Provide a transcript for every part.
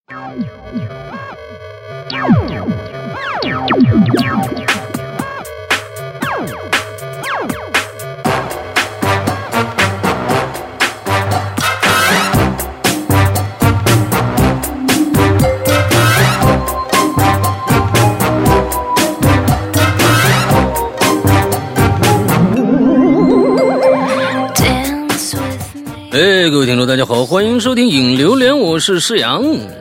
各位听众大家好，欢迎收听影榴莲，我是施阳。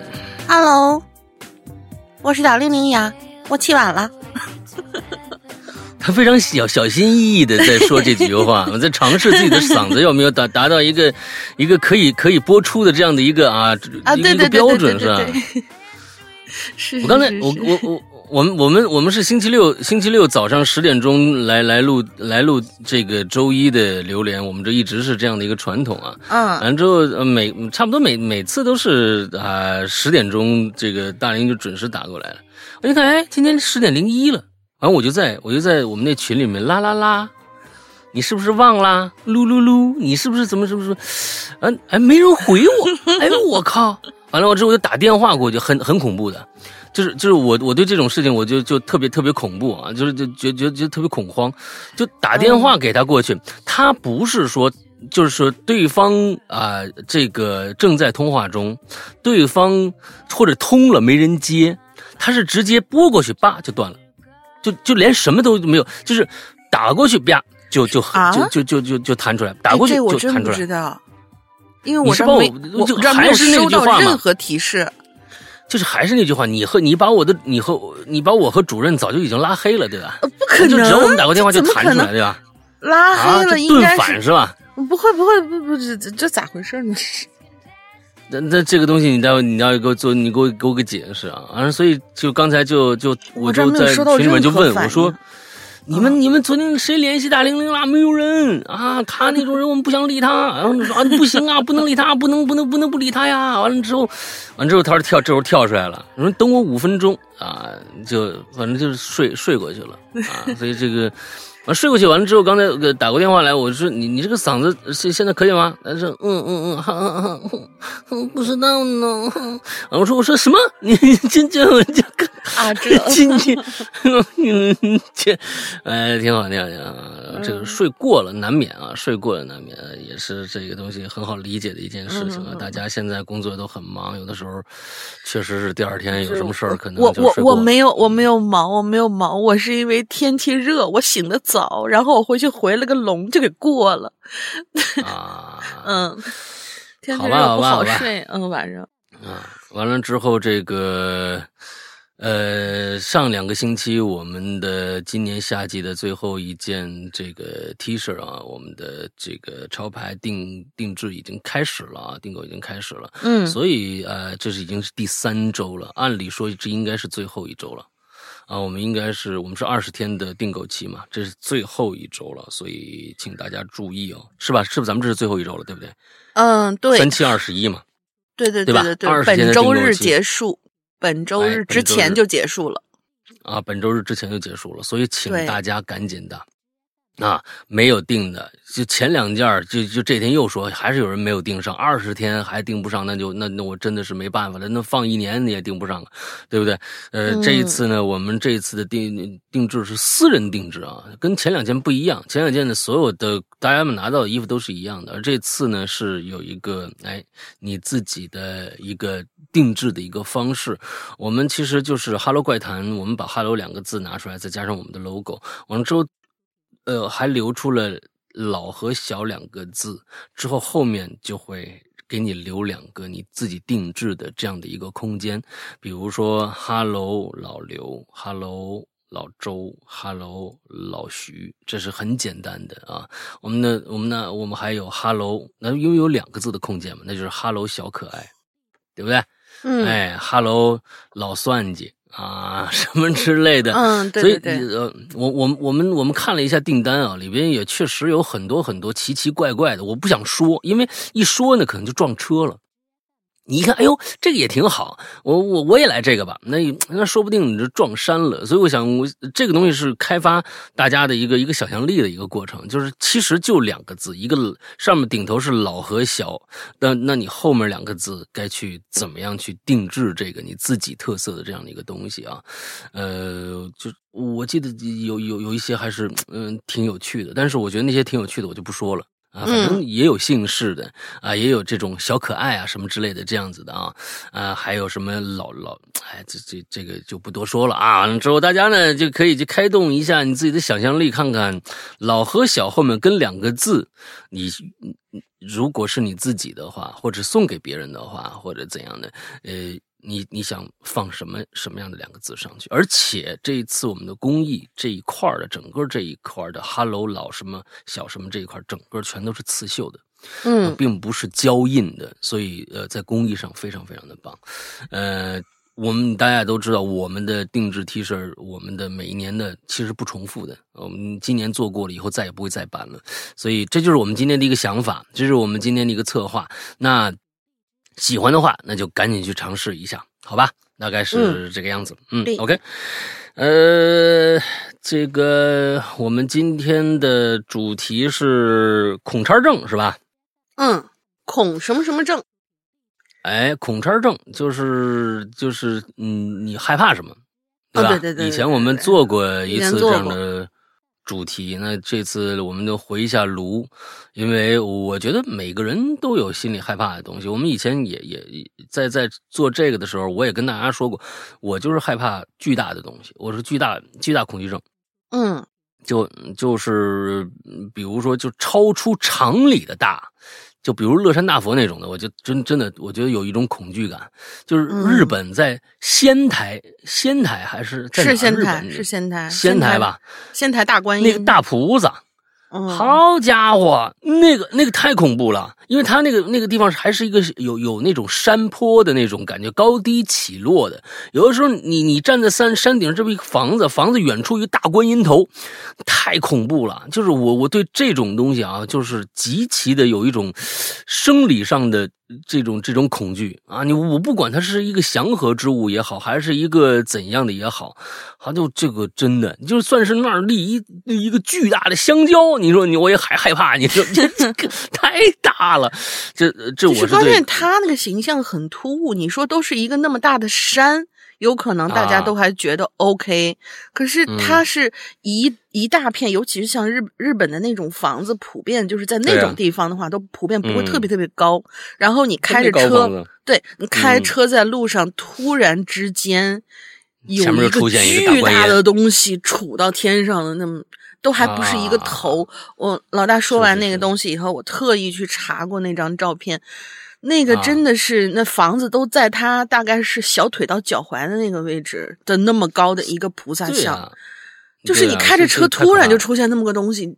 Hello， 我是小玲玲呀，我起晚了。 他非常小心翼翼的在说这几句话，我在尝试自己的嗓子有没有达到一个可以播出的这样的一个一个标准，是吧？ 是。 我刚才我们是星期六早上10点钟来录这个周一的榴莲，我们这一直是这样的一个传统啊。完了之后差不多每次都是10点钟，这个大林就准时打过来了。我就看今天10点01了，完了我就在我们那群里面啦，你是不是忘啦？噜，你是不是怎么没人回我，我靠！完了我之后我就打电话过去，很恐怖的。就是我对这种事情我就特别恐怖啊，就觉得特别恐慌，就打电话给他过去，他不是说就是说对方这个正在通话中，对方或者通了没人接，他是直接拨过去叭就断了，就连什么都没有，就是打过去啪就弹出来，打过去就弹出来。 这我真不知道，因为我还是那句话嘛， 任何提示。 就是还是那句话，你把我和主任早就已经拉黑了，对吧？ 不可能， 就只要我们打过电话就弹出来，对吧？ 拉黑了应该是顿反是吧？ 不会，这咋回事呢？ 那这个东西你待会你要给我做，你给我个解释啊！所以就刚才我就在群里面就问我说。你们昨天谁联系大玲玲啦？没有人啊！他那种人我们不想理他。然后说不行啊，不能理他，不能不理他呀！完了之后他这时候跳出来了，说等我5分钟啊，就反正就是睡过去了啊。所以这个睡过去完了之后，刚才打过电话来，我说你这个嗓子现在可以吗？他说不知道呢。我说什么？你进去进去，挺好。这个睡过了难免啊，也是这个东西很好理解的一件事情啊。大家现在工作都很忙，有的时候确实是第二天有什么事儿可能就睡过了。 我没有忙，我是因为天气热，我醒得早，然后我回去回了个笼就给过了。天气热不好睡，晚上。 完了之后这个。上2个星期我们的今年夏季的最后一件这个 T 恤啊，我们的这个潮牌定制已经开始了啊，订购已经开始了。所以这已经是第3周了，按理说这应该是最后一周了啊，我们是20天的订购期嘛，这是最后一周了，所以请大家注意哦，是吧？是不是咱们这是最后一周了，对不对？ 对 ，3721嘛， 对吧？20天的订购期， 本周日结束。本周日之前就结束了啊！本周日之前就结束了，所以请大家赶紧的没有订的，就前2件就这天又说还是有人没有订上，20天还订不上，那我真的是没办法了，那放1年你也订不上了，对不对？这一次呢，我们这一次的定制是私人定制啊，跟前2件不一样，前2件的所有的大家们拿到的衣服都是一样的，而这次呢是有一个你自己的一个定制的一个方式。我们其实就是哈喽怪谈，我们把哈喽2个字拿出来，再加上我们的 logo， 完了之后还留出了老和小2个字，之后后面就会给你留2个你自己定制的这样的一个空间，比如说哈喽老刘，哈喽老周，哈喽老徐，这是很简单的啊。我们还有哈喽，那因为有2个字的空间嘛，那就是哈喽小可爱，对不对？哈喽老算计啊，什么之类的。 对。 所以我们看了一下订单啊，里边也确实有很多奇奇怪怪的，我不想说，因为一说呢可能就撞车了。 你一看，哎呦，这个也挺好，我也来这个吧，那说不定你就撞衫了。所以我想，这个东西是开发大家的一个想象力的一个过程，就是其实就2个字，一个上面顶头是老和小，那你后面2个字该去怎么样去定制这个你自己特色的这样的一个东西啊？就我记得有一些还是挺有趣的，但是我觉得那些挺有趣的我就不说了。反正也有姓氏的啊，也有这种小可爱啊什么之类的这样子的啊，还有什么这个就不多说了啊。之后大家呢就可以去开动一下你自己的想象力，看看老和小后面跟2个字，你如果是你自己的话，或者送给别人的话，或者怎样的，你想放什么样的2个字上去？而且这一次我们的公益这一块的整个这一块的 Hello 老什么小什么这一块，整个全都是刺绣的，并不是胶印的，所以在工艺上非常非常的棒。我们大家都知道，我们的定制 T 恤，我们的每一年的其实不重复的，我们今年做过了，以后再也不会再办了。所以这就是我们今天的一个想法，这是我们今天的一个策划。那喜欢的话，那就赶紧去尝试一下，好吧？大概是这个样子。OK。这个我们今天的主题是孔叉症，是吧？ 孔什么什么症？ 哎，孔叉症就是你害怕什么，对吧？ 对。 以前我们做过一次这样的主题，那这次我们就回一下炉，因为我觉得每个人都有心里害怕的东西。我们以前也在做这个的时候，我也跟大家说过，我就是害怕巨大的东西，我是巨大恐惧症。就是比如说就超出常理的大。就比如乐山大佛那种的，我就真的，我觉得有一种恐惧感。就是日本在仙台还是在哪？ 是仙台吧？ 仙台大观音那个大菩萨，好家伙，那个太恐怖了，因为它那个地方还是一个有那种山坡的那种感觉，高低起落的。有的时候你站在山顶，这不一个房子远处一个大观音头，太恐怖了。就是我对这种东西啊，就是极其的有一种生理上的这种恐惧啊！我不管它是一个祥和之物也好，还是一个怎样的也好，就这个真的就算是那儿立一个巨大的香蕉，你说我也还害怕，你说这个太大了，这我是关键，他那个形象很突兀。你说都是一个那么大的山，有可能大家都还觉得 OK，可是它是一大片，尤其是像日本的那种房子，普遍就是在那种地方的话，都普遍不会特别特别高。然后你开着车，对，你开车在路上，突然之间有一个巨大的东西杵到天上的，那么都还不是一个头。我老大说完那个东西以后，我特意去查过那张照片。那个真的是，那房子都在他大概是小腿到脚踝的那个位置的那么高的一个菩萨像，就是你开着车突然就出现那么个东西，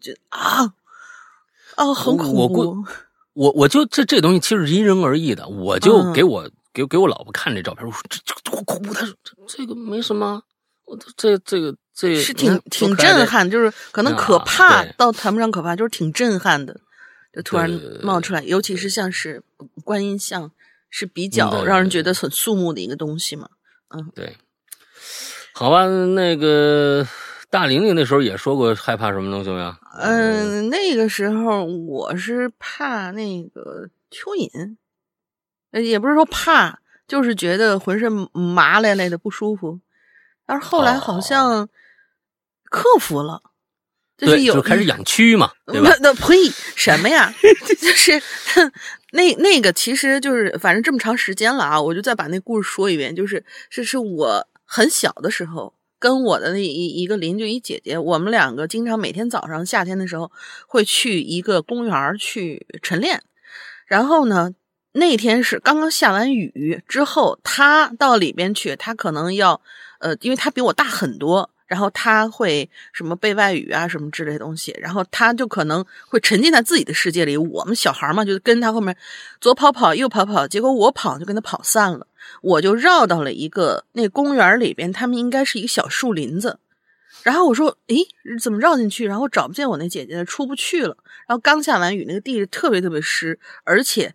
很恐怖。 我就这东西其实因人而异的，我就给我老婆看这照片，我说这多恐怖，她说这个没什么，这是挺震撼，就是可能可怕到谈不上可怕，就是挺震撼的。就突然冒出来，尤其是像是观音像，是比较让人觉得很肃穆的一个东西嘛。 对。好吧，那个大玲玲那时候也说过害怕什么东西没有？ 那个时候我是怕那个蚯蚓，也不是说怕，就是觉得浑身麻赖赖的不舒服。但是后来好像克服了。 就开始养蛆嘛，对吧？ 呸，什么呀？就是那个，其实就是反正这么长时间了啊，我就再把那故事说一遍。是我很小的时候，跟我的一个邻居一姐姐，我们两个经常每天早上夏天的时候会去一个公园去晨练。然后呢，那天是刚刚下完雨之后，她到里边去，她可能要因为她比我大很多。然后他会什么背外语啊什么之类的东西，然后他就可能会沉浸在自己的世界里。我们小孩嘛，就跟他后面左跑右跑，结果我跑就跟他跑散了，我就绕到了一个那公园里边，他们应该是一个小树林子。然后我说，诶，怎么绕进去？然后找不见我那姐姐，出不去了。然后刚下完雨，那个地特别特别湿，而且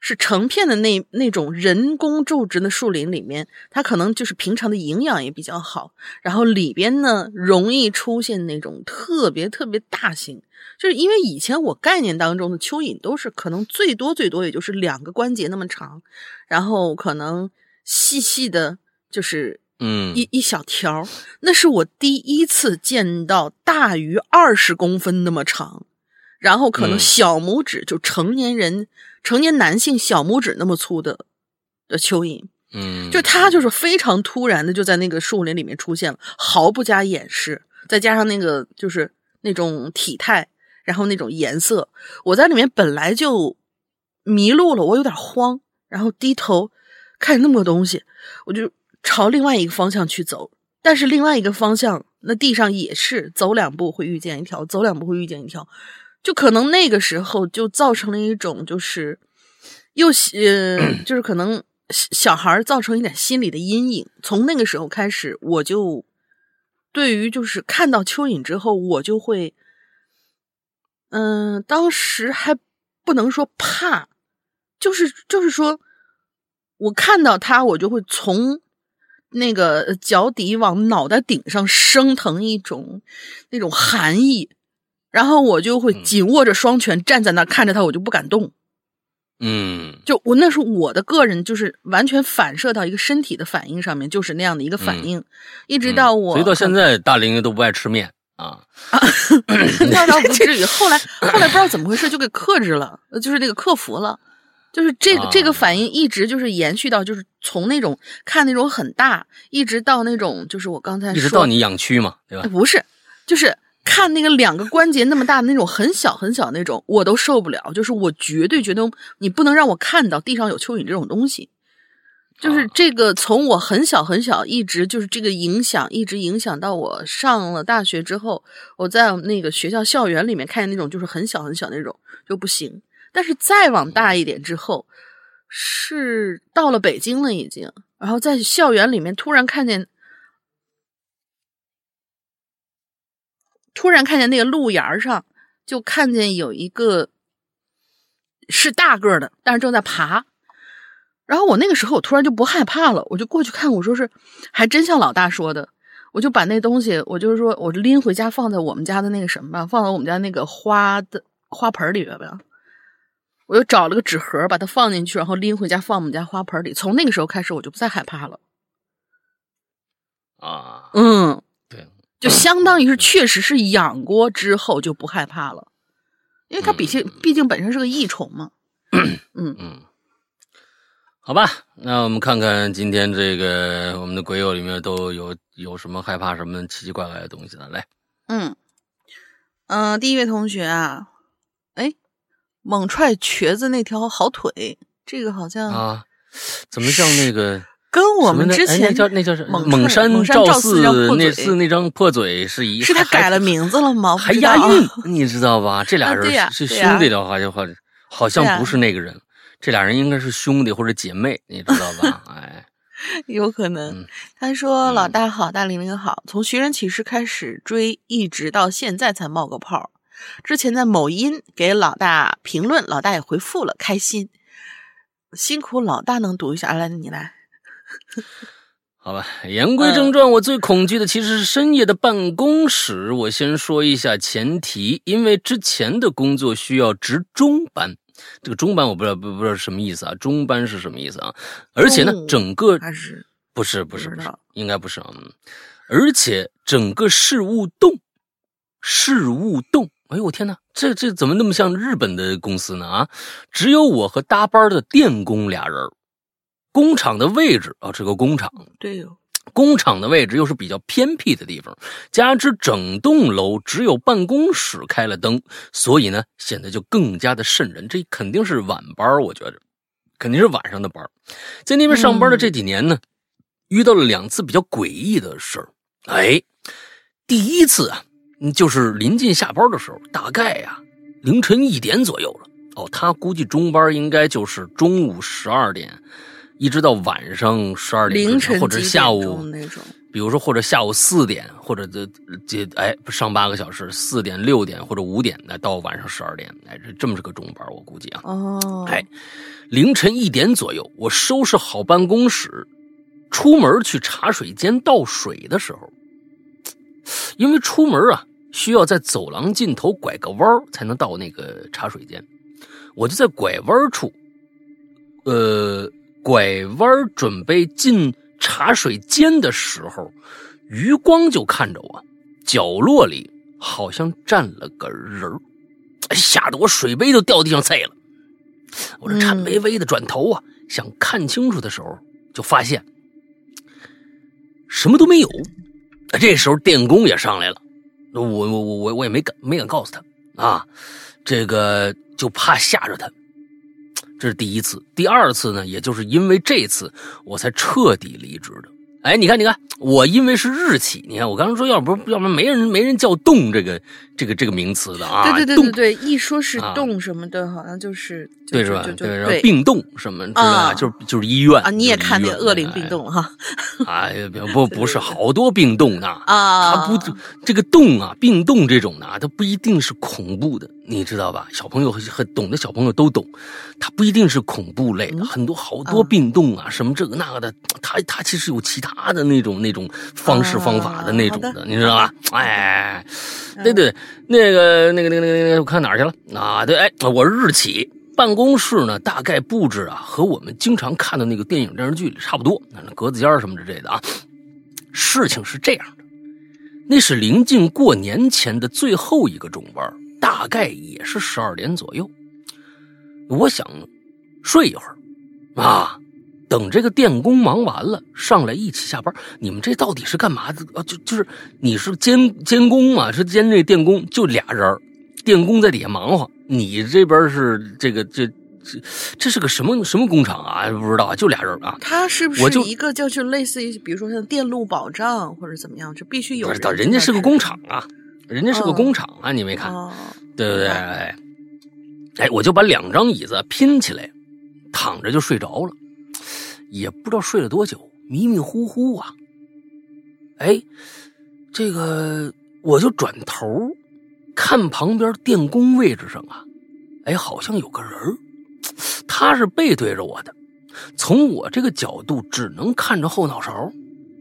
是成片的那种人工种植的树林里面，它可能就是平常的营养也比较好，然后里边呢容易出现那种特别特别大型，就是因为以前我概念当中的蚯蚓都是可能最多也就是2个关节那么长，然后可能细细的就是一小条，那是我第一次见到大于20公分那么长，然后可能小拇指就成年男性小拇指那么粗的蚯蚓，就它就是非常突然的就在那个树林里面出现了，毫不加掩饰，再加上那个就是那种体态，然后那种颜色，我在里面本来就迷路了，我有点慌，然后低头看那么多东西，我就朝另外一个方向去走，但是另外一个方向那地上也是走2步会遇见一条，走2步会遇见一条，就可能那个时候就造成了一种就是就是可能小孩造成一点心理的阴影。从那个时候开始，我就对于就是看到蚯蚓之后，我就会当时还不能说怕，就是说我看到它，我就会从那个脚底往脑袋顶上升腾一种那种寒意，然后我就会紧握着双拳站在那看着它，我就不敢动。就我那是我的个人就是完全反射到一个身体的反应上面，就是那样的一个反应，一直到我所以到现在大林都不爱吃面啊。 那倒不至于，后来不知道怎么回事就给克制了，就是那个克服了。就是这个反应一直就是延续到就是从那种看那种很大，一直到那种就是我刚才说一直到你养蛆嘛，对吧？ 不是，就是看那个2个关节那么大的那种很小很小那种，我都受不了。就是我绝对觉得你不能让我看到地上有蚯蚓这种东西。就是这个从我很小很小一直就是这个影响，一直影响到我上了大学之后，我在那个学校校园里面看见那种就是很小很小那种就不行。但是再往大一点之后，是到了北京了已经，然后在校园里面突然看见那个路沿上，就看见有一个是大个的，但是正在爬。然后我那个时候我突然就不害怕了，我就过去看，我说是还真像老大说的，我就把那东西，我就是说我拎回家放在我们家的那个什么吧，放在我们家那个花盆里边吧。我又找了个纸盒把它放进去，然后拎回家放我们家花盆里。从那个时候开始我就不再害怕了。 对， 就相当于是确实是养过之后就不害怕了，因为它毕竟本身是个益虫嘛。 好吧，那我们看看今天这个我们的鬼友里面都有什么害怕什么奇奇怪怪的东西的，来。 第一位同学啊，猛踹瘸子那条好腿，这个好像怎么像那个跟我们之前那叫猛山赵四那张破嘴是他改了名字了吗？ 还押韵，你知道吧？这俩人是兄弟的话，好像不是那个人，这俩人应该是兄弟或者姐妹，你知道吧？ 有可能。他说：“老大好，大玲玲好，从寻人启事开始追，一直到现在才冒个泡。之前在某音给老大评论，老大也回复了，开心。辛苦老大能读一下，来你来。 好吧，言归正传，我最恐惧的其实是深夜的办公室。我先说一下前提，因为之前的工作需要值中班。这个中班我不知道是什么意思啊？中班是什么意思啊？而且呢，整个还是不是，应该不是而且整个事务栋，哎呦我天哪，这怎么那么像日本的公司呢？只有我和搭班的电工俩人。工厂的位置这个工厂， 对工厂的位置又是比较偏僻的地方，加之整栋楼只有办公室开了灯，所以呢显得就更加的瘆人。这肯定是晚班，我觉得肯定是晚上的班。在那边上班的这几年呢，遇到了2次比较诡异的事儿。第一次啊，就是临近下班的时候，大概凌晨1点左右了。他估计中班应该就是中午12点。一直到晚上12点， 凌晨或者下午那种， 比如说或者下午4点，或者上8个小时，4点、6点或者5点，到晚上12点，这么是个中班，我估计啊。 哦， 凌晨1点左右，我收拾好办公室，出门去茶水间倒水的时候，因为出门啊需要在走廊尽头拐个弯才能到那个茶水间，我就在拐弯处，拐弯准备进茶水间的时候，余光就看着我，角落里好像站了个人儿，吓得我水杯都掉地上碎了。我这颤巍巍的转头啊，想看清楚的时候，就发现什么都没有。这时候电工也上来了，我也没敢告诉他啊，这个就怕吓着他。这是第一次，第二次呢，也就是因为这次我才彻底离职的。哎，你看，我因为是日企，你看我刚刚说，要不然没人叫动这个名词的啊。 对，一说是动什么的，好像就是对是吧？对，病动什么知道吧？就是医院啊。你也看那个恶灵病动了哈？ 哎，不是好多病动呢啊。 它不这个动啊，病动这种呢，它不一定是恐怖的，你知道吧？小朋友很懂的小朋友都懂，它不一定是恐怖类的，好多病动啊，什么这个那个的，它其实有其他的那种方式方法的那种的，你知道吧？哎，对，那个，我看哪儿去了啊？对，哎，我日企办公室呢，大概布置啊，和我们经常看的那个电影电视剧里差不多，那格子间什么之类的啊。事情是这样的，那是临近过年前的最后一个中班，大概也是12点左右。我想睡一会儿啊，等这个电工忙完了上来一起下班。你们这到底是干嘛的啊？就是你是监工嘛，是监这电工，就俩人，电工在底下忙活，你这边是这是个什么工厂啊？不知道啊，就俩人啊。 他是不是一个就是类似于比如说像电路保障或者怎么样，就必须有人？ 不知道，人家是个工厂啊，你没看，对不对？哎，我就把2张椅子拼起来，躺着就睡着了，也不知道睡了多久，迷迷糊糊啊。哎，这个我就转头看旁边电工位置上啊，哎，好像有个人，他是背对着我的，从我这个角度只能看着后脑勺，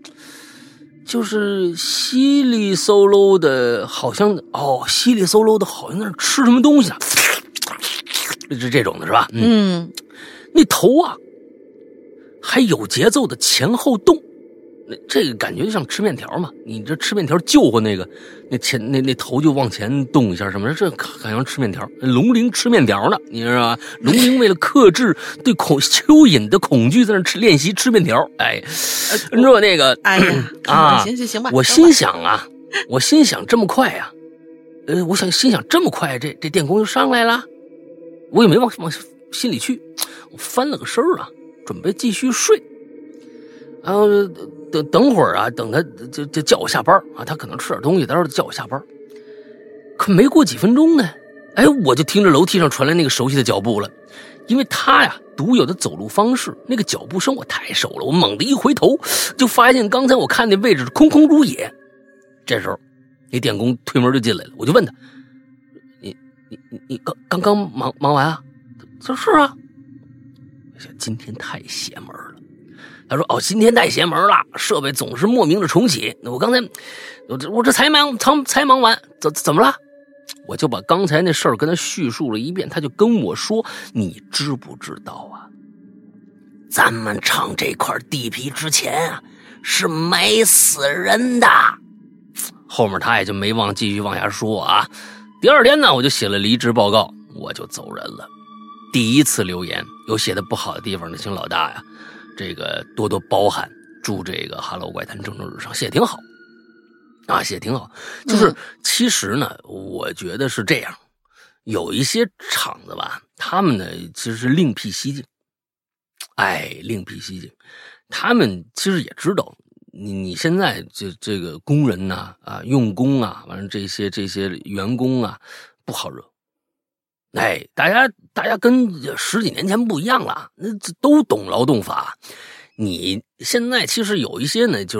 就是稀里嗖喽的，好像稀里嗖喽的，好像在那吃什么东西呢，这种的是吧？那头啊还有节奏的前后动，这个感觉就像吃面条嘛，你这吃面条救活那头就往前动一下什么，这好像吃面条，龙鳞吃面条呢，你知道吧？龙鳞为了克制对蚯蚓的恐惧，在那练习吃面条。哎，你说那个， 哎呀啊，行吧。 我心想这么快啊，我心想这么快，这电工就上来了，我也没往心里去，我翻了个身啊，准备继续睡。然后等会儿啊，等他就叫我下班啊，他可能吃点东西，待会儿叫我下班。可没过几分钟呢，哎，我就听着楼梯上传来那个熟悉的脚步了，因为他呀独有的走路方式，那个脚步声我太熟了，我猛地一回头，就发现刚才我看那位置空空如也。这时候，那电工推门就进来了，我就问他：“你刚忙完啊？”他说：“是啊。”今天太邪门了。他说：“今天太邪门了，设备总是莫名的重启。我刚才，我这才忙完，怎么了？”我就把刚才那事儿跟他叙述了一遍，他就跟我说：“你知不知道啊？咱们厂这块地皮之前啊是没死人的。”后面他也就没继续往下说啊。第二天呢，我就写了离职报告，我就走人了。第一次留言有写的不好的地方呢，请老大呀，这个多多包涵。祝这个哈喽怪谈蒸蒸日上，写得挺好啊，写得挺好。就是其实呢，我觉得是这样，有一些厂子吧，他们呢其实是另辟蹊径。另辟蹊径，他们其实也知道你现在这个工人呐用工啊，完了这些员工啊不好惹。大家跟10几年前不一样了，那都懂劳动法。你现在其实有一些呢，就是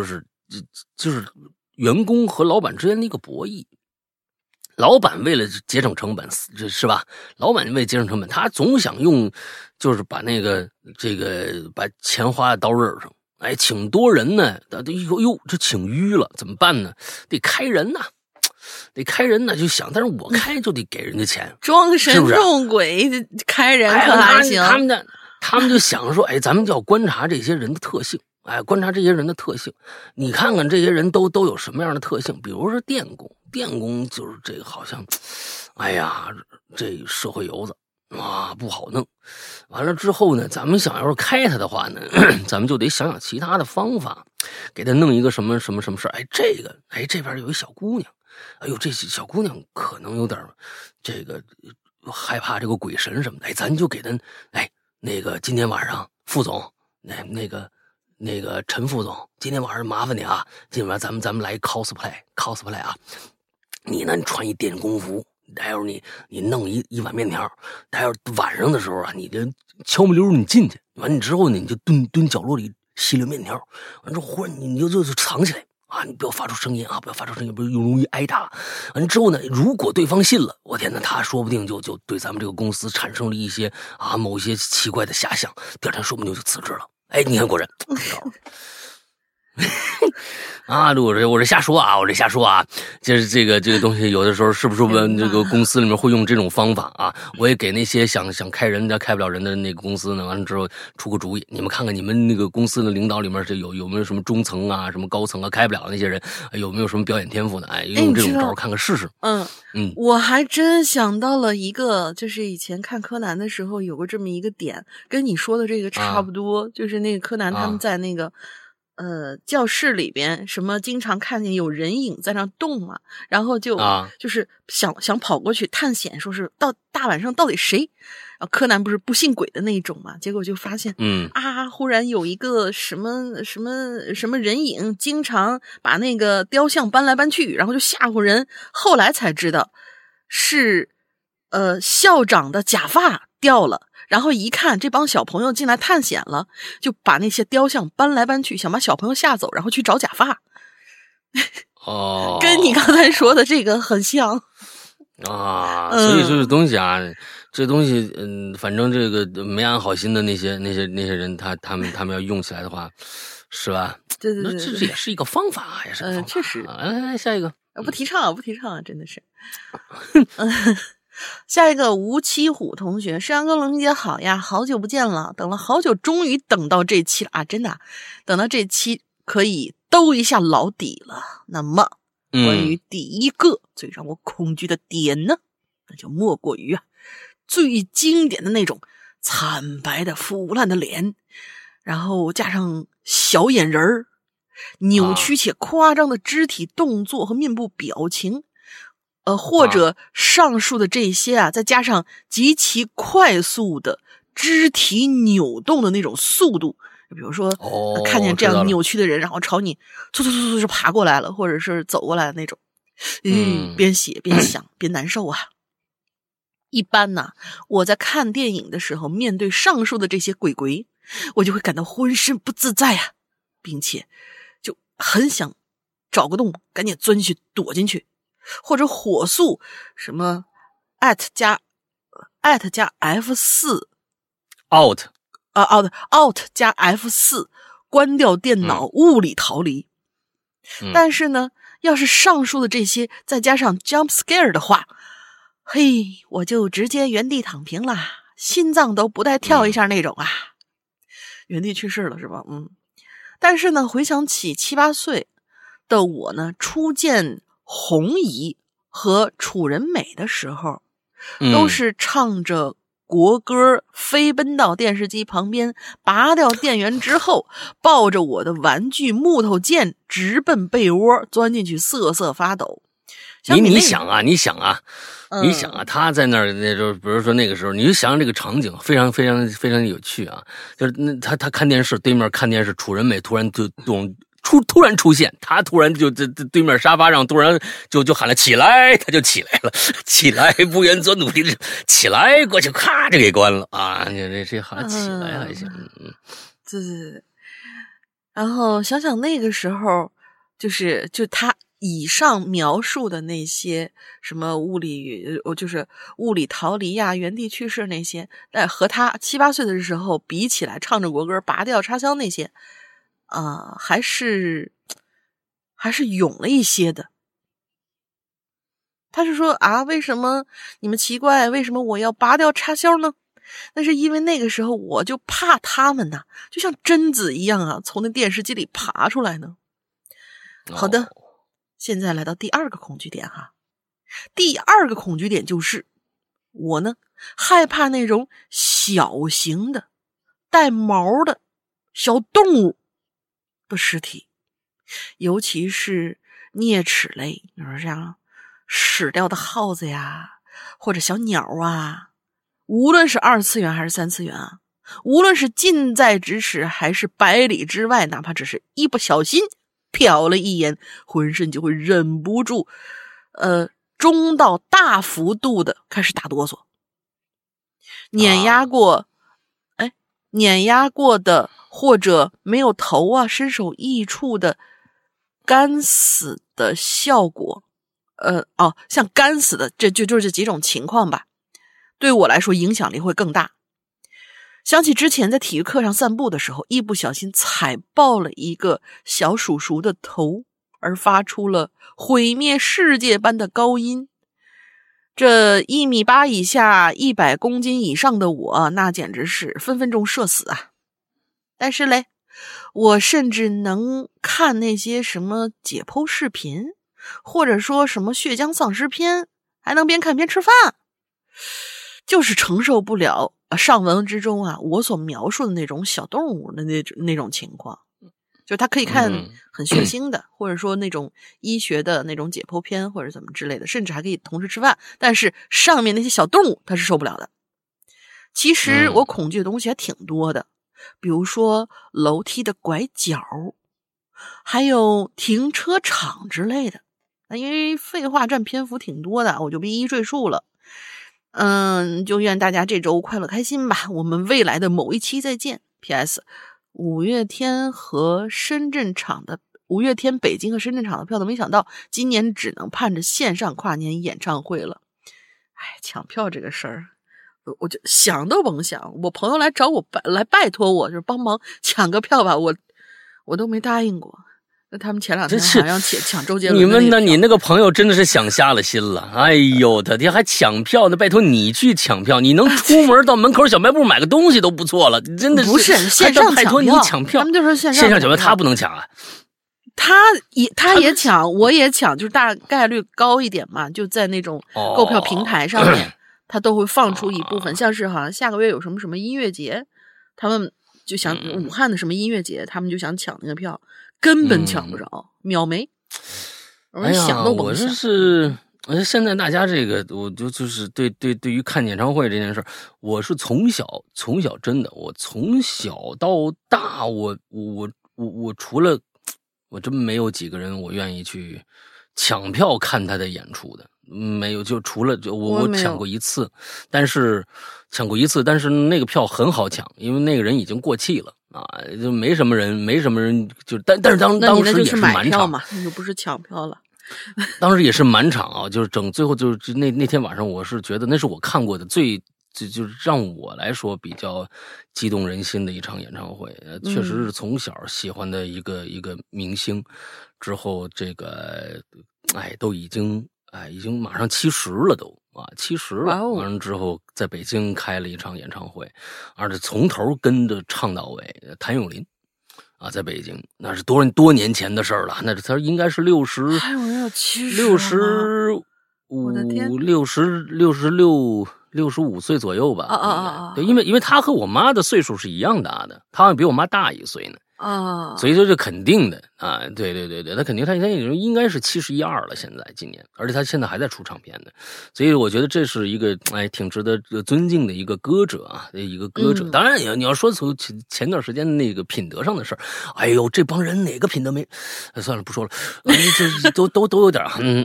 就是员工和老板之间的一个博弈。老板为了节省成本，是吧？老板为节省成本，他总想用，就是把把钱花在刀刃上。哎，请多人呢，哟，这请淤了怎么办呢？得开人呐，就想，但是我开就得给人家钱， 装神弄鬼开人可还行？ 他们就想说，哎，咱们就要观察这些人的特性。哎，观察这些人的特性，你看看这些人都有什么样的特性？比如说电工就是这个好像，哎呀，这社会油子啊，不好弄。完了之后呢，咱们想要是开他的话呢，咱们就得想想其他的方法，给他弄一个什么事儿。哎，这边有一小姑娘，哎呦，这小姑娘可能有点这个害怕这个鬼神什么的。哎，咱就给他，哎，那个今天晚上副总，那个陈副总，今天晚上麻烦你啊！今晚咱们来 cosplay 啊！你呢，你穿一电工服，待会儿你弄一碗面条，待会儿晚上的时候啊，你这悄没溜你进去，完了之后呢，你就蹲角落里吸溜面条，完之后忽然你就藏起来啊！你不要发出声音啊，不要发出声音，不是容易挨打。完之后呢，如果对方信了，我天哪，他说不定就对咱们这个公司产生了一些某些奇怪的遐想，第二天说不定就辞职了。哎，你看果然啊！我这瞎说啊，就是这个东西，有的时候是不是我们这个公司里面会用这种方法啊？我也给那些想开人家开不了人的那个公司呢，完了之后出个主意，你们看看你们那个公司的领导里面有没有什么中层啊、什么高层啊开不了的那些人，有没有什么表演天赋的？哎，用这种招看看试试。 我还真想到了一个，就是以前看柯南的时候有过这么一个点，跟你说的这个差不多，就是那个柯南他们在那个。教室里边什么经常看见有人影在那动嘛，然后就是想跑过去探险，说是到大晚上到底谁？柯南不是不信鬼的那一种嘛，结果就发现，忽然有一个什么人影，经常把那个雕像搬来搬去，然后就吓唬人。后来才知道是校长的假发掉了。然后一看这帮小朋友进来探险了，就把那些雕像搬来搬去，想把小朋友吓走，然后去找假发。跟你刚才说的这个很像啊。所以说这东西啊，这东西反正这个没安好心的那些人，他们要用起来的话，是吧？ 对， 那这也是一个方法，也是个方法。 确实。 来下一个， 不提倡，真的是。下一个吴七虎同学，山哥龙姐好呀，好久不见了，等了好久，终于等到这期了啊！真的，等到这期可以兜一下老底了。那么，关于第一个最让我恐惧的点呢，那就莫过于最经典的那种惨白的腐烂的脸，然后加上小眼人儿，扭曲且夸张的肢体动作和面部表情。或者上述的这些再加上极其快速的肢体扭动的那种速度，比如说看见这样扭曲的人，然后朝你嗖就爬过来了，或者是走过来的那种，边写边想边难受啊。一般呢，我在看电影的时候，面对上述的这些鬼，我就会感到浑身不自在啊，并且就很想找个洞赶紧钻进去躲进去。或者火速什么 at 加 F4 out 加 F4 关掉电脑物理逃离。但是呢，要是上述的这些再加上 jump scare 的话，嘿，我就直接原地躺平啦，心脏都不带跳一下那种啊，原地去世了是吧？但是呢，回想起7、8岁的我呢，初见红姨和楚人美的时候，都是唱着国歌飞奔到电视机旁边，拔掉电源之后，抱着我的玩具木头剑直奔被窝，钻进去瑟瑟发抖。 你想啊，他在那儿那时候，比如说那个时候，你就想想这个场景，非常非常非常有趣啊！就是他看电视，对面看电视，楚人美突然就突然出现，他突然就对面沙发上突然就喊了起来，他就起来了，起来不愿做努力的起来过去，咔就给关了啊！你这好起来还行， 对。然后想想那个时候， 就他以上描述的那些什么就是物理逃离呀、原地去世那些，但和他7、8岁的时候比起来，唱着国歌拔掉插销那些，还是勇了一些的。他是说为什么你们奇怪，为什么我要拔掉插销呢？那是因为那个时候我就怕他们呐，就像贞子一样从那电视机里爬出来呢。好的，现在来到第二个恐惧点哈。第二个恐惧点就是我呢害怕那种小型的带毛的小动物的尸体，尤其是啮齿类，比如像死掉的耗子呀，或者小鸟啊，无论是2次元还是3次元啊，无论是近在咫尺还是百里之外，哪怕只是一不小心瞟了一眼，浑身就会忍不住中到大幅度的开始打哆嗦。碾压过的或者没有头身首异处的干死的效果，像干死的就是这几种情况吧，对我来说影响力会更大。想起之前在体育课上散步的时候，一不小心踩爆了一个小鼠鼠的头，而发出了毁灭世界般的高音。这1.8米以下100公斤以上的我，那简直是分分钟社死啊！但是嘞，我甚至能看那些什么解剖视频，或者说什么血浆丧尸片，还能边看边吃饭，就是承受不了上文之中我所描述的那种小动物的那种情况。就是他可以看很血腥的，或者说那种医学的那种解剖片或者怎么之类的，甚至还可以同时吃饭，但是上面那些小动物他是受不了的。其实我恐惧的东西还挺多的，比如说楼梯的拐角，还有停车场之类的。因为废话占篇幅挺多的，我就不一一赘述了。就愿大家这周快乐开心吧，我们未来的某一期再见。 PS，五月天北京和深圳场的票都没想到今年只能盼着线上跨年演唱会了。抢票这个事儿我就想都甭想，我朋友来找我来拜托我，就是帮忙抢个票吧，我都没答应过。那他们前2天好像抢周杰伦的你那个朋友真的是想瞎了心了。哎呦，他天还抢票呢！拜托你去抢票，你能出门到门口小卖部买个东西都不错了，真的是。 不是线上拜托你抢票， 他们就说线上抢票他不能抢啊。 他也抢，我也抢，就是大概率高一点嘛，就在那种购票平台上面，他都会放出一部分，像是好像下个月有什么音乐节，他们就想武汉的什么音乐节，他们就想抢那个票。根本抢不着，秒没。想都甭想。 我是现在大家这个，我就是对于看演唱会这件事，我是从小真的，我从小到大，我除了我真没有几个人我愿意去抢票看他的演出的，没有，就除了我抢过一次，但是那个票很好抢，因为那个人已经过气了。就没什么人，就但是当时也是满场嘛，你就不是抢票了。 当时也是满场啊，就是最后就是那天晚上，我是觉得那是我看过的就是让我来说比较激动人心的一场演唱会。确实是从小喜欢的一个明星，之后这个都已经马上70了都。70了，完了之后在北京开了一场演唱会，而且从头跟着唱到尾。谭咏麟在北京，那是多年前的事儿了，那他应该是65、65岁左右吧。对，因为他和我妈的岁数是一样大的，他好像比我妈大1岁呢。所以说这肯定的对，他肯定他应该是71、2了，现在今年，而且他现在还在出唱片的，所以我觉得这是一个挺值得尊敬的一个歌者啊，一个歌者。当然你要说从前段时间那个品德上的事儿，哎呦，这帮人哪个品德没？算了，不说了，这都有点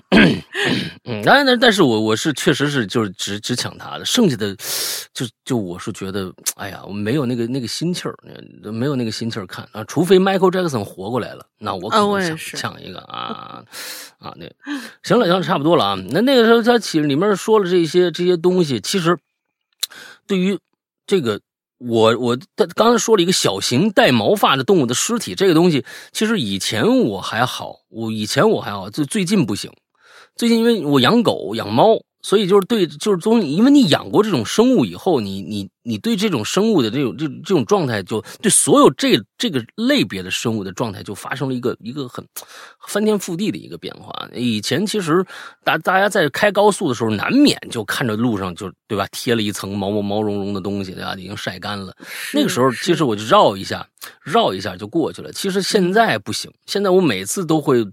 但是我是确实是就是只抢他的，剩下的就我是觉得，哎呀，我没有那个心气儿，没有那个心气儿看啊。除非 Michael Jackson 活过来了， 那我可能抢一个对，行了，差不多了啊。那个时候他里面说了这些东西，其实对于这个他刚才说了一个小型带毛发的动物的尸体，这个东西其实以前我还好，最近不行。最近因为我养狗养猫，所以因为你养过这种生物以后，你对这种生物的这种状态，就对所有这个类别的生物的状态就发生了一个很翻天覆地的一个变化。以前其实大家在开高速的时候，难免就看着路上就对吧，贴了一层毛茸茸的东西，对吧，已经晒干了。那个时候其实我就绕一下就过去了。其实现在不行，现在我每次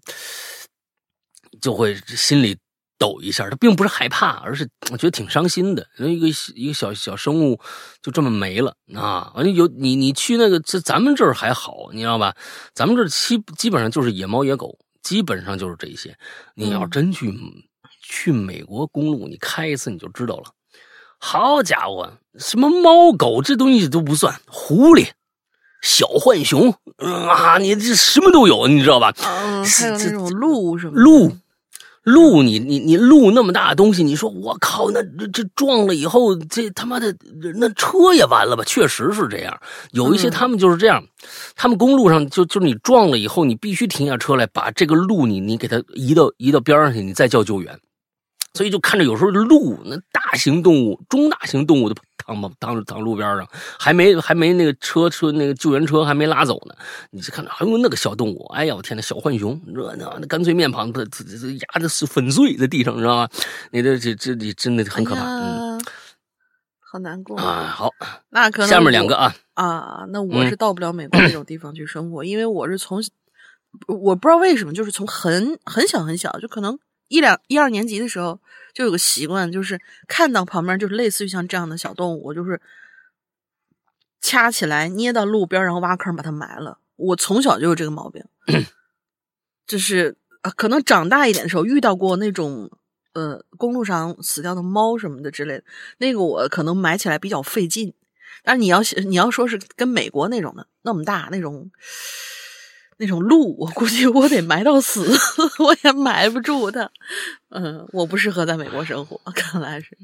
就会心里抖一下，它并不是害怕，而是我觉得挺伤心的。一个小生物就这么没了啊！完了你去那个咱们这儿还好，你知道吧？咱们这儿基本上就是野猫野狗，基本上就是这些。你要真去美国公路，你开一次你就知道了。好家伙，什么猫狗这东西都不算，狐狸、小浣熊你这什么都有，你知道吧？ 还有那种鹿什么鹿，你鹿那么大的东西，你说我靠，那这撞了以后，这他妈的那车也完了吧？确实是这样，有一些他们就是这样，他们公路上就是你撞了以后，你必须停下车来，把这个鹿你给它移到边上去，你再叫救援。所以就看着有时候鹿那大型动物、中大型动物都躺路边上，还没那个车那个救援车还没拉走呢，你就看到还有那个小动物，哎呀我天呐，小浣熊，那干脆面庞，它压的是粉碎在地上，知道吗？你这真的很可怕， 好难过好， 那可能下面两个那我是到不了美国那种地方去生活，因为我是我不知道为什么，就是从很小，就可能一二年级的时候就有个习惯，就是看到旁边就是类似于像这样的小动物，我就是掐起来捏到路边，然后挖坑把它埋了。我从小就有这个毛病，就是可能长大一点的时候遇到过那种公路上死掉的猫什么的之类的，那个我可能埋起来比较费劲。但是你要说是跟美国那种的那么大那种鹿，我估计我得埋到死，我也埋不住它。我不适合在美国生活，看来是。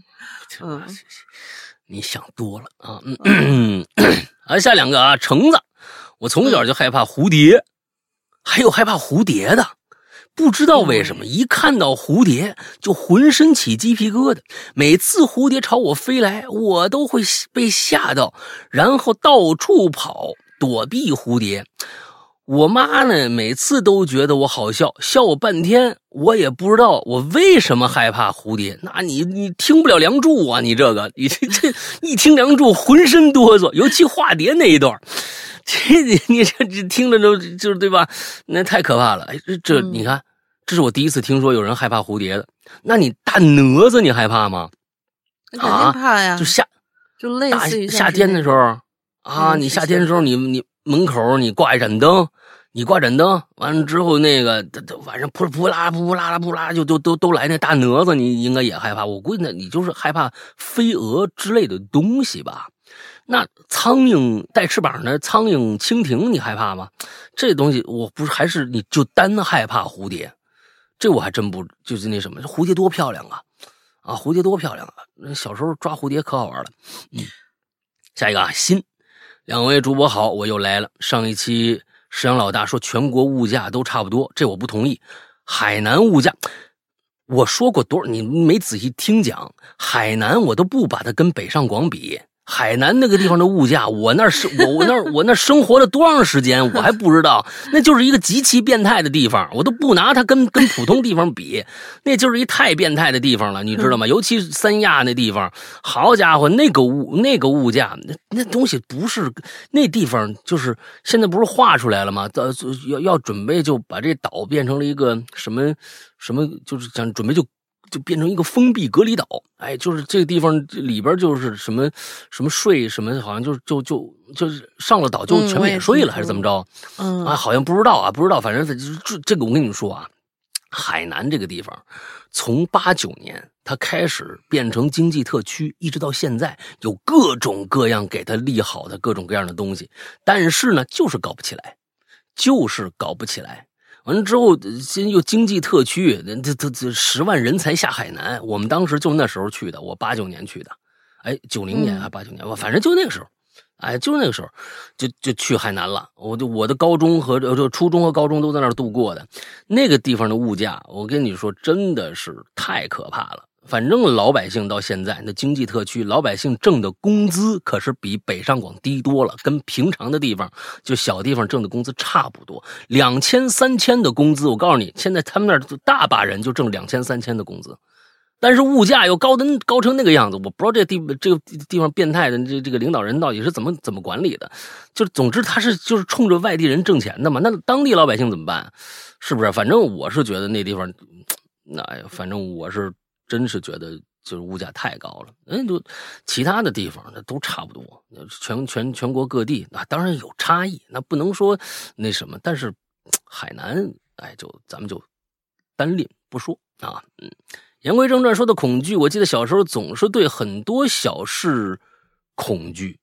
你想多了啊。下两个橙子，我从小就害怕蝴蝶，还有害怕蝴蝶的，不知道为什么，一看到蝴蝶就浑身起鸡皮疙瘩。每次蝴蝶朝我飞来，我都会被吓到，然后到处跑躲避蝴蝶。我妈呢，每次都觉得我好笑，笑我半天，我也不知道我为什么害怕蝴蝶。那你听不了梁祝啊，你这一听梁祝浑身哆嗦，尤其化蝶那一段，你这听着就是对吧？那太可怕了。你看，这是我第一次听说有人害怕蝴蝶的。那你大哪子你害怕吗？ 肯定怕呀，就类似于夏天的时候你夏天的时候你门口你挂一盏灯，完了之后那个晚上扑啦就都来那大蛾子，你应该也害怕。我估计你就是害怕飞蛾之类的东西吧。那苍蝇带翅膀的苍蝇、蜻蜓你害怕吗？这东西我不是，还是你就单害怕蝴蝶？这我还真不，就是那什么，蝴蝶多漂亮啊！蝴蝶多漂亮啊！小时候抓蝴蝶可好玩了。下一个新。两位主播好，我又来了。上一期石阳老大说全国物价都差不多，这我不同意。海南物价，我说过多少，你没仔细听讲。海南我都不把它跟北上广比。海南那个地方的物价，我那生活了多长时间，我还不知道。那就是一个极其变态的地方，我都不拿它跟普通地方比，那就是一太变态的地方了，你知道吗？尤其是三亚那地方，好家伙，那个物价，那东西不是那地方，就是现在不是画出来了吗？要准备就把这岛变成了一个什么，就是想准备就变成一个封闭隔离岛，就是这个地方里边就是什么税什么，好像就是上了岛就全免税了，还是怎么着？好像不知道，反正这个我跟你们说啊，海南这个地方，从89年它开始变成经济特区，一直到现在，有各种各样给它立好的各种各样的东西，但是呢，就是搞不起来。 就是搞不起来。完了之后，现在又经济特区，这10万人才下海南，我们当时就那时候去的，我89年去的，哎，90年还89年，我反正就那个时候，哎，就是那个时候，就去海南了。我的高中和初中和高中都在那儿度过的，那个地方的物价，我跟你说，真的是太可怕了。反正老百姓到现在，那经济特区老百姓挣的工资可是比北上广低多了，跟平常的地方就小地方挣的工资差不多，2000、3000的工资，我告诉你，现在他们那儿大把人就挣2000、3000的工资，但是物价又高成那个样子，我不知道这个地方变态的这个领导人到底是怎么管理的，就是总之他就是冲着外地人挣钱的嘛，那当地老百姓怎么办？是不是？反正我是觉得那地方，反正我是。真是觉得就是物价太高了，就其他的地方那都差不多，全国各地那当然有差异，那不能说那什么，但是海南咱们就单拎不说啊。言归正传，说的恐惧，我记得小时候总是对很多小事恐惧，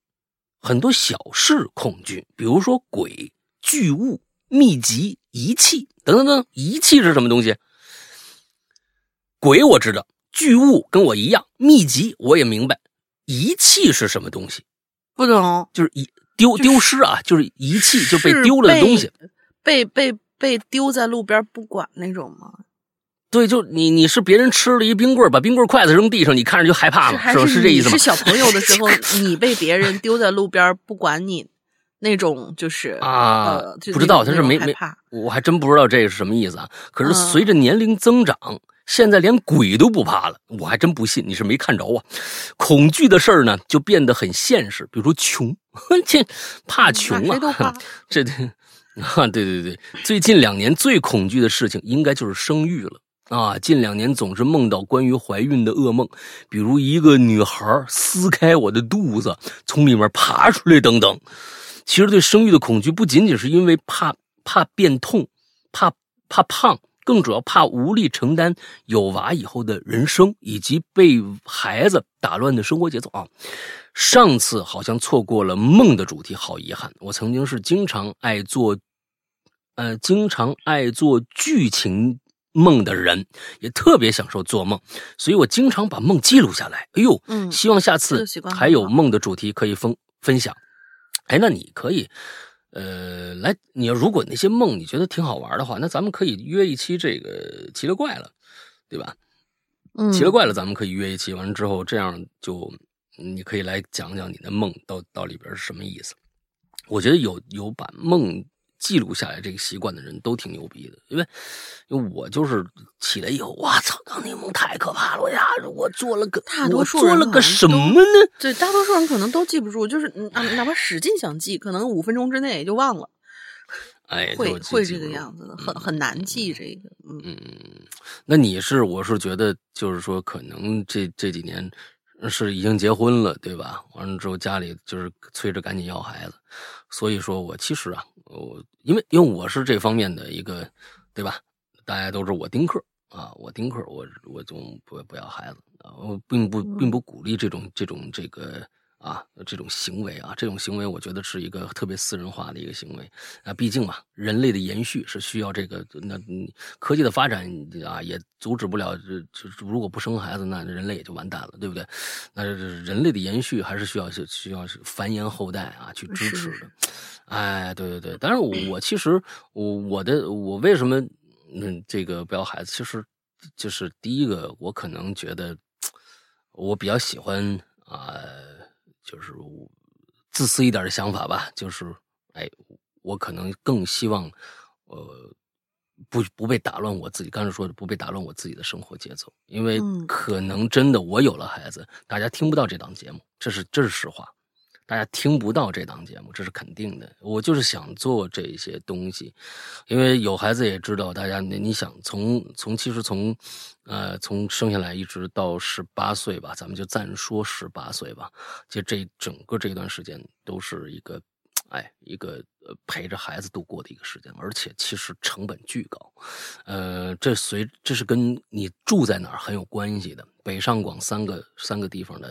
比如说鬼、巨物、秘籍、仪器等等等。仪器是什么东西？鬼我知道。巨物跟我一样，秘籍我也明白，仪器是什么东西？ 不懂， 就是丢失啊，就是仪器就被丢了的东西， 被丢在路边不管那种吗？ 对，就你是别人吃了一冰棍，把冰棍筷子扔地上，你看着就害怕吗？是这意思吗？ 是小朋友的时候，你被别人丢在路边不管你那种，就是不知道他是没，我还真不知道这是什么意思啊。可是随着年龄增长。现在连鬼都不怕了，我还真不信你是没看着啊。恐惧的事儿呢，就变得很现实，比如说穷，这怕穷啊， 谁都怕。 对，最近2年最恐惧的事情应该就是生育了啊。近2年总是梦到关于怀孕的噩梦，比如一个女孩撕开我的肚子，从里面爬出来等等。其实对生育的恐惧不仅仅是因为怕变痛，怕胖。更主要怕无力承担有娃以后的人生，以及被孩子打乱的生活节奏啊！上次好像错过了梦的主题，好遗憾。我曾经是经常爱做剧情梦的人，也特别享受做梦，所以我经常把梦记录下来。哎呦，希望下次还有梦的主题可以分享。哎，那你可以。你如果那些梦你觉得挺好玩的话，那咱们可以约一期这个奇了怪了，对吧？奇了怪了，咱们可以约一期，完了之后这样就你可以来讲讲你的梦到里边是什么意思。我觉得有把梦记录下来这个习惯的人都挺牛逼的，因为我就是起来以后，哇操，刚那个梦太可怕了，我做了个什么呢？ 对，大多数人可能都记不住，就是哪怕使劲想记，可能5分钟之内就忘了。 哎， 会这个样子的，很难记这个。 那我是觉得就是说，可能这几年是已经结婚了，对吧？完了之后家里就是催着赶紧要孩子，所以说我其实啊，因为我是这方面的一个，对吧？大家都知道我丁克啊，我就不要孩子啊，我并不鼓励这种行为啊，这种行为我觉得是一个特别私人化的一个行为啊。毕竟嘛，人类的延续是需要这个，那科技的发展啊也阻止不了。如果不生孩子，那人类也就完蛋了，对不对？那人类的延续还是需要繁衍后代啊，去支持的。哎，对。当然我其实我为什么这个不要孩子？其实就是第一个，我可能觉得我比较喜欢就是自私一点的想法吧，就是我可能更希望不被打乱我自己，刚才说的不被打乱我自己的生活节奏，因为可能真的我有了孩子，大家听不到这档节目，这是实话，大家听不到这档节目，这是肯定的。我就是想做这些东西，因为有孩子也知道，大家你想其实从生下来一直到18岁吧，咱们就暂说18岁吧，就整个这段时间都是一个陪着孩子度过的一个时间，而且其实成本巨高，这是跟你住在哪儿很有关系的。北上广三个地方的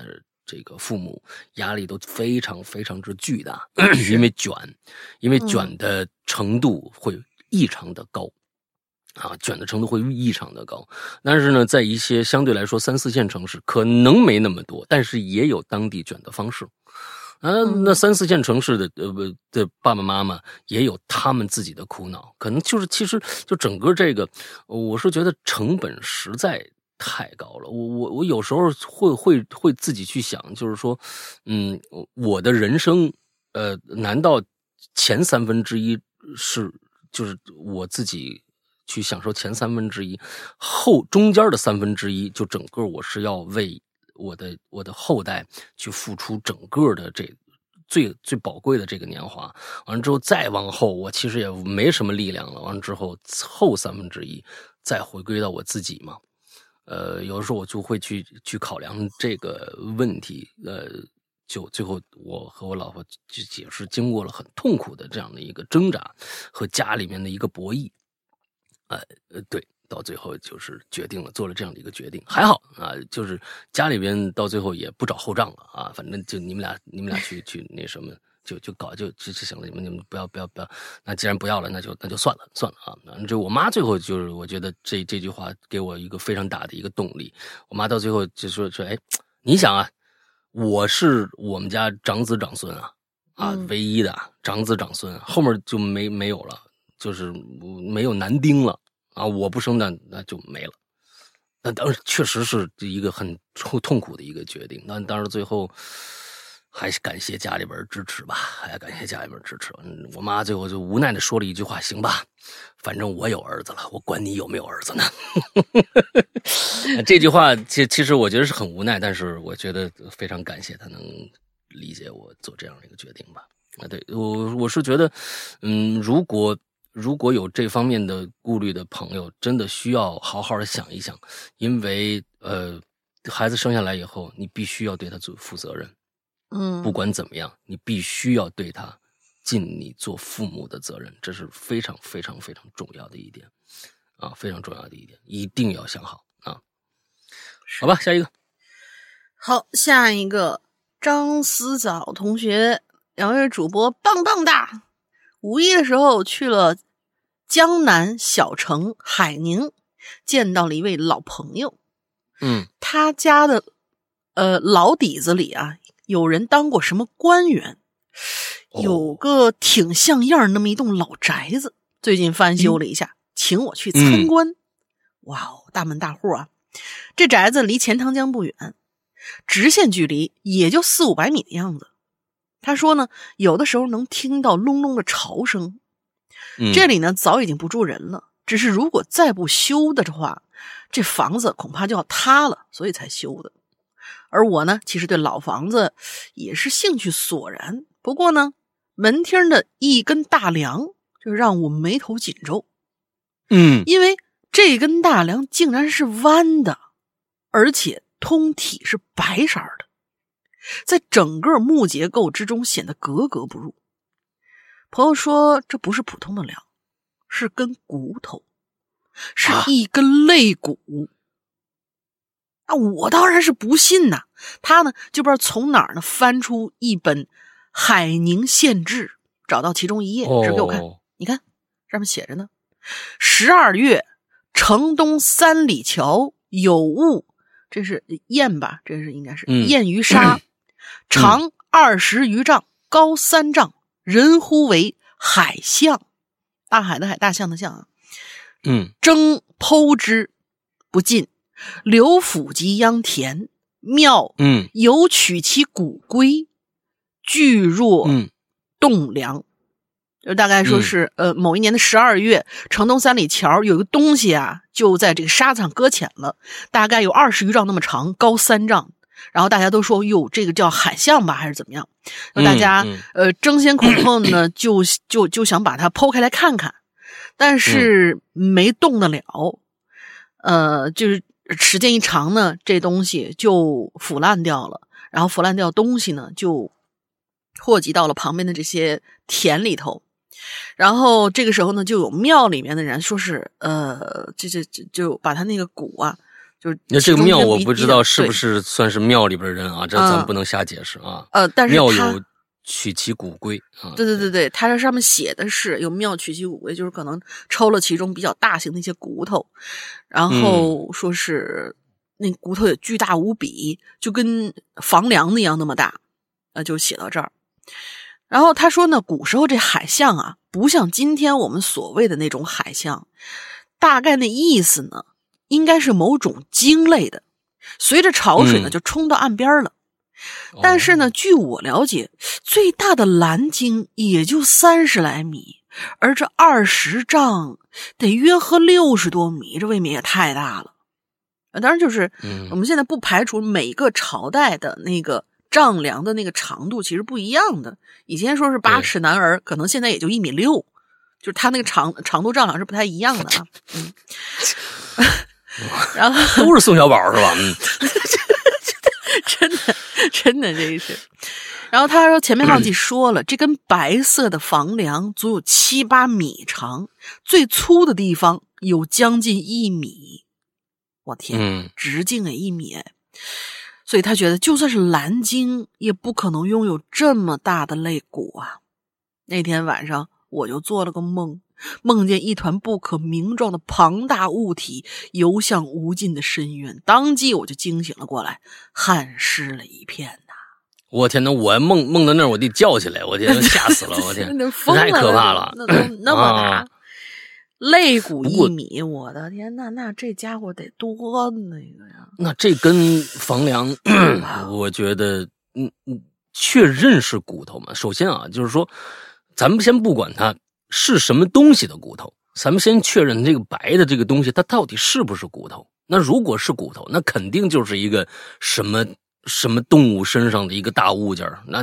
这个父母压力都非常非常之巨大，因为卷的程度会异常的高。卷的程度会异常的高，但是呢，在一些相对来说3、4线城市可能没那么多，但是也有当地卷的方式。那3、4线城市的爸爸妈妈也有他们自己的苦恼，可能就是其实就整个这个，我是觉得成本实在太高了。我有时候会自己去想，就是说，我的人生，难道前1/3就是我自己去享受前1/3，中间的1/3，就整个我是要为我的后代去付出整个的这最宝贵的这个年华，完了之后再往后，我其实也没什么力量了。完了之后后1/3再回归到我自己嘛。有的时候我就会去考量这个问题。就最后我和我老婆也是经过了很痛苦的这样的一个挣扎和家里面的一个博弈。对，到最后就是做了这样的一个决定，还好啊，就是家里边到最后也不找后账了啊，反正就你们俩去那什么，就搞就行了，你们不要，那既然不要了，那就算了啊。就我妈最后就是我觉得这句话给我一个非常大的一个动力，我妈到最后就说，哎，你想啊，我是我们家长子长孙唯一的长子长孙，后面就没有了。就是没有男丁了啊！我不生那就没了。那当然确实是一个很痛苦的一个决定。那当然最后还是感谢家里边支持吧，我妈最后就无奈的说了一句话：“行吧，反正我有儿子了，我管你有没有儿子呢。”这句话其实我觉得是很无奈，但是我觉得非常感谢他能理解我做这样的一个决定吧。对，我是觉得，如果有这方面的顾虑的朋友，真的需要好好的想一想，因为孩子生下来以后，你必须要对他负责任。不管怎么样，你必须要对他尽你做父母的责任，这是非常非常非常重要的一点啊，非常重要的一点，一定要想好啊。好吧，下一个。 好，下一个张思藻同学，两位主播棒棒哒。五一的时候去了江南小城海宁，见到了一位老朋友。他家的老底子里啊，有人当过什么官员，有个挺像样那么一栋老宅子，最近翻修了一下，请我去参观。哇哦，大门大户啊！这宅子离钱塘江不远，直线距离也就400-500米的样子。他说呢，有的时候能听到隆隆的潮声。这里呢早已经不住人了，只是如果再不修的话，这房子恐怕就要塌了，所以才修的。而我呢，其实对老房子也是兴趣索然，不过呢，门厅的一根大梁就让我眉头紧皱。因为这根大梁竟然是弯的，而且通体是白色的，在整个木结构之中显得格格不入。朋友说这不是普通的梁，是根骨头，是一根肋骨。我当然是不信呐。他呢就不知道从哪儿呢翻出一本《海宁县志》，找到其中一页指给我看。你看上面写着呢，12月城东3里桥有雾，这是燕吧，这是应该是燕鱼沙，长20余丈，高3丈，人呼为海象，大海的海，大象的象啊。征剖之不尽，刘府及秧田庙，有取其骨龟，巨若栋梁。就大概说是某一年的12月，城东3里桥有一个东西啊，就在这个沙子上搁浅了，大概有20余丈那么长，高3丈。然后大家都说哟，这个叫海象吧，还是怎么样？大家争先恐后呢，就想把它剖开来看看，但是没动得了。就是时间一长呢，这东西就腐烂掉了，然后腐烂掉东西呢，就祸及到了旁边的这些田里头。然后这个时候呢，就有庙里面的人说是就把他那个骨啊， 就是那这个庙我不知道是不对是算是庙里边的人啊，这咱不能瞎解释啊。 但是庙有取其骨归啊。 对，它这上面写的是有庙取其骨归，就是可能抽了其中比较大型的一些骨头，然后说是那骨头也巨大无比，就跟房梁子一样那么大，就写到这儿。然后他说呢，古时候这海象啊，不像今天我们所谓的那种海象，大概那意思呢，应该是某种鲸类的，随着潮水呢就冲到岸边了。但是呢，据我了解，最大的蓝鲸也就30来米，而这20丈得约合60多米，这未免也太大了。当然，就是我们现在不排除每个朝代的那个丈量的那个长度其实不一样的。以前说是8尺男儿，可能现在也就1.6米，就是它那个长度丈量是不太一样的啊。然后都是宋小宝是吧？ 真的这是。然后他说前面忘记说了，这根白色的房梁足有7、8米长，最粗的地方有将近1米。我天，直径1米。所以他觉得就算是蓝鲸也不可能拥有这么大的肋骨啊。那天晚上我就做了个梦，梦见一团不可名状的庞大物体游向无尽的深渊，当即我就惊醒了过来，汗湿了一片呐。 我天哪，我梦到那儿我得叫起来，我天，吓死了，我天，太可怕了， 那么大。肋骨1米，我的天，那这家伙得多那个呀？ 那这根房梁，我觉得，确认是骨头嘛？首先啊，就是说，咱们先不管它是什么东西的骨头，咱们先确认这个白的这个东西，它到底是不是骨头？那如果是骨头，那肯定就是一个什么动物身上的一个大物件，那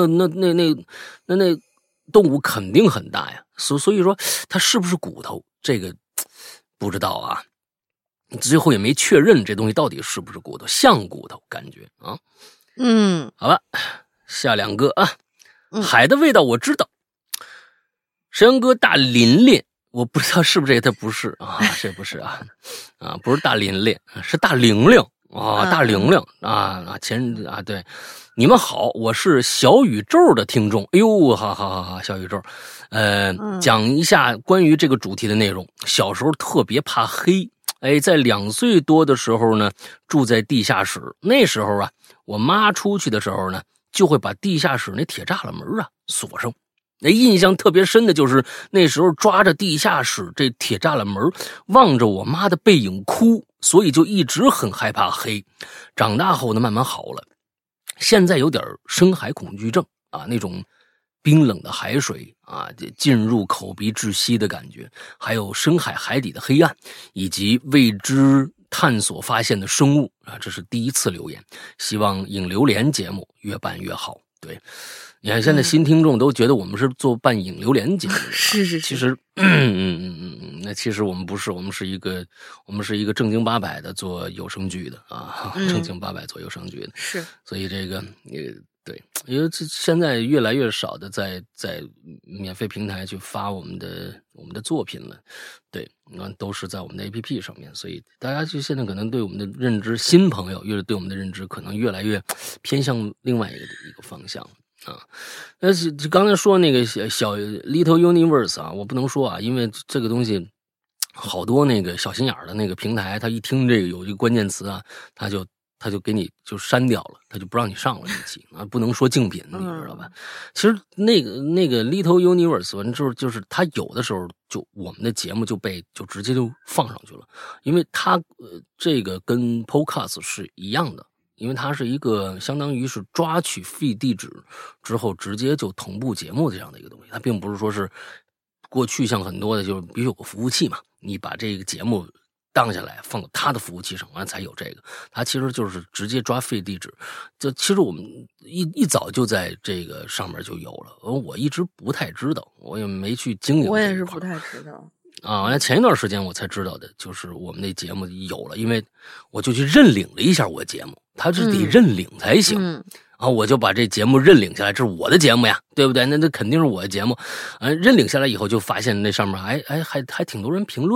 动物肯定很大呀。所以说，它是不是骨头？这个不知道啊，最后也没确认这东西到底是不是骨头，像骨头感觉啊。好吧，下2个啊。海的味道我知道，山羊哥大鳞链，我不知道是不是这个，它不是啊，这不是啊，不是大鳞链，是大玲玲啊，大玲玲啊，对。你们好，我是小宇宙的听众。哎呦，好，小宇宙，讲一下关于这个主题的内容。小时候特别怕黑，在2岁多的时候呢，住在地下室。那时候啊，我妈出去的时候呢，就会把地下室那铁栅栏门啊锁上。印象特别深的就是那时候抓着地下室这铁栅栏门，望着我妈的背影哭，所以就一直很害怕黑。长大后呢，慢慢好了。现在有点深海恐惧症啊，那种冰冷的海水啊，进入口鼻窒息的感觉，还有深海底的黑暗，以及未知探索发现的生物啊，这是第1次留言。希望影榴莲节目越办越好。对，你看现在新听众都觉得我们是做办影榴莲节目的， 是， 其实那其实我们不是，我们是一个正经八百的做有声剧的啊，正经八百做有声剧的， 是， 所以这个对，因为现在越来越少的在免费平台去发我们的作品了，对，都是在我们的 APP 上面，所以大家就现在可能对我们的认知，新朋友对我们的认知可能越来越偏向另外一个方向啊。但是刚才说那个小 Little Universe 啊，我不能说啊，因为这个东西好多那个小心眼的那个平台，他一听这个有一个关键词啊，他就给你就删掉了，他就不让你上了这期啊，不能说竞品，你知道吧？其实那个 Little Universe 完之后，就是他有的时候就我们的节目就直接就放上去了，因为它这个跟 Podcast 是一样的，因为它是一个相当于是抓取 feed 地址之后直接就同步节目这样的一个东西，它并不是说是过去像很多的就是比如有个服务器嘛，你把这个节目当下来放到他的服务器上，完了才有这个。他其实就是直接抓feed地址，这其实我们一早就在这个上面就有了，我一直不太知道，我也没去经营。 我也是不太知道啊。完了前一段时间我才知道的，就是我们那节目有了，因为我就去认领了一下我节目，他是得认领才行。然后我就把这节目认领下来，这是我的节目呀，对不对？那肯定是我的节目。认领下来以后，就发现那上面还挺多人评论的。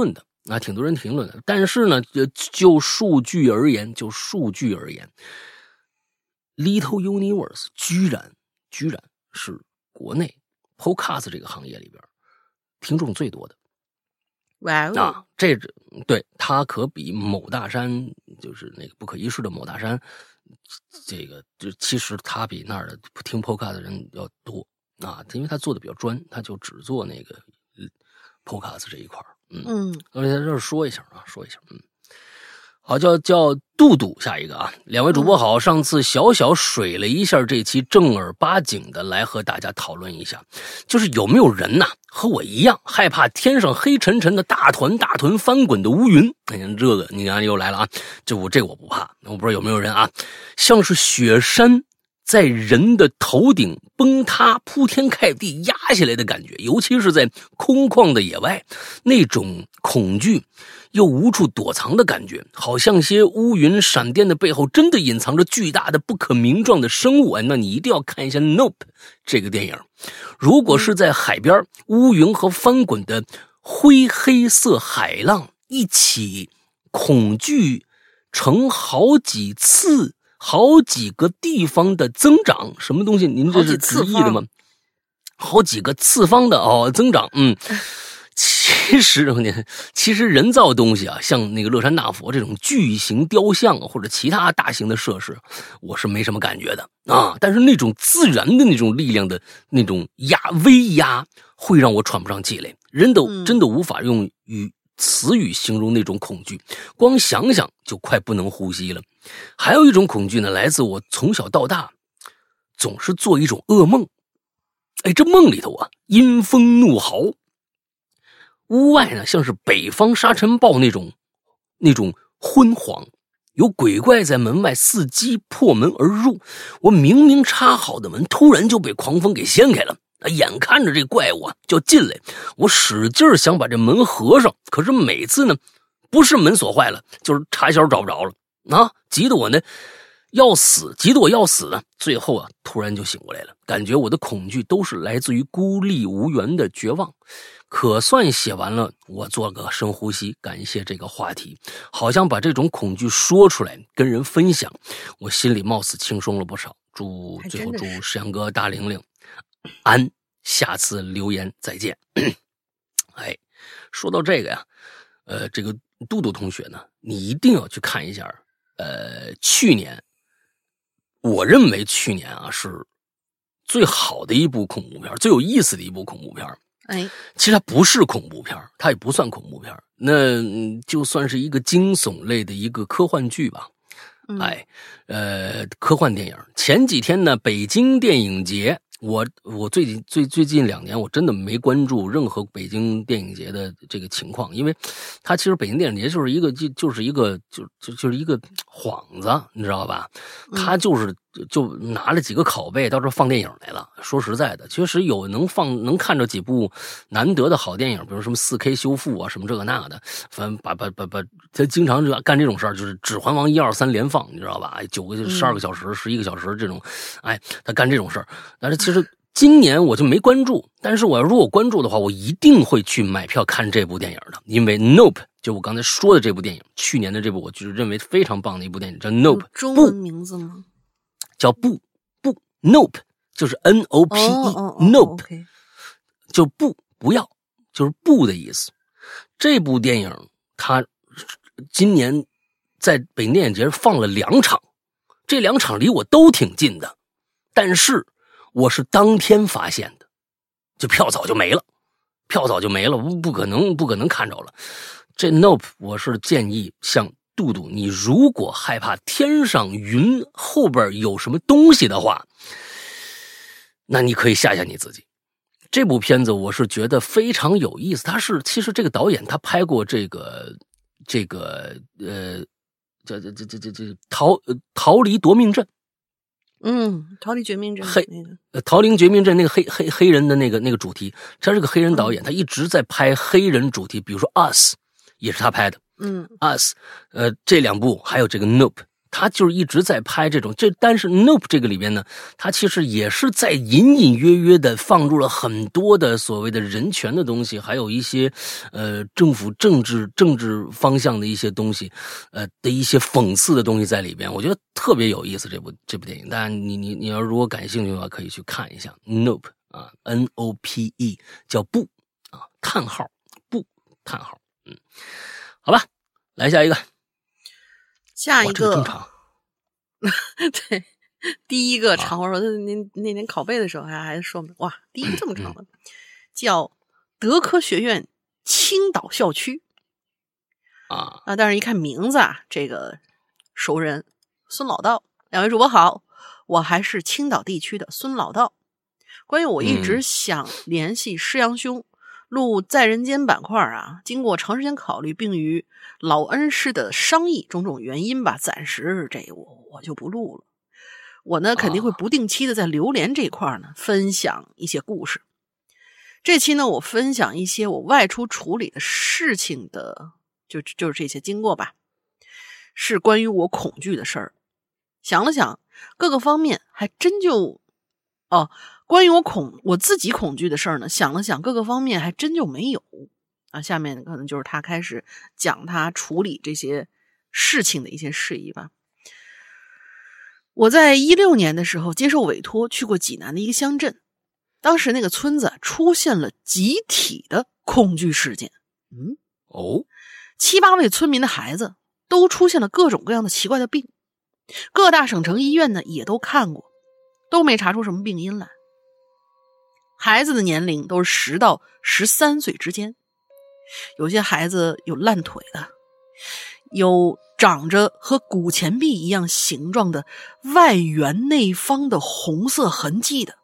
啊，挺多人评论的。但是呢，就数据而言，Little Universe 居然是国内 Podcast 这个行业里边听众最多的。 哇哦！ 啊，对，它可比某大山，就是那个不可一世的某大山，这个就其实它比那儿的听 Podcast 的人要多啊，因为他做的比较专，他就只做那个Podcast 这一块而且在这儿说一下，好，叫杜杜，下一个啊，两位主播好，上次小水了一下这期，正儿八经的来和大家讨论一下，就是有没有人呐和我一样害怕天上黑沉沉的大团翻滚的乌云？你看这个，你看又来了啊，这我不怕，我不知道有没有人啊，像是雪山在人的头顶崩塌，铺天盖地压下来的感觉，尤其是在空旷的野外，那种恐惧又无处躲藏的感觉，好像些乌云闪电的背后真的隐藏着巨大的不可名状的生物。那你一定要看一下 Nope 这个电影。如果是在海边，乌云和翻滚的灰黑色海浪一起，恐惧成好几个地方的增长，什么东西？您这是直译的吗？好几个次方的增长。其实人造东西啊，像那个乐山大佛这种巨型雕像或者其他大型的设施，我是没什么感觉的啊。但是那种自然的那种力量的那种威压，会让我喘不上气来。真的无法用词语形容那种恐惧，光想想就快不能呼吸了。还有一种恐惧呢，来自我从小到大总是做一种噩梦。这梦里头啊，阴风怒号，屋外呢像是北方沙尘暴那种昏黄，有鬼怪在门外伺机破门而入。我明明插好的门，突然就被狂风给掀开了。眼看着这怪物就进来，我使劲想把这门合上，可是每次呢，不是门锁坏了，就是插销找不着了啊！急得我要死呢。最后啊，突然就醒过来了，感觉我的恐惧都是来自于孤立无援的绝望。可算写完了，我做个深呼吸，感谢这个话题，好像把这种恐惧说出来跟人分享，我心里貌似轻松了不少。最后祝石阳哥大玲玲安，下次留言再见。说到这个呀，这个杜杜同学呢，你一定要去看一下。去年，我认为去年啊是最好的一部恐怖片，最有意思的一部恐怖片。其实它不是恐怖片，它也不算恐怖片，那就算是一个惊悚类的一个科幻剧吧。科幻电影。前几天呢，北京电影节，我最近2年，我真的没关注任何北京电影节的这个情况，因为它其实北京电影节就是一个幌子，你知道吧？它就拿了几个拷贝到这放电影来了。说实在的，确实有能看着几部难得的好电影，比如什么4K 修复啊，什么这个那的，反正把他经常就干这种事儿，就是《指环王》1、2、3连放，你知道吧？9个、12个小时、11个小时这种，他干这种事儿。但是其实今年我就没关注，但是我要如果关注的话，我一定会去买票看这部电影的，因为 Nope 就我刚才说的这部电影，去年的这部我就是认为非常棒的一部电影，叫 Nope。 中文名字吗？ 叫不 Nope， 就是 Nope， 就不要，就是不的意思。这部电影它今年在北京电影节放了2场，这2场离我都挺近的，但是我是当天发现的，就票早就没了，不可能看着了。这 Nope 我是建议像杜杜，你如果害怕天上云后边有什么东西的话，那你可以吓吓你自己。这部片子我是觉得非常有意思，其实这个导演他拍过这个逃离夺命镇。 逃离绝命镇， 逃离绝命镇那个黑人的那个主题，他是个黑人导演，他一直在拍黑人主题，比如说 Us 也是他拍的。Us 这2部还有这个 Nope 他就是一直在拍这种，但是 Nope 这个里边呢，他其实也是在隐隐约约的放入了很多的所谓的人权的东西，还有一些政府政治方向的一些东西，的一些讽刺的东西在里边，我觉得特别有意思。这部电影，当然你要如果感兴趣的话，可以去看一下 Nope 啊 ，NOPE 叫不啊，叹号不叹号，好吧，来下一个。 下一个， 对， 第一个长，我说那年拷贝的时候还说哇，第一个这么长的，叫德科学院青岛校区啊，但是一看名字啊，这个熟人孙老道，两位主播好，我还是青岛地区的孙老道。关于我一直想联系施阳兄录在人间板块啊，经过长时间考虑，并与老恩师的商议种种原因吧，暂时这我就不录了。我呢肯定会不定期的在榴莲这一块呢分享一些故事。这期呢我分享一些我外出处理的事情的，就是这些经过吧，是关于我恐惧的事儿。想了想各个方面，还真就关于我自己恐惧的事儿呢，想了想各个方面还真就没有啊。下面可能就是他开始讲他处理这些事情的一些事宜吧。我在16年的时候接受委托去过济南的一个乡镇，当时那个村子出现了集体的恐惧事件。7、8位村民的孩子都出现了各种各样的奇怪的病，各大省城医院呢也都看过，都没查出什么病因来。孩子的年龄都是10到13岁之间，有些孩子有烂腿的，有长着和骨前臂一样形状的外圆内方的红色痕迹的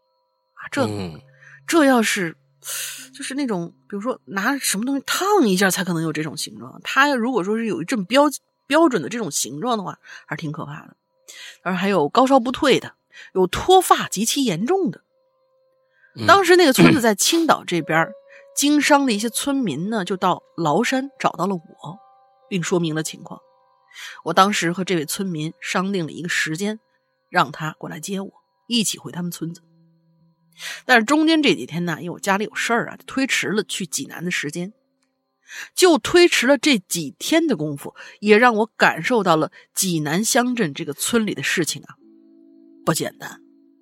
这要是就是那种比如说拿什么东西烫一下才可能有这种形状，它如果说是有一阵标准的这种形状的话，还是挺可怕的。而还有高烧不退的，有脱发极其严重的。当时那个村子在青岛这边，经商的一些村民呢就到崂山找到了我，并说明了情况。我当时和这位村民商定了一个时间，让他过来接我，一起回他们村子。但是中间这几天呢，因为我家里有事儿啊，推迟了去济南的时间。就推迟了这几天的功夫，也让我感受到了济南乡镇这个村里的事情啊不简单。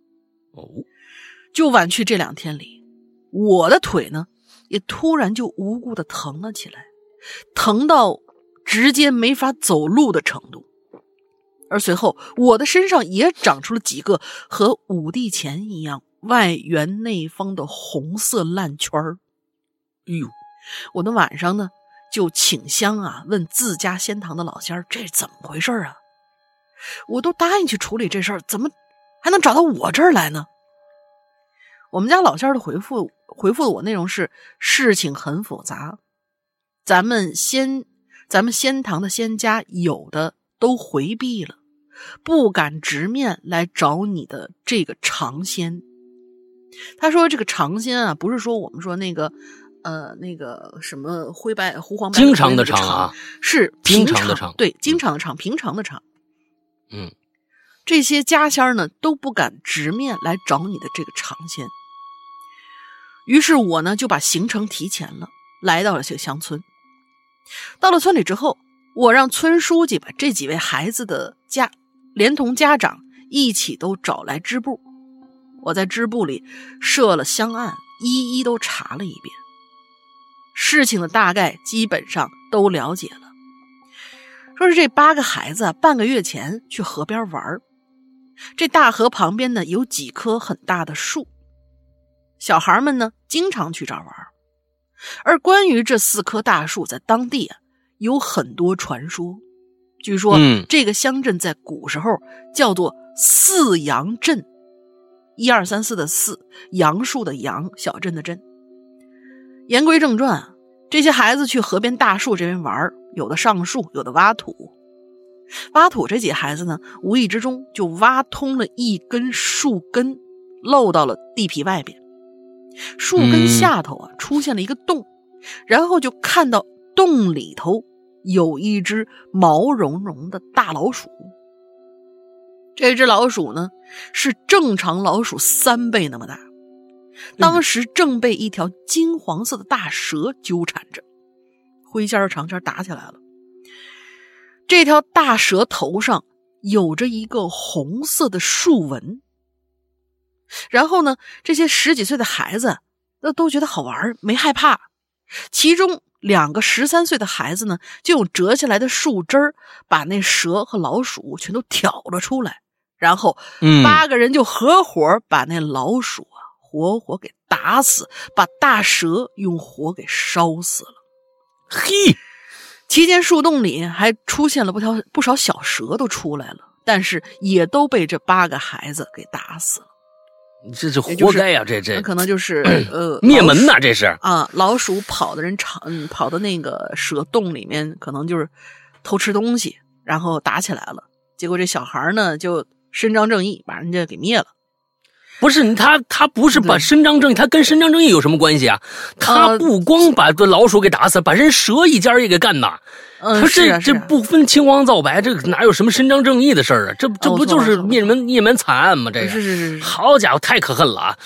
就晚去这2天里，我的腿呢也突然就无故的疼了起来，疼到直接没法走路的程度。而随后我的身上也长出了几个和5帝钱一样外圆内方的红色烂圈儿。我的晚上呢就请香啊，问自家仙堂的老仙儿，这怎么回事啊？我都答应去处理这事儿，怎么还能找到我这儿来呢？我们家老仙儿的回复的我内容是：事情很复杂，咱们仙堂的仙家有的都回避了，不敢直面来找你的这个长仙。他说这个长仙啊，不是说我们说那个什么灰白胡黄白经常的长啊， 是经常的长， 对，经常的长，平常的长。 嗯， 这些家仙呢都不敢直面来找你的这个长仙。于是我呢就把行程提前了，来到了这个乡村。到了村里之后，我让村书记把这几位孩子的连同家长一起都找来支部。我在支部里设了香案，一一都查了一遍。事情的大概基本上都了解了。说是这8个孩子半个月前去河边玩，这大河旁边呢有几棵很大的树，小孩们呢经常去这儿玩。而关于这4棵大树，在当地啊有很多传说。据说这个乡镇在古时候叫做4杨镇，1、2、3、4的4，杨树的杨，小镇的镇。言归正传，这些孩子去河边大树这边玩，有的上树，有的挖土。挖土这几孩子呢，无意之中就挖通了一根树根，漏到了地皮外边。树根下头啊出现了一个洞，然后就看到洞里头有一只毛茸茸的大老鼠。这只老鼠呢，是正常老鼠3倍那么大，当时正被一条金黄色的大蛇纠缠着。灰仙儿和长仙儿打起来了。这条大蛇头上有着一个红色的竖纹。然后呢，这些10几岁的孩子都觉得好玩，没害怕。其中2个13岁的孩子呢，就用折下来的树枝儿把那蛇和老鼠全都挑了出来，然后8个人就合伙把那老鼠活活给打死，把大蛇用火给烧死了。 嘿， 期间树洞里还出现了不少小蛇都出来了，但是也都被这8个孩子给打死了。 这是活该呀！这可能就是灭门呐！这是啊，老鼠跑到那个蛇洞里面，可能就是偷吃东西，然后打起来了。结果这小孩呢就伸张正义，把人家给灭了。 不是他不是把伸张正义，他跟伸张正义有什么关系啊？他不光把老鼠给打死，把人蛇一家也给干呐。他这不分青黄皂白，这哪有什么伸张正义的事儿啊？这不就是灭门惨案吗？这个是， 好家伙，太可恨了啊！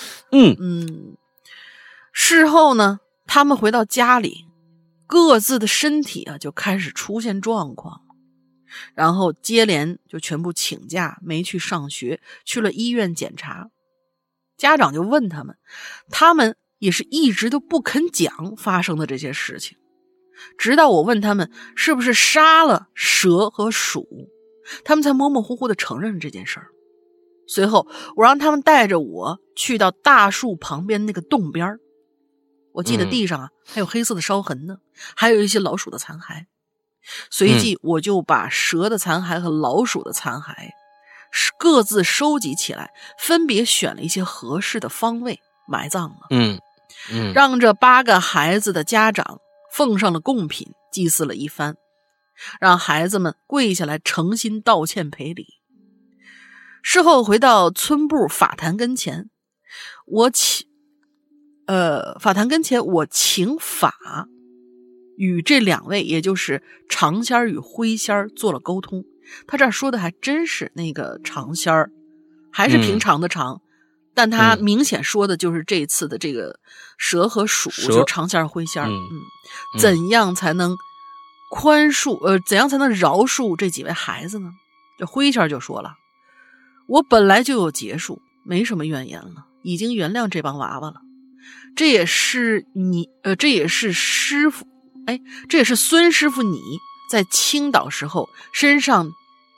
事后呢，他们回到家里，各自的身体就开始出现状况，然后接连就全部请假，没去上学，去了医院检查。家长就问他们也是一直都不肯讲发生的这些事情，直到我问他们是不是杀了蛇和鼠，他们才模模糊糊地承认了这件事儿。随后我让他们带着我去到大树旁边那个洞边，我记得地上还有黑色的烧痕呢，还有一些老鼠的残骸。随即我就把蛇的残骸和老鼠的残骸各自收集起来，分别选了一些合适的方位埋葬了。让这8个孩子的家长奉上了贡品，祭祀了一番，让孩子们跪下来诚心道歉赔礼。事后回到村部法坛跟前，我请法与这2位，也就是长仙儿与灰仙儿做了沟通。他这儿说的还真是那个长仙儿，还是平常的长，但他明显说的就是这次的这个蛇和鼠，就长仙儿灰仙儿。怎样才能怎样才能饶恕这几位孩子呢？这灰仙儿就说了，我本来就有结束，没什么怨言了，已经原谅这帮娃娃了。这也是孙师傅你在青岛时候身上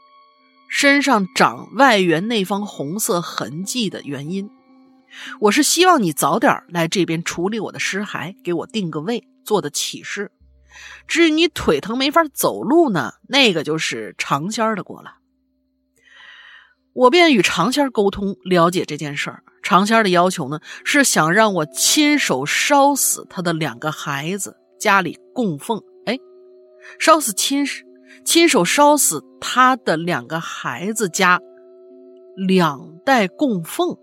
长外缘那方红色痕迹的原因。我是希望你早点来这边处理我的尸骸，给我定个位，做的起事。至于你腿疼没法走路呢，那个就是长仙儿的过了。我便与长仙儿沟通，了解这件事儿。长仙儿的要求呢，是想让我亲手烧死他的2个孩子，家里供奉。亲手烧死他的2个孩子家2代供奉。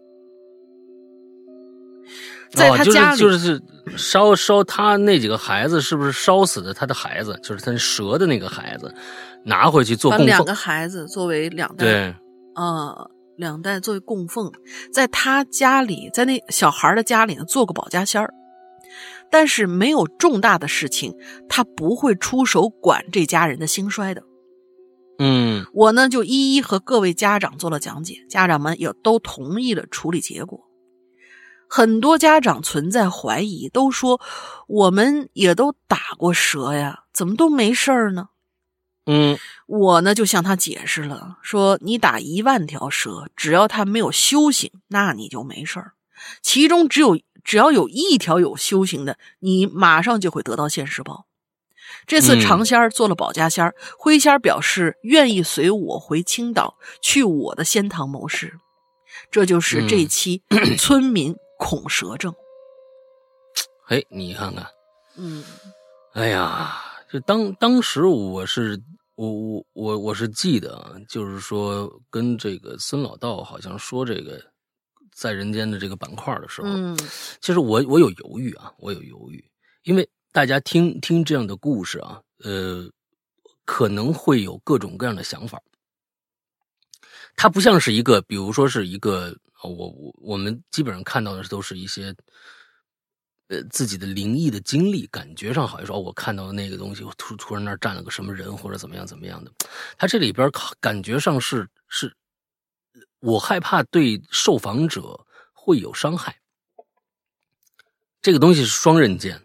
在他家里就是烧他那几个孩子，是不是烧死的他的孩子，就是他蛇的那个孩子拿回去做供奉， 把2个孩子作为2代， 对 ，2代作为供奉，在他家里，在那小孩的家里呢做个保家仙儿。但是没有重大的事情，他不会出手管这家人的兴衰的。我呢就一一和各位家长做了讲解，家长们也都同意了处理结果。很多家长存在怀疑，都说我们也都打过蛇呀，怎么都没事儿呢？我呢就向他解释了，说你打10000条蛇，只要它没有修行，那你就没事儿。其中只要有1条有修行的，你马上就会得到现世报。这次长仙儿做了保家仙儿，灰仙儿表示愿意随我回青岛，去我的仙堂谋事。这就是这期村民恐蛇症。 嘿，你看看，哎呀，这当时我是记得，就是说跟这个孙老道好像说这个在人间的这个板块的时候，其实我有犹豫啊，因为大家听这样的故事啊， 可能会有各种各样的想法。它不像是一个，比如说是一个，我们基本上看到的都是一些，自己的灵异的经历，感觉上好像说，我看到的那个东西，我突然那儿站了个什么人，或者怎么样的。它这里边感觉上是我害怕对受访者会有伤害。这个东西是双刃剑，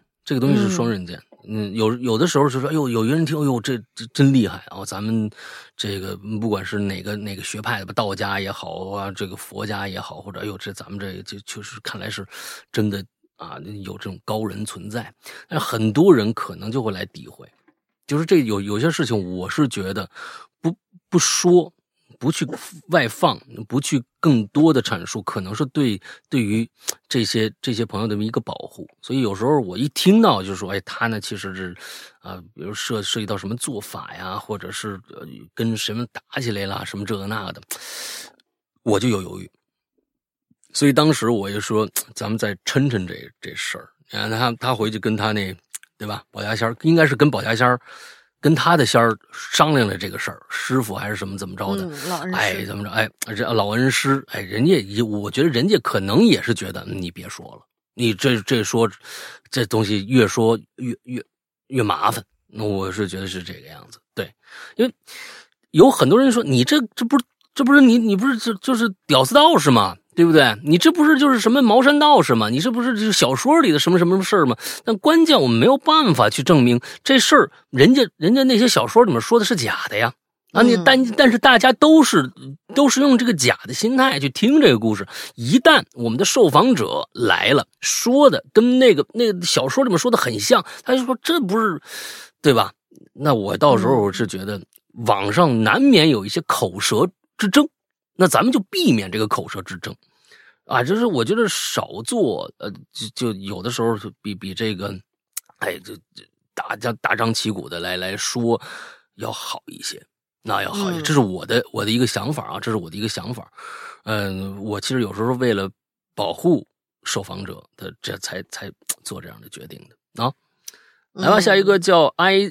有的时候就说，哎呦，有人听，哎呦，这真厉害啊！咱们这个不管是哪个学派的吧，道家也好啊，这个佛家也好，或者哎呦，这咱们这就是看来是真的啊，有这种高人存在。但是很多人可能就会来诋毁，就是这有些事情，我是觉得不说。不去外放，不去更多的阐述，可能是对于这些朋友的一个保护。所以有时候我一听到就说，哎，他呢其实是比如涉及到什么做法呀，或者是跟什么打起来了，什么这个那个的，我就有犹豫。所以当时我就说，咱们再抻这事儿。你看他回去跟他那，对吧？保家仙儿应该是跟保家仙儿。跟他的仙儿商量了这个事儿，师傅还是怎么着的，怎么着，这老恩师，人家我觉得人家可能也是觉得，你别说了，你这说这东西越说越麻烦，那我是觉得是这个样子，对，因为有很多人说你这不是你不是就是屌丝道士吗？对不对？你这不是就是什么茅山道士吗？你这不是就是小说里的什么事儿吗？但关键我们没有办法去证明这事儿，人家那些小说里面说的是假的呀。啊，但是大家都是用这个假的心态去听这个故事。一旦我们的受访者来了，说的跟那个小说里面说的很像，他就说这不是，对吧？那我到时候我是觉得网上难免有一些口舌之争。那咱们就避免这个口舌之争，啊，就是我觉得少做，就有的时候比这个，就大张旗鼓的来说要好一些，那要好一些，这是我的一个想法啊，这是我的一个想法。我其实有时候为了保护受访者的，这才做这样的决定的啊。来吧，下一个叫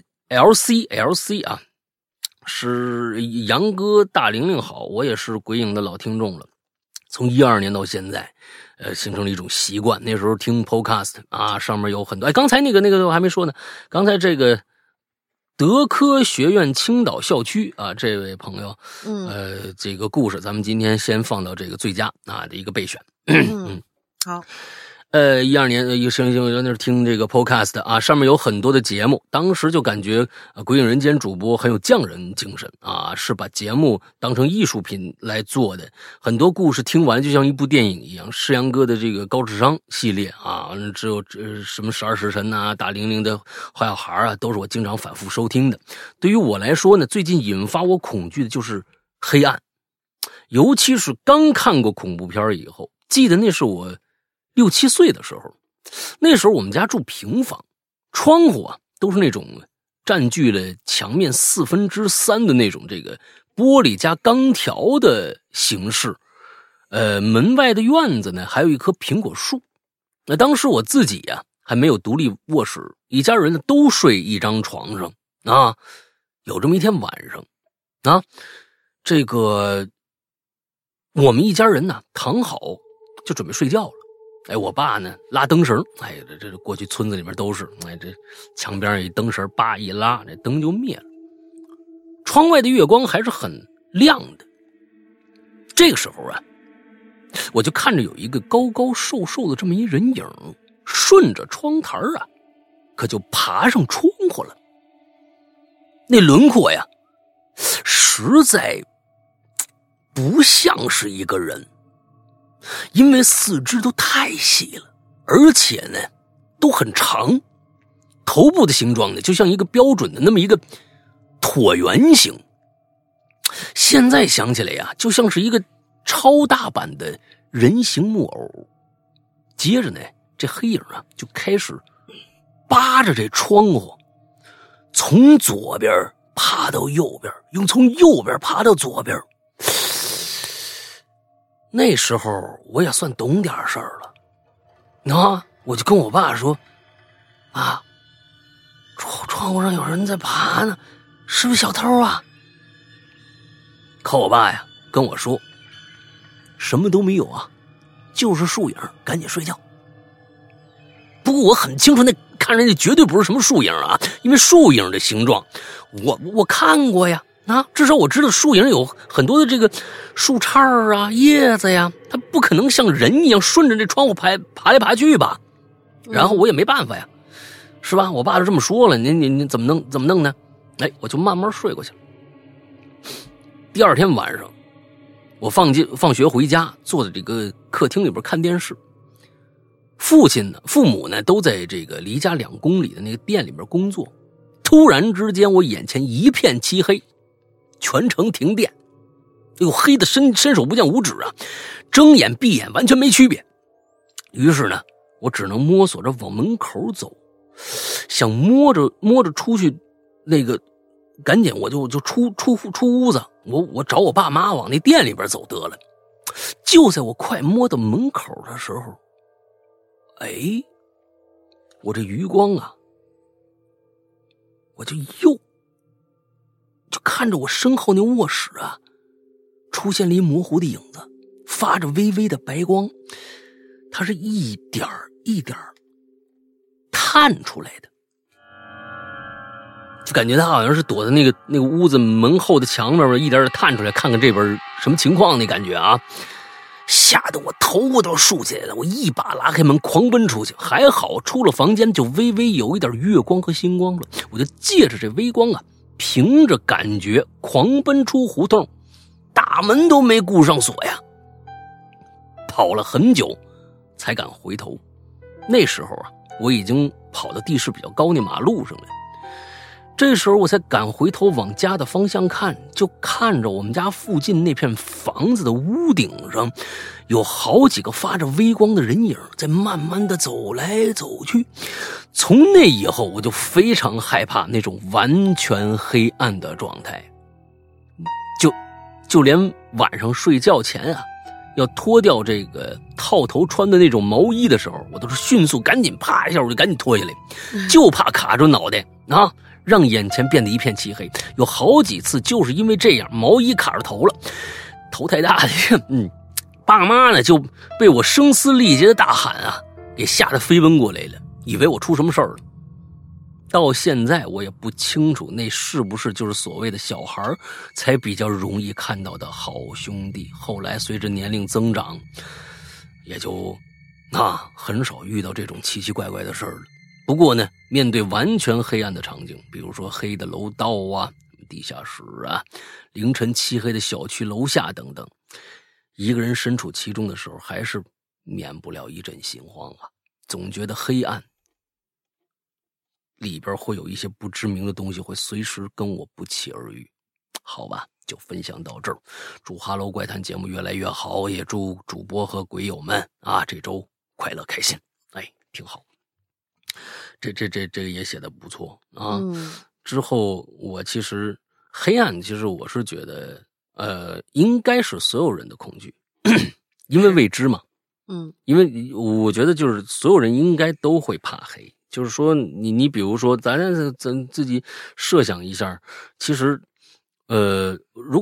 LC 啊。是杨哥大玲玲好，我也是鬼影的老听众了，从12年到现在，形成了一种习惯。那时候听 podcast 啊，上面有很多。刚才那个我还没说呢。刚才这个德科学院青岛校区啊，这位朋友，这个故事咱们今天先放到这个最佳啊的一个备选。 好。 12年行，那是听这个 podcast 啊，上面有很多的节目，当时就感觉鬼影人间主播很有匠人精神啊，是把节目当成艺术品来做的，很多故事听完就像一部电影一样。世阳哥的这个高智商系列啊，只有什么12时辰啊，大玲玲的坏小孩啊，都是我经常反复收听的。对于我来说呢，最近引发我恐惧的就是黑暗，尤其是刚看过恐怖片以后，记得那是我6、7岁的时候，那时候我们家住平房，窗户啊都是那种占据了墙面3/4的那种这个玻璃加钢条的形式。门外的院子呢还有一棵苹果树。那当时我自己呀还没有独立卧室，一家人呢都睡一张床上啊。有这么一天晚上啊，这个我们一家人呢躺好就准备睡觉了。我爸呢拉灯绳，这过去村子里面都是，这墙边一灯绳叭一拉，这灯就灭了。窗外的月光还是很亮的。这个时候啊，我就看着有一个高高瘦瘦的这么一人影，顺着窗台啊，可就爬上窗户了。那轮廓呀，实在不像是一个人。因为四肢都太细了，而且呢都很长，头部的形状呢就像一个标准的那么一个椭圆形。现在想起来呀，就像是一个超大版的人形木偶。接着呢，这黑影啊就开始扒着这窗户，从左边爬到右边，又从右边爬到左边。那时候我也算懂点事儿了，我就跟我爸说，啊，窗户上有人在爬呢， 是不是小偷啊？可我爸呀跟我说，什么都没有啊，就是树影，赶紧睡觉。不过我很清楚，那看着那绝对不是什么树影啊，因为树影的形状，我看过呀，至少我知道树影有很多的这个树杈啊、叶子呀，它不可能像人一样顺着这窗户爬来爬去吧？然后我也没办法呀，是吧？我爸就这么说了，你怎么弄呢？哎，我就慢慢睡过去了。第二天晚上，我放学回家，坐在这个客厅里边看电视。父母呢都在这个离家2公里的那个店里面工作。突然之间，我眼前一片漆黑，全城停电，黑的伸手不见五指啊，睁眼闭眼完全没区别。于是呢，我只能摸索着往门口走，想摸着出去，那个赶紧我就出屋子，我找我爸妈往那店里边走得了。就在我快摸到门口的时候，我这余光啊，我就看着我身后那卧室啊，出现了一模糊的影子，发着微微的白光，它是一点一点探出来的，就感觉他好像是躲在那个屋子门后的墙那边一点点探出来，看看这边什么情况那感觉啊。吓得我头都竖起来了，我一把拉开门狂奔出去。还好出了房间就微微有一点月光和星光了，我就借着这微光啊，凭着感觉狂奔出胡同，大门都没顾上锁呀。跑了很久才敢回头，那时候啊，我已经跑到地势比较高那马路上了。这时候我才敢回头往家的方向看，就看着我们家附近那片房子的屋顶上有好几个发着微光的人影在慢慢的走来走去。从那以后我就非常害怕那种完全黑暗的状态，就连晚上睡觉前啊，要脱掉这个套头穿的那种毛衣的时候，我都是迅速赶紧啪一下我就赶紧脱下来，就怕卡住脑袋啊，让眼前变得一片漆黑。有好几次就是因为这样，毛衣卡着头了，头太大了，爸妈呢就被我声嘶力竭的大喊啊给吓得飞奔过来了，以为我出什么事儿了。到现在我也不清楚那是不是就是所谓的小孩才比较容易看到的好兄弟。后来随着年龄增长，也就很少遇到这种奇奇怪怪的事儿了。不过呢，面对完全黑暗的场景，比如说黑的楼道啊、地下室啊、凌晨漆黑的小区楼下等等，一个人身处其中的时候，还是免不了一阵心慌啊，总觉得黑暗里边会有一些不知名的东西会随时跟我不期而遇。好吧，就分享到这儿。祝哈喽怪谈节目越来越好，也祝主播和鬼友们这周快乐开心。挺好。这个也写的不错啊。之后我其实黑暗，其实我是觉得应该是所有人的恐惧，因为未知嘛。因为我觉得就是所有人应该都会怕黑。就是说你比如说咱自己设想一下，其实如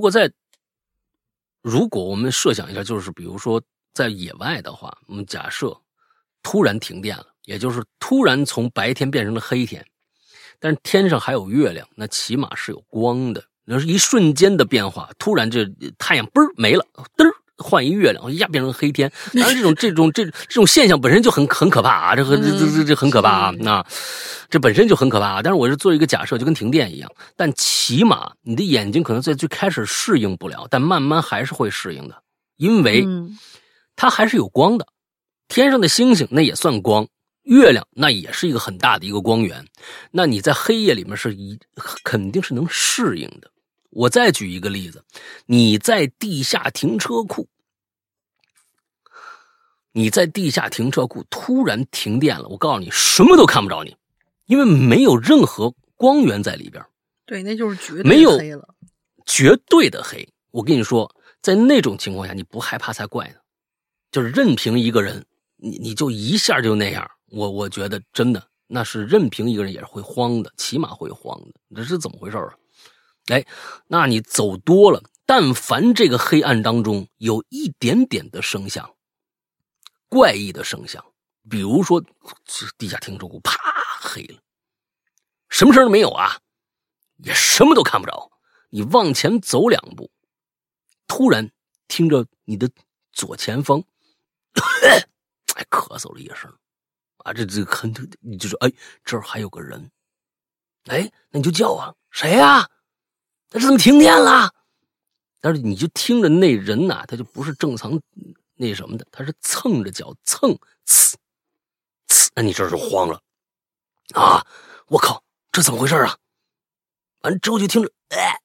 果我们设想一下，就是比如说在野外的话，我们假设突然停电了，也就是突然从白天变成了黑天，但是天上还有月亮，那起码是有光的，那是一瞬间的变化，突然这太阳嘣没了，嘚换一月亮，一下变成黑天。当然这种现象本身就很可怕啊，这很可怕啊，这本身就很可怕啊。但是我是做一个假设，就跟停电一样，但起码你的眼睛可能在最开始适应不了，但慢慢还是会适应的，因为它还是有光的。天上的星星那也算光，月亮那也是一个很大的一个光源，那你在黑夜里面肯定是能适应的。我再举一个例子，你在地下停车库突然停电了，我告诉你什么都看不着你，因为没有任何光源在里边。 对，那就是绝对的黑了， 绝对的黑。我跟你说，在那种情况下你不害怕才怪呢。就是任凭一个人你就一下就那样，我觉得真的那是任凭一个人也是会慌的，起码会慌的。这是怎么回事啊？ 哎，那你走多了，但凡这个黑暗当中有一点点的声响，怪异的声响，比如说地下停车库啪黑了，什么声都没有啊，也什么都看不着，你往前走2步，突然听着你的左前方哎咳嗽了一声啊，这你就说哎这儿还有个人，哎那你就叫啊，谁啊？他怎么停电了？但是你就听着那人呐，他就不是正常那什么的，他是蹭着脚蹭，呲呲，那你这就慌了啊！我靠，这怎么回事啊？完之后就听着，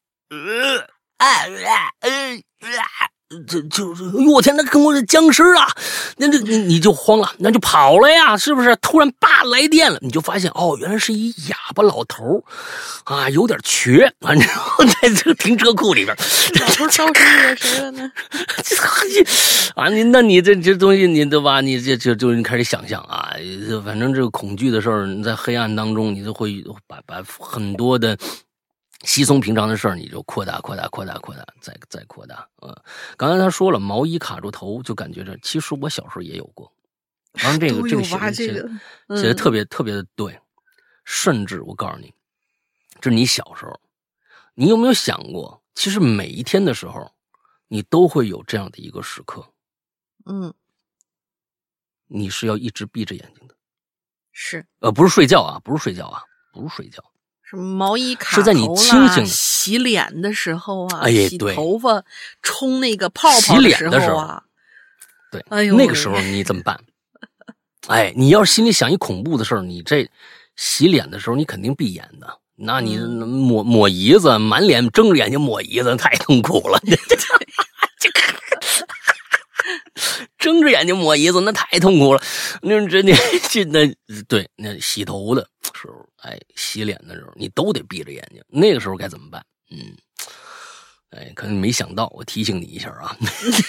这我天，那跟我是僵尸啊！那你就慌了，那就跑了呀，是不是？突然叭来电了，你就发现哦，原来是一哑巴老头啊，有点瘸，完之后在这个停车库里边， 老头招谁惹谁了呢？ 啊，你这东西你对吧？你就开始想象啊，反正这个恐惧的事儿，你在黑暗当中，你就会把很多的稀松平常的事儿，你就扩大，再扩大。刚才他说了，毛衣卡住头，就感觉这，其实我小时候也有过。然后这个写的特别特别的对，甚至我告诉你，这是你小时候，你有没有想过，其实每一天的时候，你都会有这样的一个时刻，你是要一直闭着眼睛的， 是不是睡觉啊，不是睡觉， 什么毛衣卡是在你清醒洗脸的时候啊， 哎， 洗头发冲那个泡泡的时候啊， 对， 哎呦， 那个时候你怎么办？哎，你要是心里想一恐怖的事儿，你这洗脸的时候你肯定闭眼的，那你抹胰子，满脸睁着眼睛抹胰子，太痛苦了。睁着眼睛抹胰子那太痛苦了，那对，那洗头的时候，哎，洗脸的时候，你都得闭着眼睛，那个时候该怎么办？哎，可能没想到，我提醒你一下啊。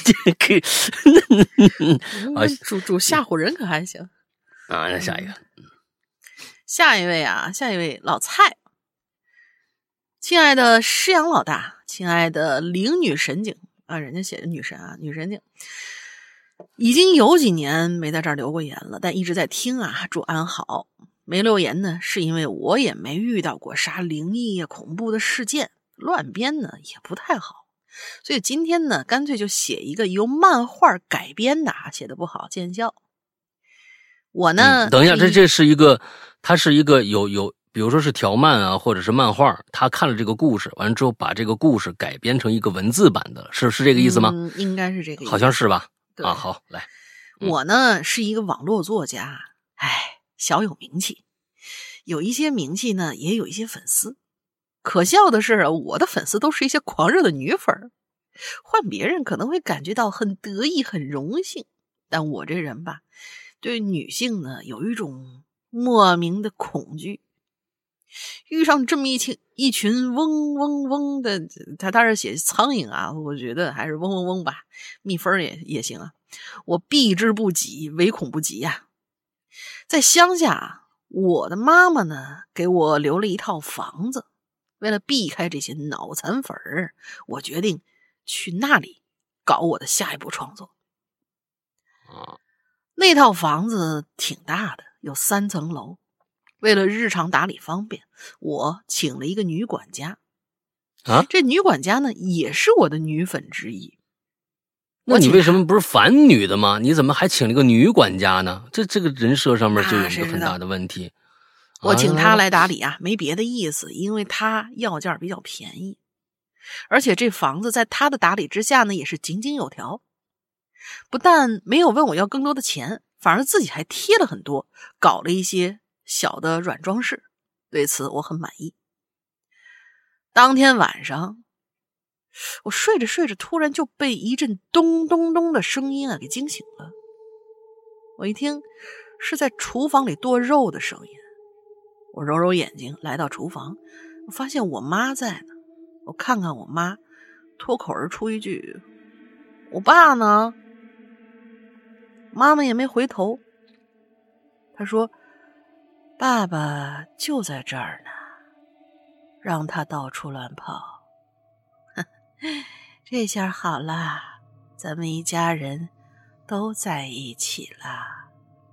主吓唬人可还行啊？那下一个， 下一位老蔡，亲爱的师阳老大，亲爱的灵女神警啊，人家写的女神啊，女神警。已经有几年没在这儿留过言了，但一直在听啊，祝安好。没留言呢，是因为我也没遇到过啥灵异恐怖的事件，乱编呢也不太好，所以今天呢，干脆就写一个由漫画改编的，写的不好见笑。我呢， 等一下，这是一个，它是一个有，比如说是条漫啊，或者是漫画，他看了这个故事，完了之后把这个故事改编成一个文字版的，是这个意思吗？ 应该是这个意思， 好像是吧？ 啊， 好，来， 我呢是一个网络作家，小有名气，有一些名气呢，也有一些粉丝。可笑的是，我的粉丝都是一些狂热的女粉，换别人可能会感觉到很得意、很荣幸，但我这人吧，对女性呢有一种莫名的恐惧。遇上这么一群嗡嗡嗡的，他当然写苍蝇啊，我觉得还是嗡嗡嗡吧，蜜蜂也行啊。我避之不及，唯恐不及呀。在乡下，我的妈妈呢给我留了一套房子，为了避开这些脑残粉儿，我决定去那里搞我的下一步创作。那套房子挺大的，有3层楼。为了日常打理方便，我请了一个女管家。这女管家呢，也是我的女粉之一。 那你为什么不是反女的吗？你怎么还请了一个女管家呢？这个人设上面就有一个很大的问题。 我请她来打理啊，没别的意思，因为她要价比较便宜，而且这房子在她的打理之下呢，也是井井有条。不但没有问我要更多的钱，反而自己还贴了很多，搞了一些小的软装饰，对此我很满意。当天晚上，我睡着睡着，突然就被一阵咚咚咚的声音给惊醒了。我一听是在厨房里剁肉的声音，我揉揉眼睛来到厨房，我发现我妈在呢。我看看我妈，脱口而出一句：“我爸呢？”妈妈也没回头。她说：“爸爸就在这儿呢，让他到处乱跑。” 这下好了，咱们一家人都在一起了。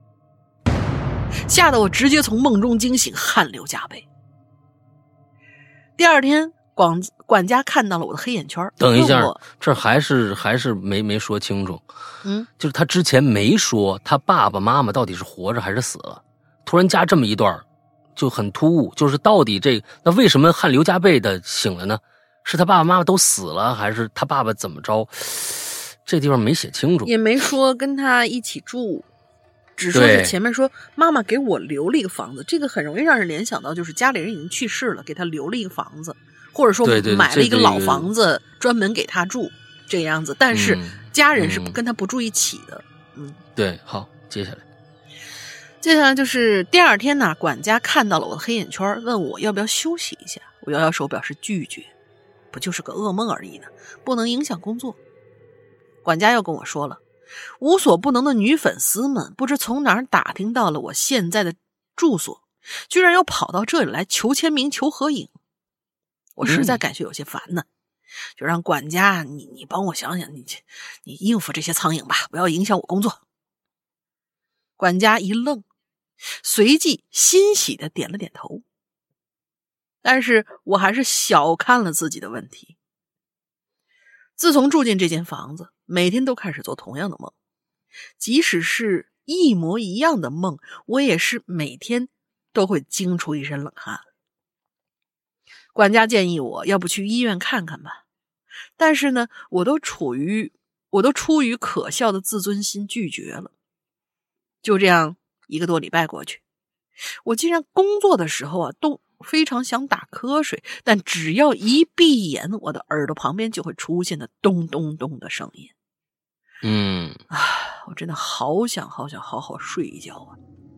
吓得我直接从梦中惊醒，汗流浃背。第二天，管家看到了我的黑眼圈。 等一下，这还是没说清楚。就是他之前没说他爸爸妈妈到底是活着还是死了，突然加这么一段就很突兀。就是到底那为什么汗流浃背的醒了呢？是他爸爸妈妈都死了，还是他爸爸怎么着？这地方没写清楚， 也没说跟他一起住。只说是前面说妈妈给我留了一个房子，这个很容易让人联想到就是家里人已经去世了，给他留了一个房子，或者说买了一个老房子专门给他住这个样子，但是家人是跟他不住一起的。 对，好，接下来就是第二天呢，管家看到了我的黑眼圈，问我要不要休息一下，我摇摇手表示拒绝，不就是个噩梦而已呢，不能影响工作。管家又跟我说了，无所不能的女粉丝们不知从哪儿打听到了我现在的住所，居然要跑到这里来求签名求合影。我实在感觉有些烦呢，就让管家你帮我想想，你应付这些苍蝇吧，不要影响我工作。管家一愣，随即欣喜地点了点头。但是我还是小看了自己的问题。自从住进这间房子，每天都开始做同样的梦，即使是一模一样的梦，我也是每天都会惊出一身冷汗。管家建议我要不去医院看看吧，但是呢，我都出于可笑的自尊心拒绝了。就这样1个多礼拜过去，我竟然工作的时候都非常想打瞌睡，但只要一闭眼，我的耳朵旁边就会出现的咚咚咚的声音。我真的好想好好睡一觉啊。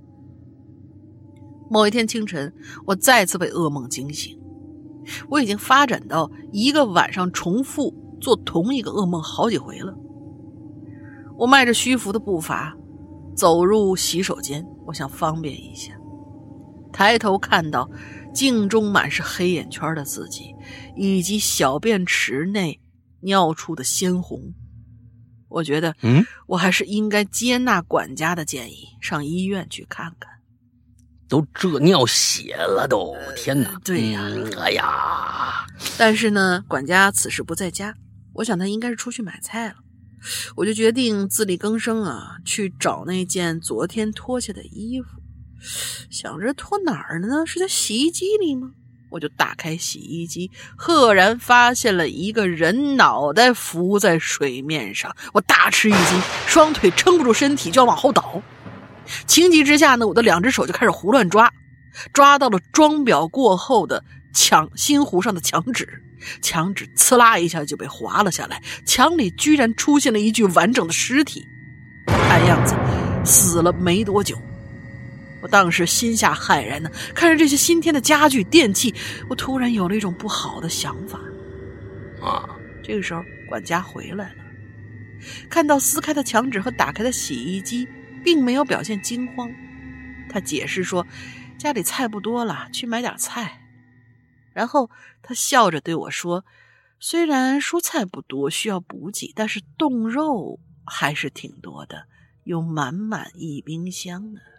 某一天清晨，我再次被噩梦惊醒。我已经发展到一个晚上重复做同一个噩梦好几回了。我迈着虚浮的步伐走入洗手间，我想方便一下。抬头看到镜中满是黑眼圈的自己，以及小便池内尿出的鲜红。我觉得我还是应该接纳管家的建议，上医院去看看。 都这尿血了都，天哪！ 对呀， 哎呀！ 但是呢，管家此时不在家，我想他应该是出去买菜了。我就决定自力更生啊，去找那件昨天脱下的衣服。想着脱哪儿呢？是在洗衣机里吗？我就打开洗衣机，赫然发现了一个人脑袋浮在水面上。我大吃一惊，双腿撑不住身体就要往后倒。情急之下呢，我的2只手就开始胡乱抓到了装裱过后的新糊上的墙纸呲啦一下就被划了下来，墙里居然出现了一具完整的尸体，看样子死了没多久。我当时心下骇然呢，看着这些新添的家具电器，我突然有了一种不好的想法这个时候管家回来了，看到撕开的墙纸和打开的洗衣机，并没有表现惊慌。他解释说家里菜不多了，去买点菜。然后他笑着对我说，虽然蔬菜不多需要补给，但是冻肉还是挺多的，有满满一冰箱呢。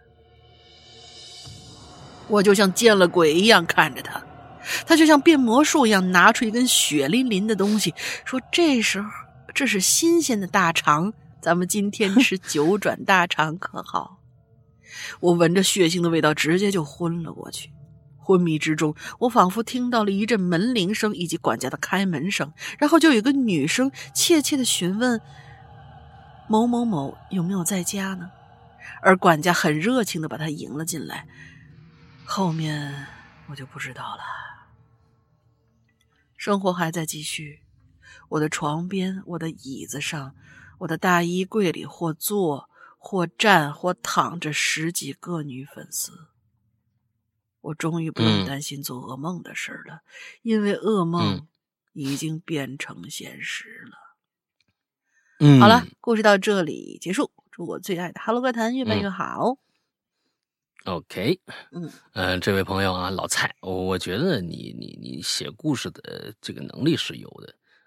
我就像见了鬼一样看着他，他就像变魔术一样拿出一根血淋淋的东西，说这时候这是新鲜的大肠，咱们今天吃9转大肠可好？我闻着血腥的味道直接就昏了过去。昏迷之中，我仿佛听到了一阵门铃声以及管家的开门声，然后就有一个女生怯怯地询问某某某有没有在家呢？而管家很热情地把他迎了进来，后面我就不知道了。生活还在继续，我的床边，我的椅子上，我的大衣柜里或坐或站或躺着10几个女粉丝。我终于不用担心做噩梦的事了，因为噩梦已经变成现实了。好了，故事到这里结束。祝我最爱的哈喽怪谈越办越好。 OK， 这位朋友啊，老蔡，我觉得你写故事的这个能力是有的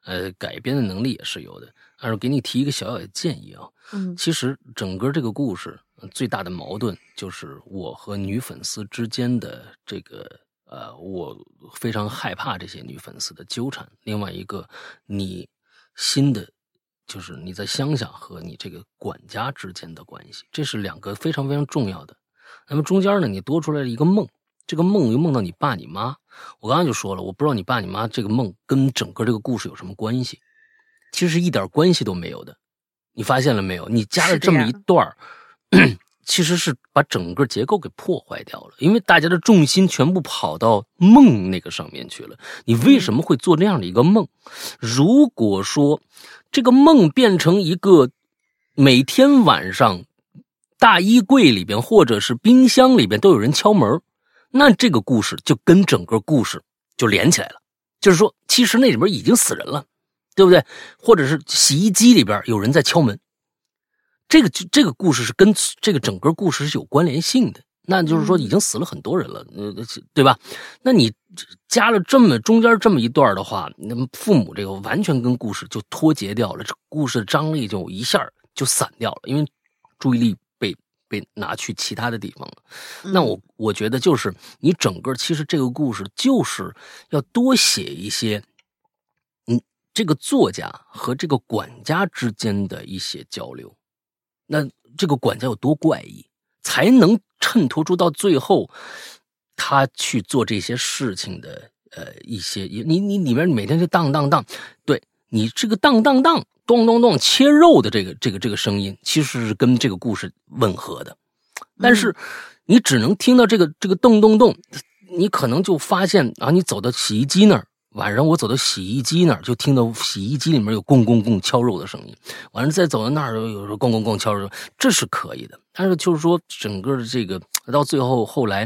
改编的能力也是有的。但是给你提一个小小的建议啊，其实整个这个故事最大的矛盾就是我和女粉丝之间的这个我非常害怕这些女粉丝的纠缠。另外一个，你新的就是你在乡下和你这个管家之间的关系，这是两个非常非常重要的。那么中间呢，你多出来了一个梦，这个梦又梦到你爸你妈。我刚才就说了，我不知道你爸你妈这个梦跟整个这个故事有什么关系，其实一点关系都没有的。你发现了没有？你加了这么一段其实是把整个结构给破坏掉了，因为大家的重心全部跑到梦那个上面去了。你为什么会做这样的一个梦？如果说这个梦变成一个每天晚上大衣柜里边或者是冰箱里边都有人敲门，那这个故事就跟整个故事就连起来了。就是说其实那里边已经死人了，对不对？或者是洗衣机里边有人在敲门，这个故事是跟这个整个故事是有关联性的，那就是说已经死了很多人了，对吧？那你加了中间这么一段的话，那么父母这个完全跟故事就脱节掉了，这故事的张力就一下就散掉了，因为注意力被拿去其他的地方了。那我觉得就是你整个其实这个故事就是要多写一些这个作家和这个管家之间的一些交流。那这个管家有多怪异，才能衬托出到最后他去做这些事情的一些你里面每天就当当当，对，你这个当当当咚咚咚切肉的这个声音其实是跟这个故事吻合的，但是你只能听到这个咚咚咚，你可能就发现啊，你走到洗衣机那儿，晚上我走到洗衣机那儿，就听到洗衣机里面有咣咣咣敲肉的声音。晚上再走到那儿，有时候咣咣咣敲肉，这是可以的。但是就是说，整个的这个到最后来，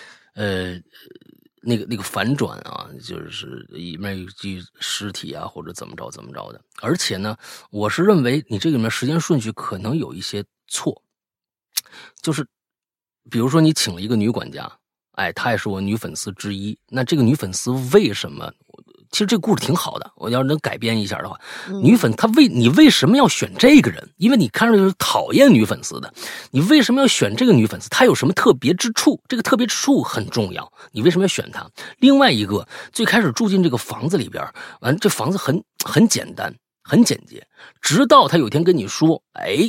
那个反转啊，就是里面有具尸体啊，或者怎么着的。而且呢，我是认为你这里面时间顺序可能有一些错，就是比如说你请了一个女管家。哎，她也是我女粉丝之一。那这个女粉丝为什么？其实这个故事挺好的，我要能改编一下的话，女粉你为什么要选这个人？因为你看上去是讨厌女粉丝的，你为什么要选这个女粉丝？她有什么特别之处？这个特别之处很重要，你为什么要选她？另外一个，最开始住进这个房子里边，完这房子很简单，很简洁，直到他有一天跟你说，哎，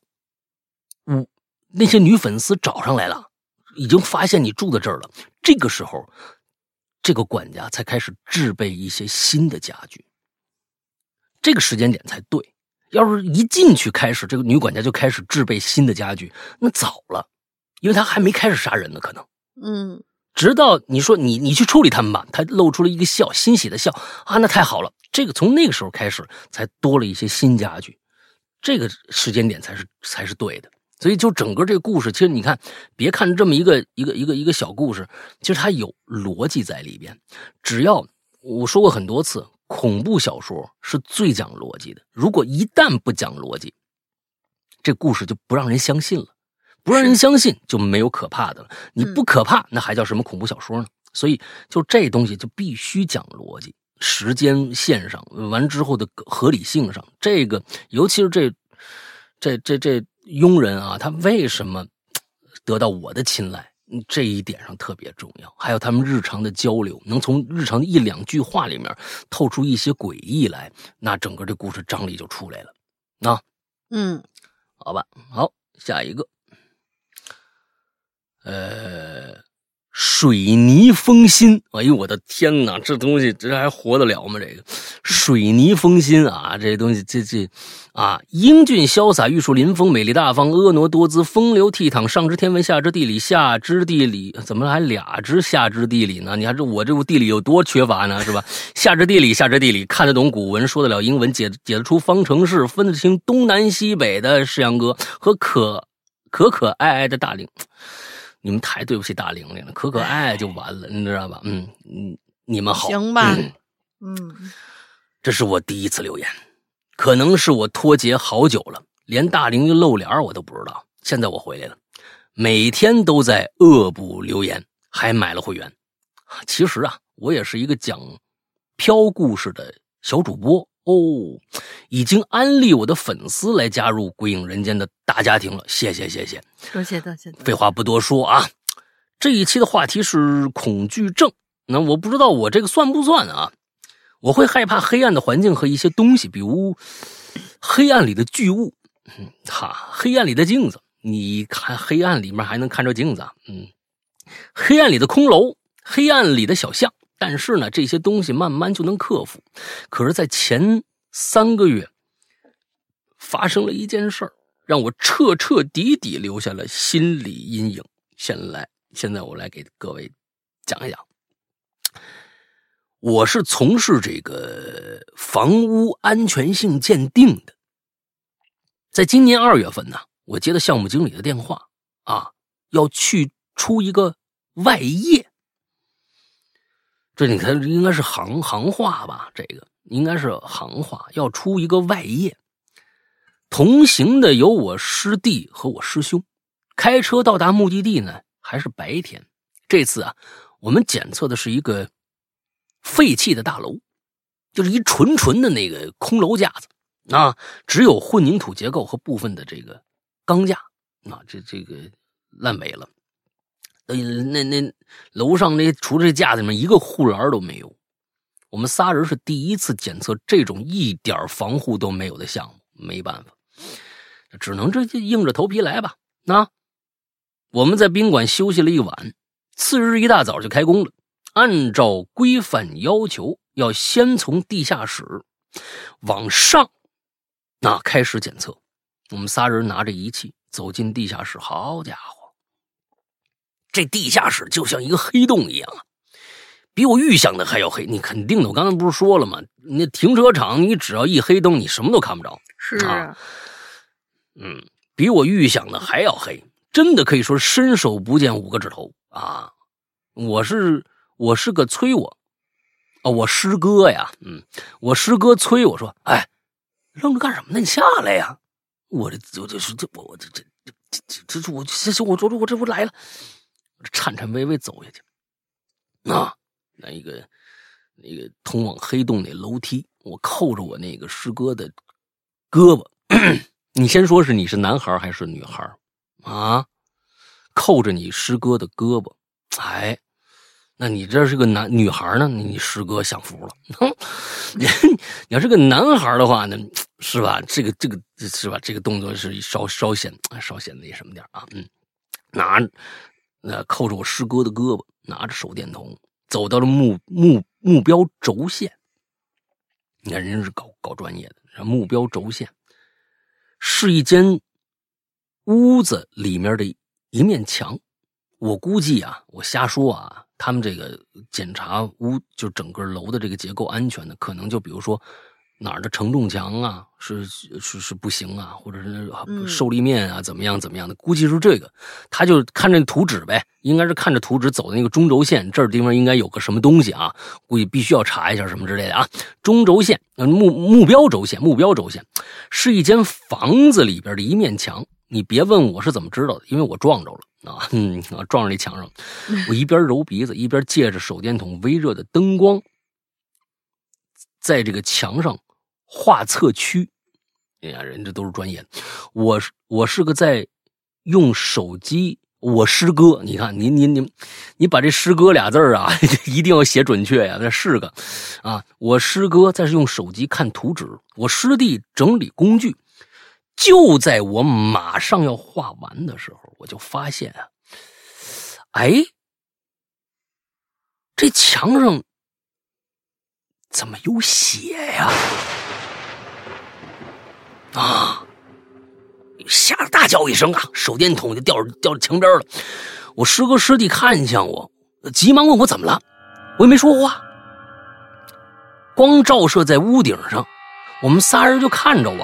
那些女粉丝找上来了。已经发现你住在这儿了，这个时候这个管家才开始制备一些新的家具，这个时间点才对。要是一进去开始这个女管家就开始制备新的家具，那早了，因为她还没开始杀人呢，可能直到你说你去处理他们吧，她露出了一个笑，欣喜的笑啊，那太好了。这个从那个时候开始才多了一些新家具，这个时间点才是对的。所以就整个这个故事，其实你看，别看这么一个小故事，其实它有逻辑在里边。只要我说过很多次，恐怖小说是最讲逻辑的。如果一旦不讲逻辑，这故事就不让人相信了，不让人相信就没有可怕的了。你不可怕，那还叫什么恐怖小说呢？所以就这东西就必须讲逻辑，时间线上完之后的合理性上，这个尤其是这佣人啊，他为什么得到我的青睐？这一点上特别重要。还有他们日常的交流，能从日常的一两句话里面透出一些诡异来，那整个这故事张力就出来了。好吧，好，下一个，水泥封心，哎呦我的天哪，这东西这还活得了吗？这个水泥封心啊，这东西这啊，英俊潇洒，玉树临风，美丽大方，婀娜多姿，风流倜傥，上知天文，下知地理，下知地理，怎么还俩知下知地理呢？你还我这地理有多缺乏呢？是吧？下知地理，看得懂古文，说得了英文，解得出方程式，分得清东南西北的世阳哥和可爱爱的大龄。你们太对不起大玲玲了，可爱就完了，你知道吧？你们好， 行吧？ 这是我第一次留言，可能是我脱节好久了，连大玲玲露脸我都不知道。现在我回来了，每天都在恶补留言，还买了会员。其实啊，我也是一个讲飘故事的小主播已经安利我的粉丝来加入鬼影人间的大家庭了，谢谢。 多谢。 废话不多说啊，这一期的话题是恐惧症。那我不知道我这个算不算啊？我会害怕黑暗的环境和一些东西，比如黑暗里的巨物，黑暗里的镜子，你看黑暗里面还能看着镜子啊，黑暗里的空楼，黑暗里的小巷。但是呢，这些东西慢慢就能克服。可是在前3个月发生了一件事儿，让我彻底留下了心理阴影。现在我来给各位讲一讲。我是从事这个房屋安全性鉴定的。在今年2月份呢，我接到项目经理的电话啊，要去出一个外业。这你看应该是行话吧，这个应该是行话，要出一个外业。同行的有我师弟和我师兄，开车到达目的地呢还是白天。这次啊，我们检测的是一个废弃的大楼，就是一纯的那个空楼架子啊，只有混凝土结构和部分的这个钢架啊，这个烂尾了。那楼上那除了这架子里面一个护栏都没有。我们仨人是第一次检测这种一点防护都没有的项目，没办法，只能这硬着头皮来吧。我们在宾馆休息了一晚，次日一大早就开工了。按照规范要求，要先从地下室往上开始检测。我们仨人拿着仪器走进地下室，好家伙，这地下室就像一个黑洞一样啊，比我预想的还要黑。你肯定的，我刚才不是说了吗？那停车场你只要一黑灯，你什么都看不着。 是啊， 比我预想的还要黑，真的可以说伸手不见五个指头啊！我是个催我我师哥呀，我师哥催我说，哎，愣着干什么呢？你下来呀！我这不来了，颤颤巍巍走下去。那个通往黑洞那楼梯，我扣着我那个师哥的胳膊。你先说你是男孩还是女孩啊？扣着你师哥的胳膊，哎，那你这是个女孩呢？你师哥享福了。你要是个男孩的话呢，是吧？这个是吧？这个动作是稍显那什么点啊？扣着我师哥的胳膊，拿着手电筒走到了目标轴线。你看人是搞专业的，目标轴线是一间屋子里面的一面墙。我估计啊，我瞎说啊，他们这个检查屋就整个楼的这个结构安全的，可能就比如说哪儿的承重墙啊是不行啊，或者是受力面啊怎么样的，估计是这个。他就看着图纸呗，应该是看着图纸走的那个中轴线，这儿地方应该有个什么东西啊，估计必须要查一下什么之类的啊。中轴线目标轴线是一间房子里边的一面墙。你别问我是怎么知道的，因为我撞着了撞着那墙上。我一边揉鼻子一边借着手电筒微热的灯光，在这个墙上画测区。哎呀，人这都是专业的。我是个在用手机，我师哥，你看你把这师哥俩字啊一定要写准确呀，那是个啊，我师哥在用手机看图纸，我师弟整理工具。就在我马上要画完的时候，我就发现啊，哎，这墙上怎么有血呀？吓得大叫一声啊，手电筒就掉到墙边了。我师哥师弟看向我，急忙问我怎么了，我也没说话。光照射在屋顶上，我们仨人就看着我。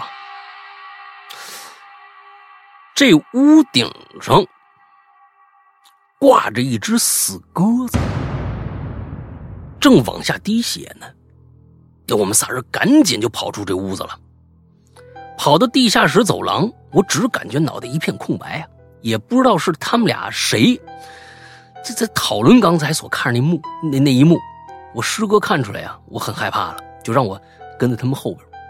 这屋顶上挂着一只死鸽子，正往下滴血呢。我们仨人赶紧就跑出这屋子了。跑到地下室走廊，我只感觉脑袋一片空白啊，也不知道是他们俩谁在讨论刚才所看那一幕。我师哥看出来啊，我很害怕了，就让我跟在他们后边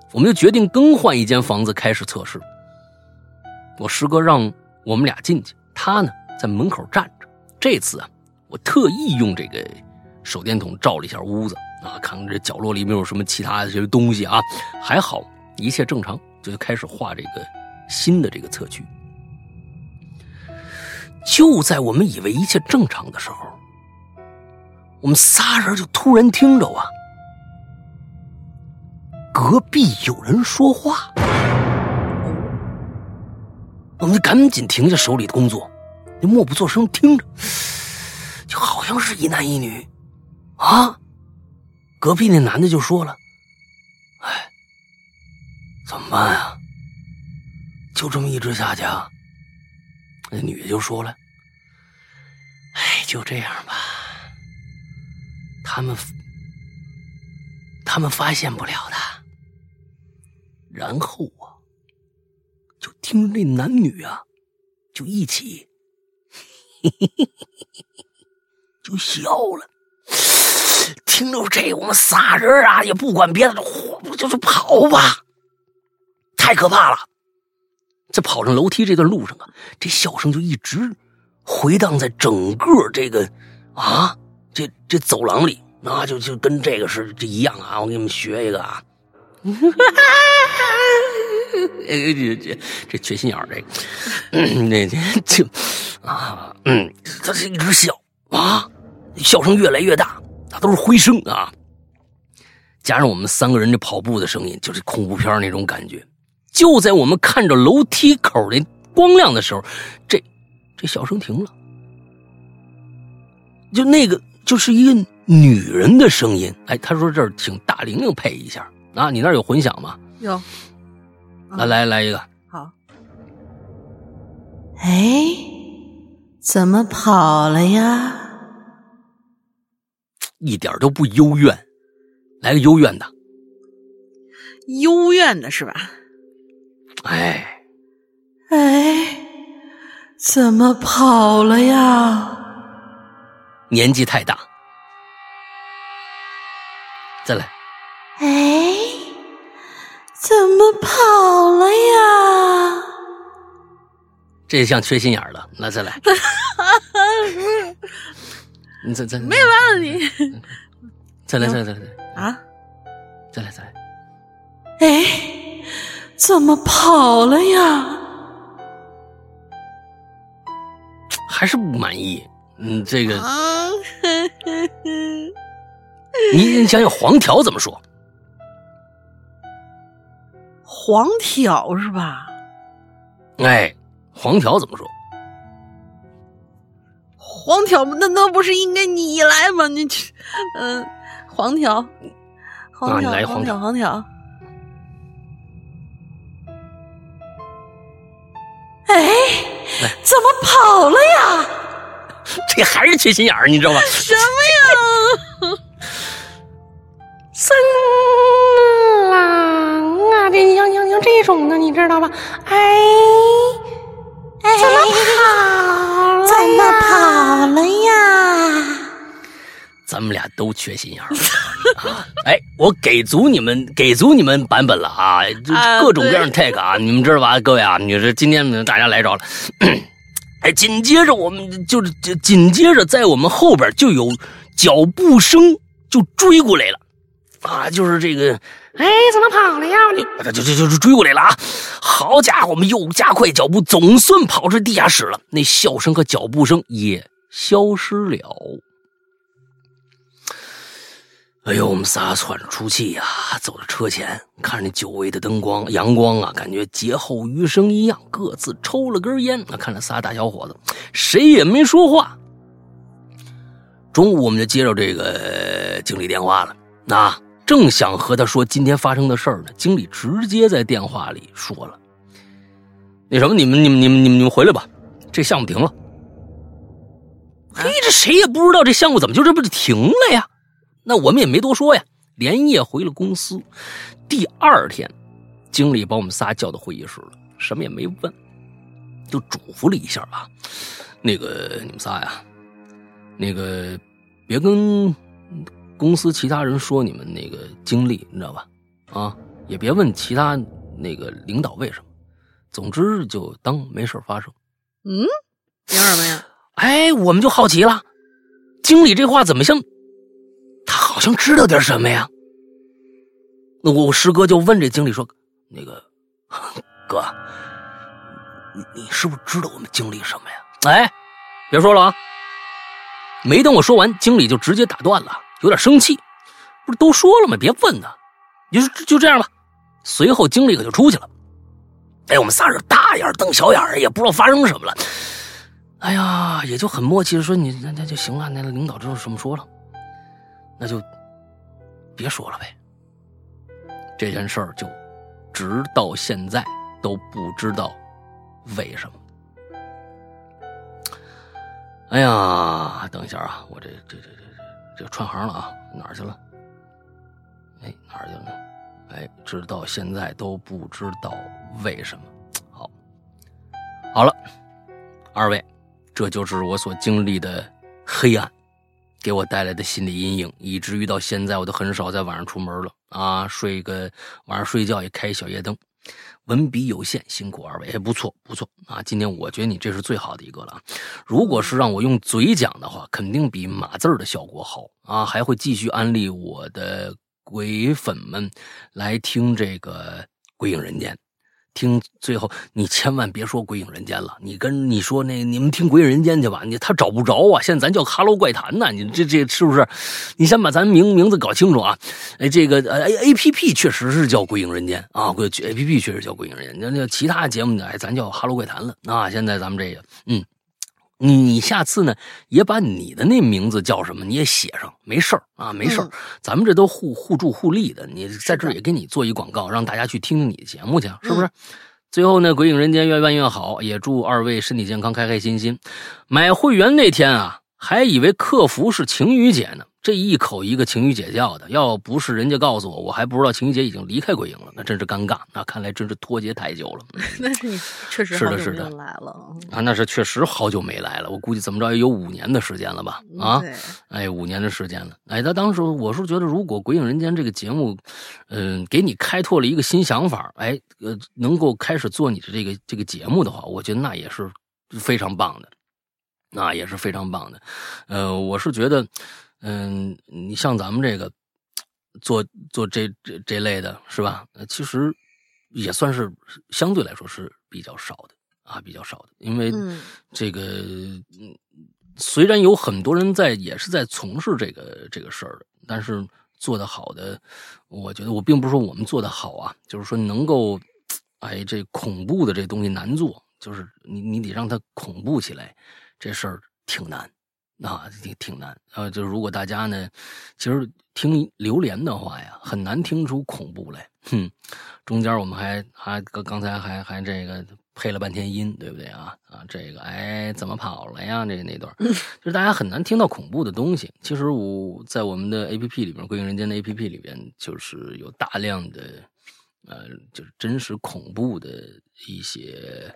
我们就决定更换一间房子开始测试。我师哥让我们俩进去，他呢在门口站着。这次啊，我特意用这个手电筒照了一下屋子啊，看看这角落里面有什么其他的这些东西啊。还好一切正常，就开始画这个新的这个测距。就在我们以为一切正常的时候，我们仨人就突然听着啊，隔壁有人说话。我们就赶紧停下手里的工作，就默不作声听着，就好像是一男一女啊。隔壁那男的就说了：“哎，怎么办啊？就这么一直下去啊？”那女的就说了：“哎，就这样吧，他们发现不了的。”然后啊，就听着那男女啊，就一起就笑了。听着这，我们仨人啊，也不管别的，就是跑吧，太可怕了。在跑上楼梯这段路上啊，这笑声就一直回荡在整个这个啊，这走廊里啊，就跟这个是这一样啊。我给你们学一个啊。这缺心眼儿这个，那就啊，他是一直笑啊，笑声越来越大，那都是回声啊，加上我们三个人这跑步的声音，就是恐怖片那种感觉。就在我们看着楼梯口那光亮的时候，这笑声停了，就那个就是一个女人的声音。哎，他说这儿请大玲玲配一下啊，你那儿有混响吗？ 有。 来一个。 好。哎，怎么跑了呀？ 一点都不幽怨，来个幽怨的。 幽怨的是吧？ 哎， 怎么跑了呀？ 年纪太大。再来。 哎，怎么跑了呀？ 这像缺心眼儿的，那再来。你再没完了你。 再来啊！ 再来。 哎，怎么跑了呀？ 还是不满意。这个，你想想黄条怎么说？ 黄条是吧？ 哎，黄条怎么说？ 黄条那不是应该你来吗？你黄条， 你来黄条。 哎，怎么跑了呀？ 这还是缺心眼儿，你知道吧？ 什么呀？ 森狼啊，这像这种的，你知道吧？怎么跑了呀？ 咱们俩都缺心眼儿啊！哎，我给足你们版本了啊！各种各样的 tag 啊，你们知道吧，各位啊，你说今天大家来着了。哎，紧接着在我们后边就有脚步声就追过来了啊！就是这个， 哎，怎么跑了呀？ 就追过来了啊！好家伙，我们又加快脚步，总算跑出地下室了。那笑声和脚步声也消失了。哎呦，我们仨喘着粗气呀，走到车前，看着久违的阳光啊，感觉劫后余生一样，各自抽了根烟。看着仨大小伙子，谁也没说话。中午我们就接着这个经理电话了，正想和他说今天发生的事儿呢，经理直接在电话里说了：“那什么，你们回来吧，这项目停了。”嘿，这谁也不知道这项目怎么就这不就停了呀？那我们也没多说呀，连夜回了公司。第二天，经理把我们仨叫到会议室了，什么也没问，就嘱咐了一下啊，那个你们仨呀，那个别跟公司其他人说你们那个经历，你知道吧？啊， 也别问其他那个领导为什么，总之就当没事发生。 凭什么呀？ 哎，我们就好奇了，经理这话怎么像他好像知道点什么呀？那我师哥就问这经理说：“那个哥，你是不是知道我们经理什么呀？”哎，别说了啊！没等我说完，经理就直接打断了，有点生气。不是都说了吗？别问呢，就这样吧。随后经理可就出去了。哎，我们仨人大眼瞪小眼，也不知道发生什么了。哎呀，也就很默契的说：“你那就行了，那领导知道什么说了，那就别说了呗。”这件事儿就直到现在都不知道为什么。哎呀，等一下啊，我这串行了啊，哪儿去了？哎，哪儿去了呢？哎，直到现在都不知道为什么。好了，二位，这就是我所经历的黑暗，给我带来的心理阴影，以至于到现在我都很少在晚上出门了啊，晚上睡觉也开小夜灯。文笔有限，辛苦二位。不错啊！今天我觉得你这是最好的一个了。如果是让我用嘴讲的话，肯定比码字的效果好啊！还会继续安利我的鬼粉们来听这个《鬼影人间》。听最后，你千万别说《鬼影人间》了，你说你们听《鬼影人间》去吧，他找不着啊！现在咱叫哈喽怪谈呢，你这是不是？你先把咱名字搞清楚啊！哎，这个APP 确实是叫《鬼影人间》啊，APP 确实叫《鬼影人间》，那其他节目呢，咱叫哈喽怪谈了啊！现在咱们这个，你下次呢也把你的那名字叫什么你也写上，没事儿啊，没事儿，咱们这都互助互利的。你在这儿也给你做一广告，让大家去听听你的节目去，是不是？最后呢，鬼影人间越办越好，也祝二位身体健康，开开心心。买会员那天啊，还以为客服是晴雨姐呢，这一口一个晴雨姐叫的，要不是人家告诉我，我还不知道晴雨姐已经离开鬼影了，那真是尴尬，那看来真是脱节太久了。 那是你确实好久没有来了啊，那是确实好久没来了，我估计怎么着也有5年的时间了吧？啊，哎，5年的时间了。哎，他当时我是觉得，如果《鬼影人间》这个节目，给你开拓了一个新想法，哎，能够开始做你的这个节目的话，我觉得那也是非常棒的，那也是非常棒的。我是觉得。你像咱们这个做这类的是吧？其实也算是相对来说是比较少的啊，比较少的。因为这个虽然有很多人也是在从事这个事儿的，但是做得好的，我觉得我并不是说我们做得好啊，就是说能够这恐怖的这东西难做，就是你得让它恐怖起来，这事儿挺难。挺难就如果大家呢，其实听榴莲的话呀，很难听出恐怖来。中间我们还刚才还这个配了半天音，对不对啊？这个怎么跑了呀？那段就是大家很难听到恐怖的东西。其实在我们的 APP 里边，鬼影人间的 APP 里边，就是有大量的就是真实恐怖的一些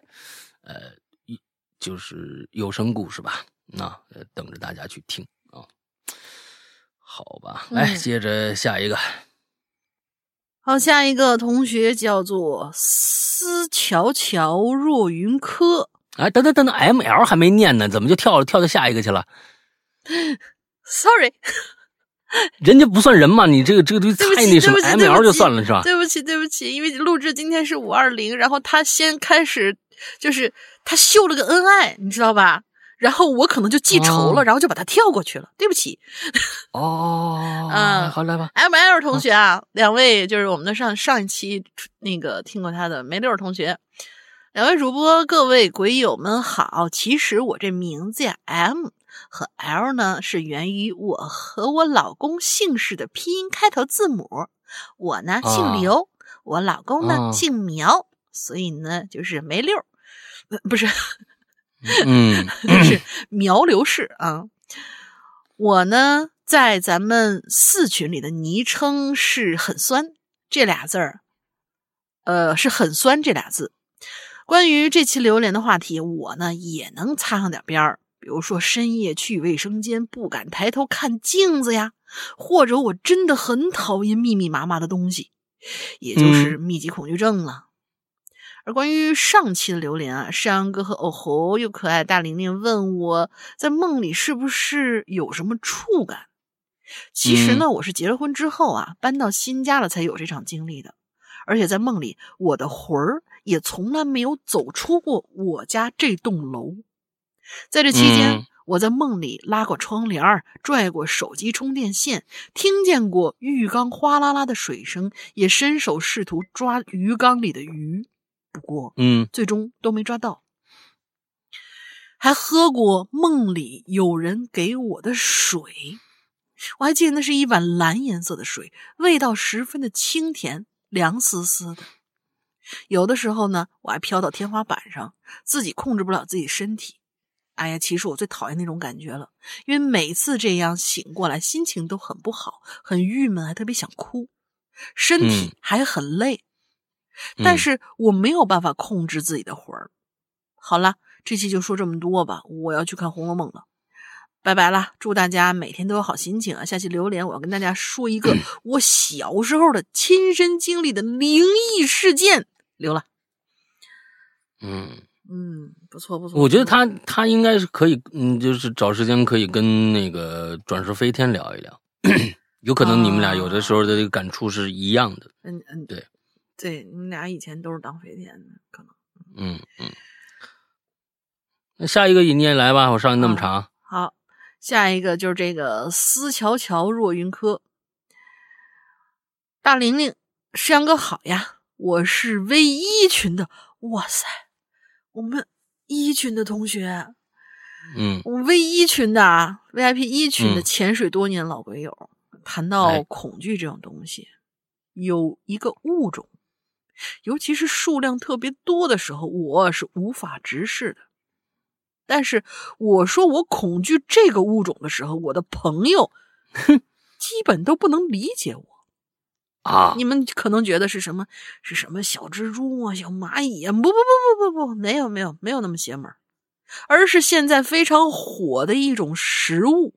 就是有声故事吧。那等着大家去听啊，好吧，来接着下一个。 好，下一个同学叫做思乔乔若云科。 哎，等，ML 还没念呢，怎么就跳到下一个去了 ？Sorry， 人家不算人嘛，你这个猜那什么 ML 就算了是吧？ 对不起，因为录制今天是520，然后他先开始就是他秀了个恩爱，你知道吧？然后我可能就记仇了，然后就把它跳过去了，对不起。 好来吧。 ML 同学啊，两位就是我们的上一期那个听过他的梅六同学，两位主播，各位鬼友们好。其实我这名字呀 ，M 和 L 呢是源于我和我老公姓氏的拼音开头字母。我呢姓刘，我老公呢姓苗，所以呢就是梅六，不是。是苗刘氏啊。我呢在咱们4群里的昵称是很酸这俩字儿，是很酸这俩字。关于这期榴莲的话题，我呢也能擦上点边儿，比如说深夜去卫生间不敢抬头看镜子呀，或者我真的很讨厌密密麻麻的东西。 也就是密集恐惧症了。而关于上期的留言啊，山羊哥和哦吼又可爱大玲玲问我在梦里是不是有什么触感。其实呢，我是结了婚之后啊，搬到新家了才有这场经历的。而且在梦里，我的魂儿也从来没有走出过我家这栋楼。在这期间，我在梦里拉过窗帘，拽过手机充电线，听见过浴缸哗啦啦的水声，也伸手试图抓鱼缸里的鱼，不过最终都没抓到。还喝过梦里有人给我的水，我还记得那是一碗蓝颜色的水，味道十分的清甜，凉丝丝的。有的时候呢，我还飘到天花板上，自己控制不了自己身体。哎呀，其实我最讨厌那种感觉了，因为每次这样醒过来，心情都很不好，很郁闷，还特别想哭，身体还很累，但是我没有办法控制自己的魂儿。好了，这期就说这么多吧，我要去看《红楼梦》了，拜拜了，祝大家每天都有好心情啊！下期留言我要跟大家说一个我小时候的亲身经历的灵异事件，留了。不错不错。 我觉得他应该是可以，就是找时间可以跟那个转世飞天聊一聊，有可能你们俩有的时候的这个感触是一样的。 对，你们俩以前都是当飞天的，可能。 那下一个你也来吧，我上你那么长。 好，下一个就是这个思乔乔若云科。大玲玲，山羊哥好呀，我是 V1群的，哇塞，我们1群的同学，我们 V1群的啊 VIP 1群的潜水多年老鬼友，谈到恐惧这种东西，有一个物种，尤其是数量特别多的时候，我是无法直视的。但是我说我恐惧这个物种的时候，我的朋友基本都不能理解我啊！你们可能觉得是什么小蜘蛛啊、小蚂蚁啊？不，没有那么邪门，而是现在非常火的一种食物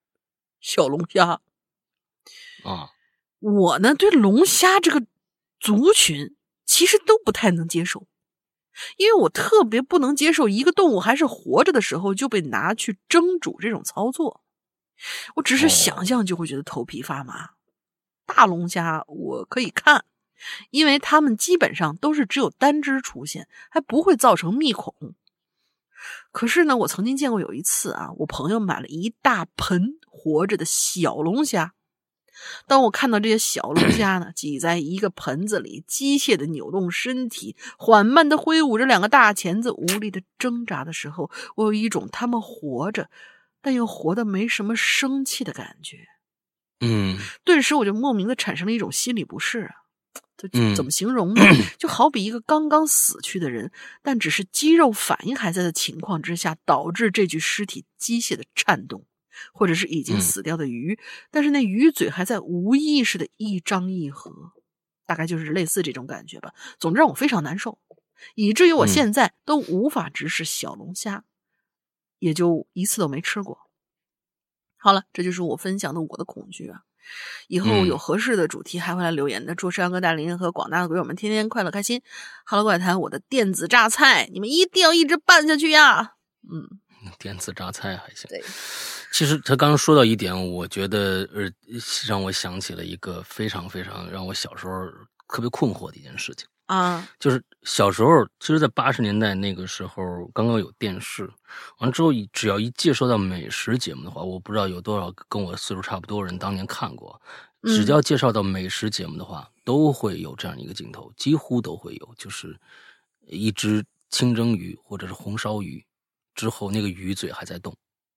——小龙虾啊！ 我呢对龙虾这个族群其实都不太能接受。因为我特别不能接受一个动物还是活着的时候就被拿去蒸煮这种操作，我只是想象就会觉得头皮发麻。大龙虾我可以看，因为它们基本上都是只有单只出现，还不会造成密孔。可是呢，我曾经见过有一次啊，我朋友买了一大盆活着的小龙虾。当我看到这些小龙虾呢挤在一个盆子里，机械的扭动身体，缓慢的挥舞着两个大钳子，无力的挣扎的时候，我有一种他们活着但又活得没什么生气的感觉。顿时我就莫名的产生了一种心理不适啊。怎么形容呢？就好比一个刚刚死去的人，但只是肌肉反应还在的情况之下，导致这具尸体机械的颤动，或者是已经死掉的鱼，但是那鱼嘴还在无意识的一张一合，大概就是类似这种感觉吧。总之让我非常难受，以至于我现在都无法直视小龙虾，也就一次都没吃过。好了，这就是我分享的我的恐惧啊。以后有合适的主题还会来留言的。祝山羊哥大林和广大的鬼友们天天快乐开心。哈喽怪谈，我的电子榨菜，你们一定要一直办下去呀。 电子榨菜还行。 对， 其实他刚刚说到一点，我觉得让我想起了一个非常非常让我小时候特别困惑的一件事情啊， 就是小时候，其实在80年代那个时候刚刚有电视，完之后只要一介绍到美食节目的话，我不知道有多少跟我岁数差不多人当年看过，只要介绍到美食节目的话，都会有这样一个镜头，几乎都会有，就是一只清蒸鱼或者是红烧鱼之后那个鱼嘴还在动。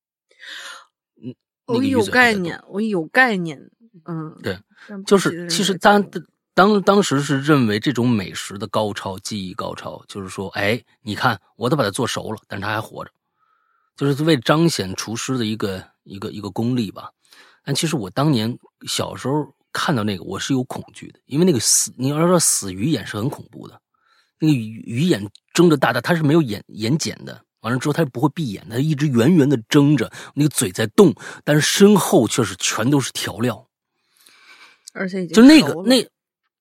我有概念。 对，就是其实当时是认为这种美食的高超，技艺高超，就是说，哎，你看我都把它做熟了，但是它还活着，就是为彰显厨师的一个功力吧。但其实我当年小时候看到那个，我是有恐惧的，因为那个你要说死鱼眼是很恐怖的，那个鱼眼睁着大大，它是没有眼睑的。完了之后，它不会闭眼，它一直圆圆的睁着，那个嘴在动，但是身后却是全都是调料， 而且已经就那个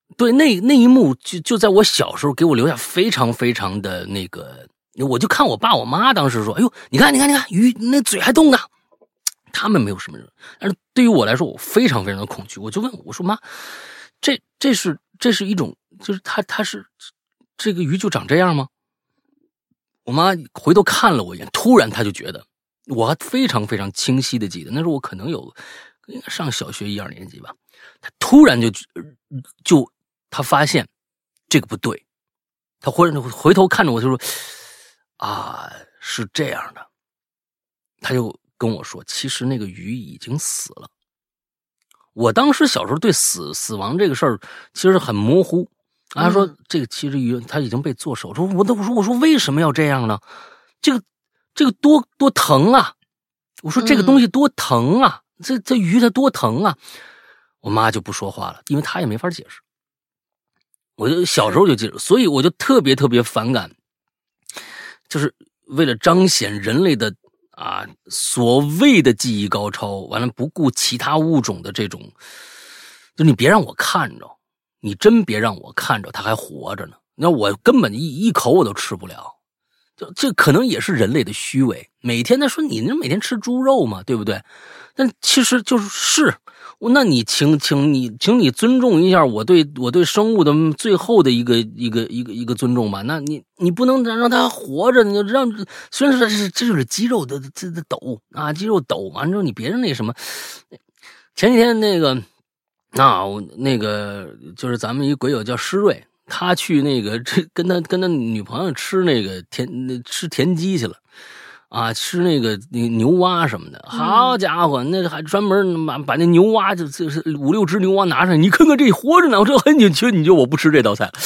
对，那一幕就在我小时候给我留下非常非常的那个，我就看我爸我妈当时说，哎呦，你看鱼那嘴还动呢。他们没有什么人，但是对于我来说，我非常非常的恐惧。我就问我说妈，这是一种，就是它是这个鱼就长这样吗？我妈回头看了我一眼，突然她就觉得，我还非常非常清晰的记得，那时候我可能应该上小学1、2年级吧。她突然就她发现这个不对，她回头看着我就说啊，是这样的。她就跟我说，其实那个鱼已经死了。我当时小时候对死亡这个事儿其实很模糊。他说这个其实鱼它已经被做手术。我说为什么要这样呢？这个多疼啊！我说这个东西多疼啊！这鱼它多疼啊！我妈就不说话了，因为她也没法解释。我就小时候就记着，所以我就特别特别反感，就是为了彰显人类的所谓的技艺高超，完了不顾其他物种的这种，就你别让我看着，你真别让我看着它还活着呢，那我根本一口我都吃不了。这可能也是人类的虚伪，每天他说你每天吃猪肉嘛，对不对？但其实就是那你请你尊重一下我对生物的最后的一个尊重吧。那你不能让它活着，你就让虽然说这就是肌肉的抖啊，肌肉抖完之后你别人那什么。前几天那个就是咱们一鬼友叫施瑞，他去那个跟他女朋友吃那个田鸡去了。吃那个牛蛙什么的，好家伙，那还专门把那牛蛙就是5、6只牛蛙拿上来，你看看这活着呢，我这很紧缺，你就我不吃这道菜。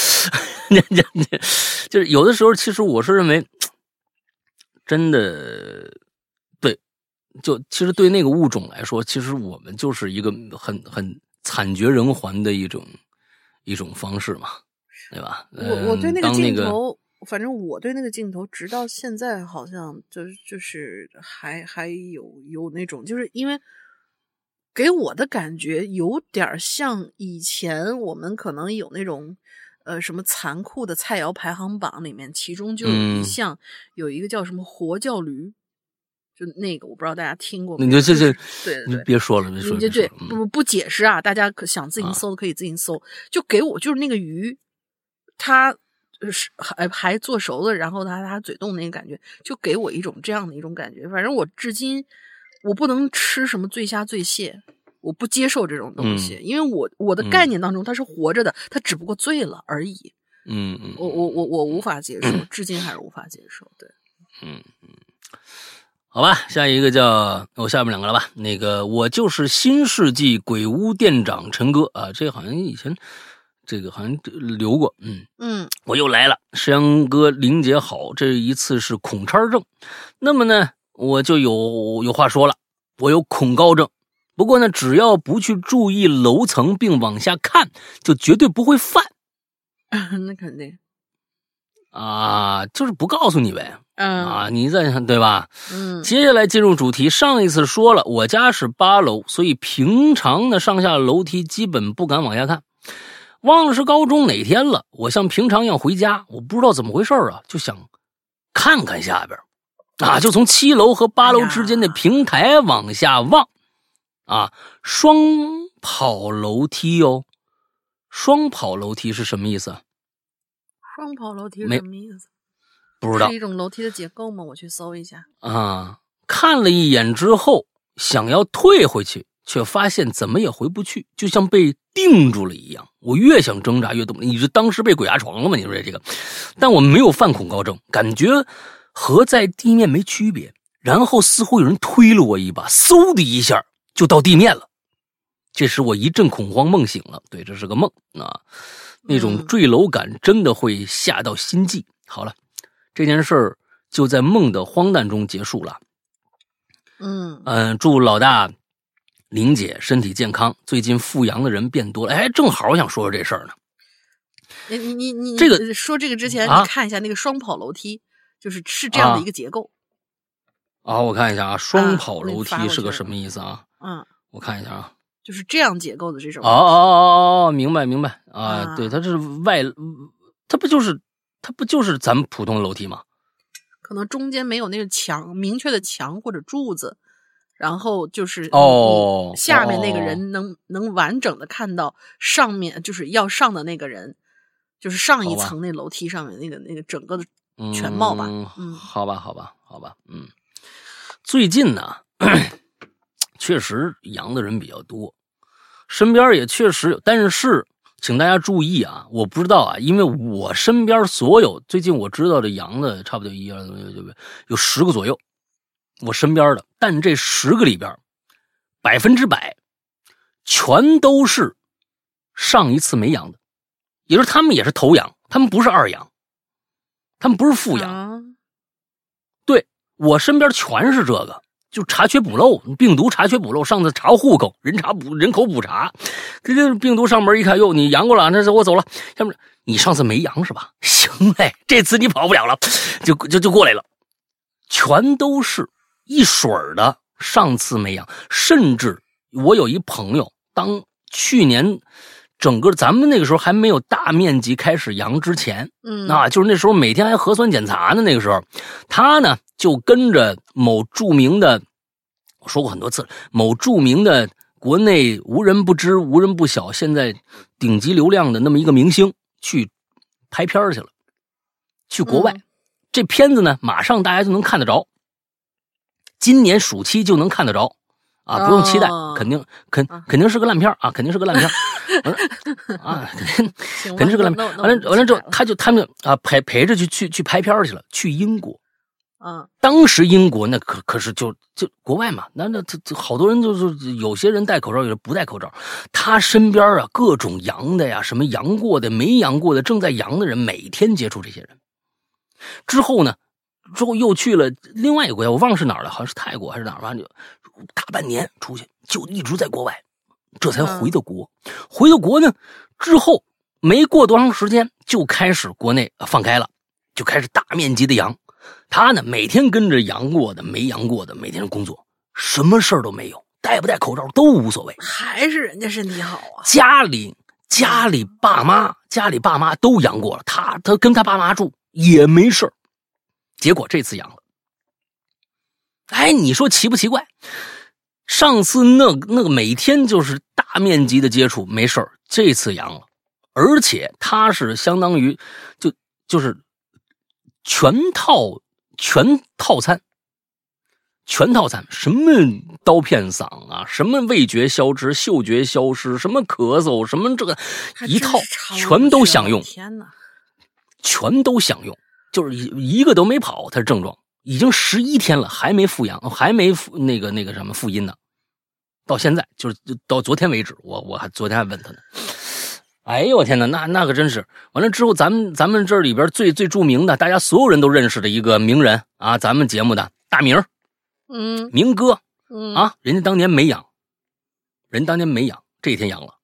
就是有的时候，其实我是认为，真的对，就其实对那个物种来说，其实我们就是一个很惨绝人寰的一种方式嘛，对吧？ 我对那个镜头。反正我对那个镜头，直到现在好像就是还有那种，就是因为给我的感觉有点像以前我们可能有那种什么残酷的菜肴排行榜里面，其中就有一项有一个叫什么活叫驴，就那个我不知道大家听过没有？ 你就对， 你别说了， 对，不解释啊，大家想自行搜的可以自行搜，就给我就是那个鱼，它。还做熟了，然后他嘴动那个感觉，就给我一种这样的一种感觉。反正我至今我不能吃什么醉虾醉蟹，我不接受这种东西，因为我的概念当中它是活着的，它只不过醉了而已。我无法接受，至今还是无法接受。对， 好吧，下一个叫我下面两个了吧？那个我就是新世纪鬼屋店长陈哥啊，这好像以前。这个好像留过，我又来了，石阳哥、玲姐好，这一次是恐差症，那么呢，我就有话说了，我有恐高症，不过呢，只要不去注意楼层并往下看，就绝对不会犯。 那肯定就是不告诉你呗，你在对吧？接下来进入主题，上一次说了，我家是8楼，所以平常呢上下楼梯基本不敢往下看。忘了是高中哪天了，我像平常一样回家，我不知道怎么回事就想看看下边就从7楼和8楼之间的平台往下望双跑楼梯哦。双跑楼梯是什么意思啊？ 双跑楼梯是什么意思？ 不知道， 是一种楼梯的结构吗？我去搜一下看了一眼之后想要退回去，却发现怎么也回不去，就像被定住了一样。我越想挣扎越动，你是当时被鬼压床了吗？你说这个，但我没有犯恐高症，感觉和在地面没区别。然后似乎有人推了我一把，嗖的一下就到地面了。这时我一阵恐慌，梦醒了。对，这是个梦那种坠楼感真的会吓到心悸。好了，这件事儿就在梦的荒诞中结束了。祝老大玲姐身体健康，最近富阳的人变多了。正好我想说说这事儿呢。 你这个说这个之前，你看一下那个双跑楼梯，是这样的一个结构。 我看一下双跑楼梯是个什么意思啊？ 嗯， 我看一下就是这样结构的这种。 明白啊，对，它是它不就是咱们普通的楼梯吗？ 可能中间没有那个明确的墙或者柱子，然后就是下面那个人能完整的看到上面就是要上的那个人，就是上一层那楼梯上面那个整个的全貌吧。 好吧，最近呢，确实阳的人比较多，身边也确实有，但是请大家注意啊，我不知道啊，因为我身边所有最近我知道的阳的差不多有10个左右，我身边的，但这10个里边100%全都是上一次没阳的，也就是他们也是头阳，他们不是二阳，他们不是复阳。对，我身边全是这个，就查缺补漏，病毒查缺补漏。上次查户口，人口普查，这病毒上门一看，哟，你阳过了，那我走了。下面你上次没阳是吧？行嘞，这次你跑不了了，就过来了。全都是一水儿的，上次没阳，甚至我有一朋友，当去年整个咱们那个时候还没有大面积开始阳之前，就是那时候每天还核酸检查呢。那个时候，他呢就跟着某著名的，我说过很多次了，某著名的国内无人不知、无人不晓，现在顶级流量的那么一个明星去拍片去了，去国外。这片子呢，马上大家就能看得着，今年暑期就能看得着。啊，不用期待，肯定是个烂片啊，肯定是个烂片啊，肯定是个烂片。完了之后，他们啊陪着去拍片去了，去英国。当时英国那可是就国外嘛，那好多人就是有些人戴口罩，有人不戴口罩。他身边啊各种阳的呀，什么阳过的、没阳过的、正在阳的人，每天接触这些人。之后又去了另外一个国家，我忘了是哪儿了，好像是泰国还是哪儿吧，就大半年出去，就一直在国外，这才回的国。回到国呢之后，没过多长时间就开始国内放开了，就开始大面积的阳。他呢每天跟着阳过的、没阳过的，每天工作，什么事儿都没有，戴不戴口罩都无所谓， 还是人家身体好啊。 家里爸妈都阳过了，他跟他爸妈住也没事儿，结果这次阳了。哎，你说奇不奇怪？上次那个每天就是大面积的接触没事儿，这次阳了，而且他是相当于就是全套餐，什么刀片嗓啊，什么味觉消失、嗅觉消失，什么咳嗽，什么这个一套全都享用， 天哪， 全都享用，就是一个都没跑，他的症状。已经11天了，还没复阳，还没那个什么复阴呢。到现在就到昨天为止，我还昨天还问他呢。哎呦我天哪，那可真是。完了之后，咱们这里边最著名的，大家所有人都认识的一个名人啊，咱们节目的大明，明哥，啊，人家当年没阳，这一天阳了，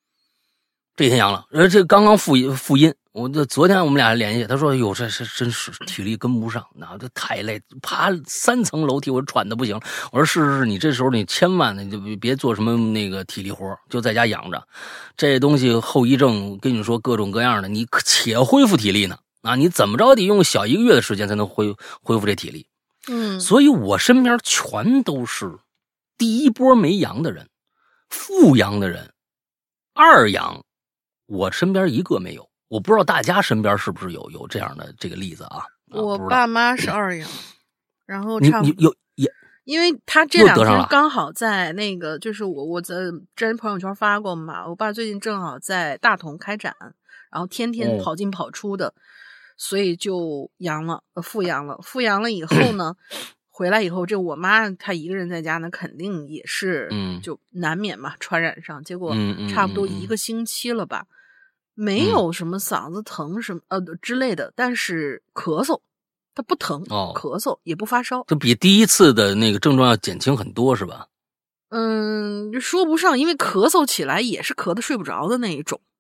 而且刚刚复阴。昨天我们俩联系，他说：“哟，这是真是体力跟不上，那这太累，爬3层楼梯，我喘的不行。”我说：“是，你这时候你千万你就别做什么那个体力活，就在家养着。这东西后遗症，跟你说各种各样的，你且恢复体力呢啊！你怎么着得用小1个月的时间才能恢复这体力。”所以我身边全都是第一波没阳的人，复阳的人，2阳，我身边一个没有。我不知道大家身边是不是有这样的这个例子啊？ 我爸妈是2阳，然后你因为他这2天刚好在那个，就是我在真人朋友圈发过嘛，我爸最近正好在大同开展，然后天天跑进跑出的，所以就复阳了。复阳了以后呢，回来以后，这我妈她一个人在家呢，肯定也是就难免嘛传染上，结果差不多1个星期了吧。没有什么嗓子疼什么之类的，但是咳嗽，它不疼，咳嗽也不发烧， 就比第一次的那个症状要减轻很多，是吧？ 说不上，因为咳嗽起来也是咳得睡不着的那一种。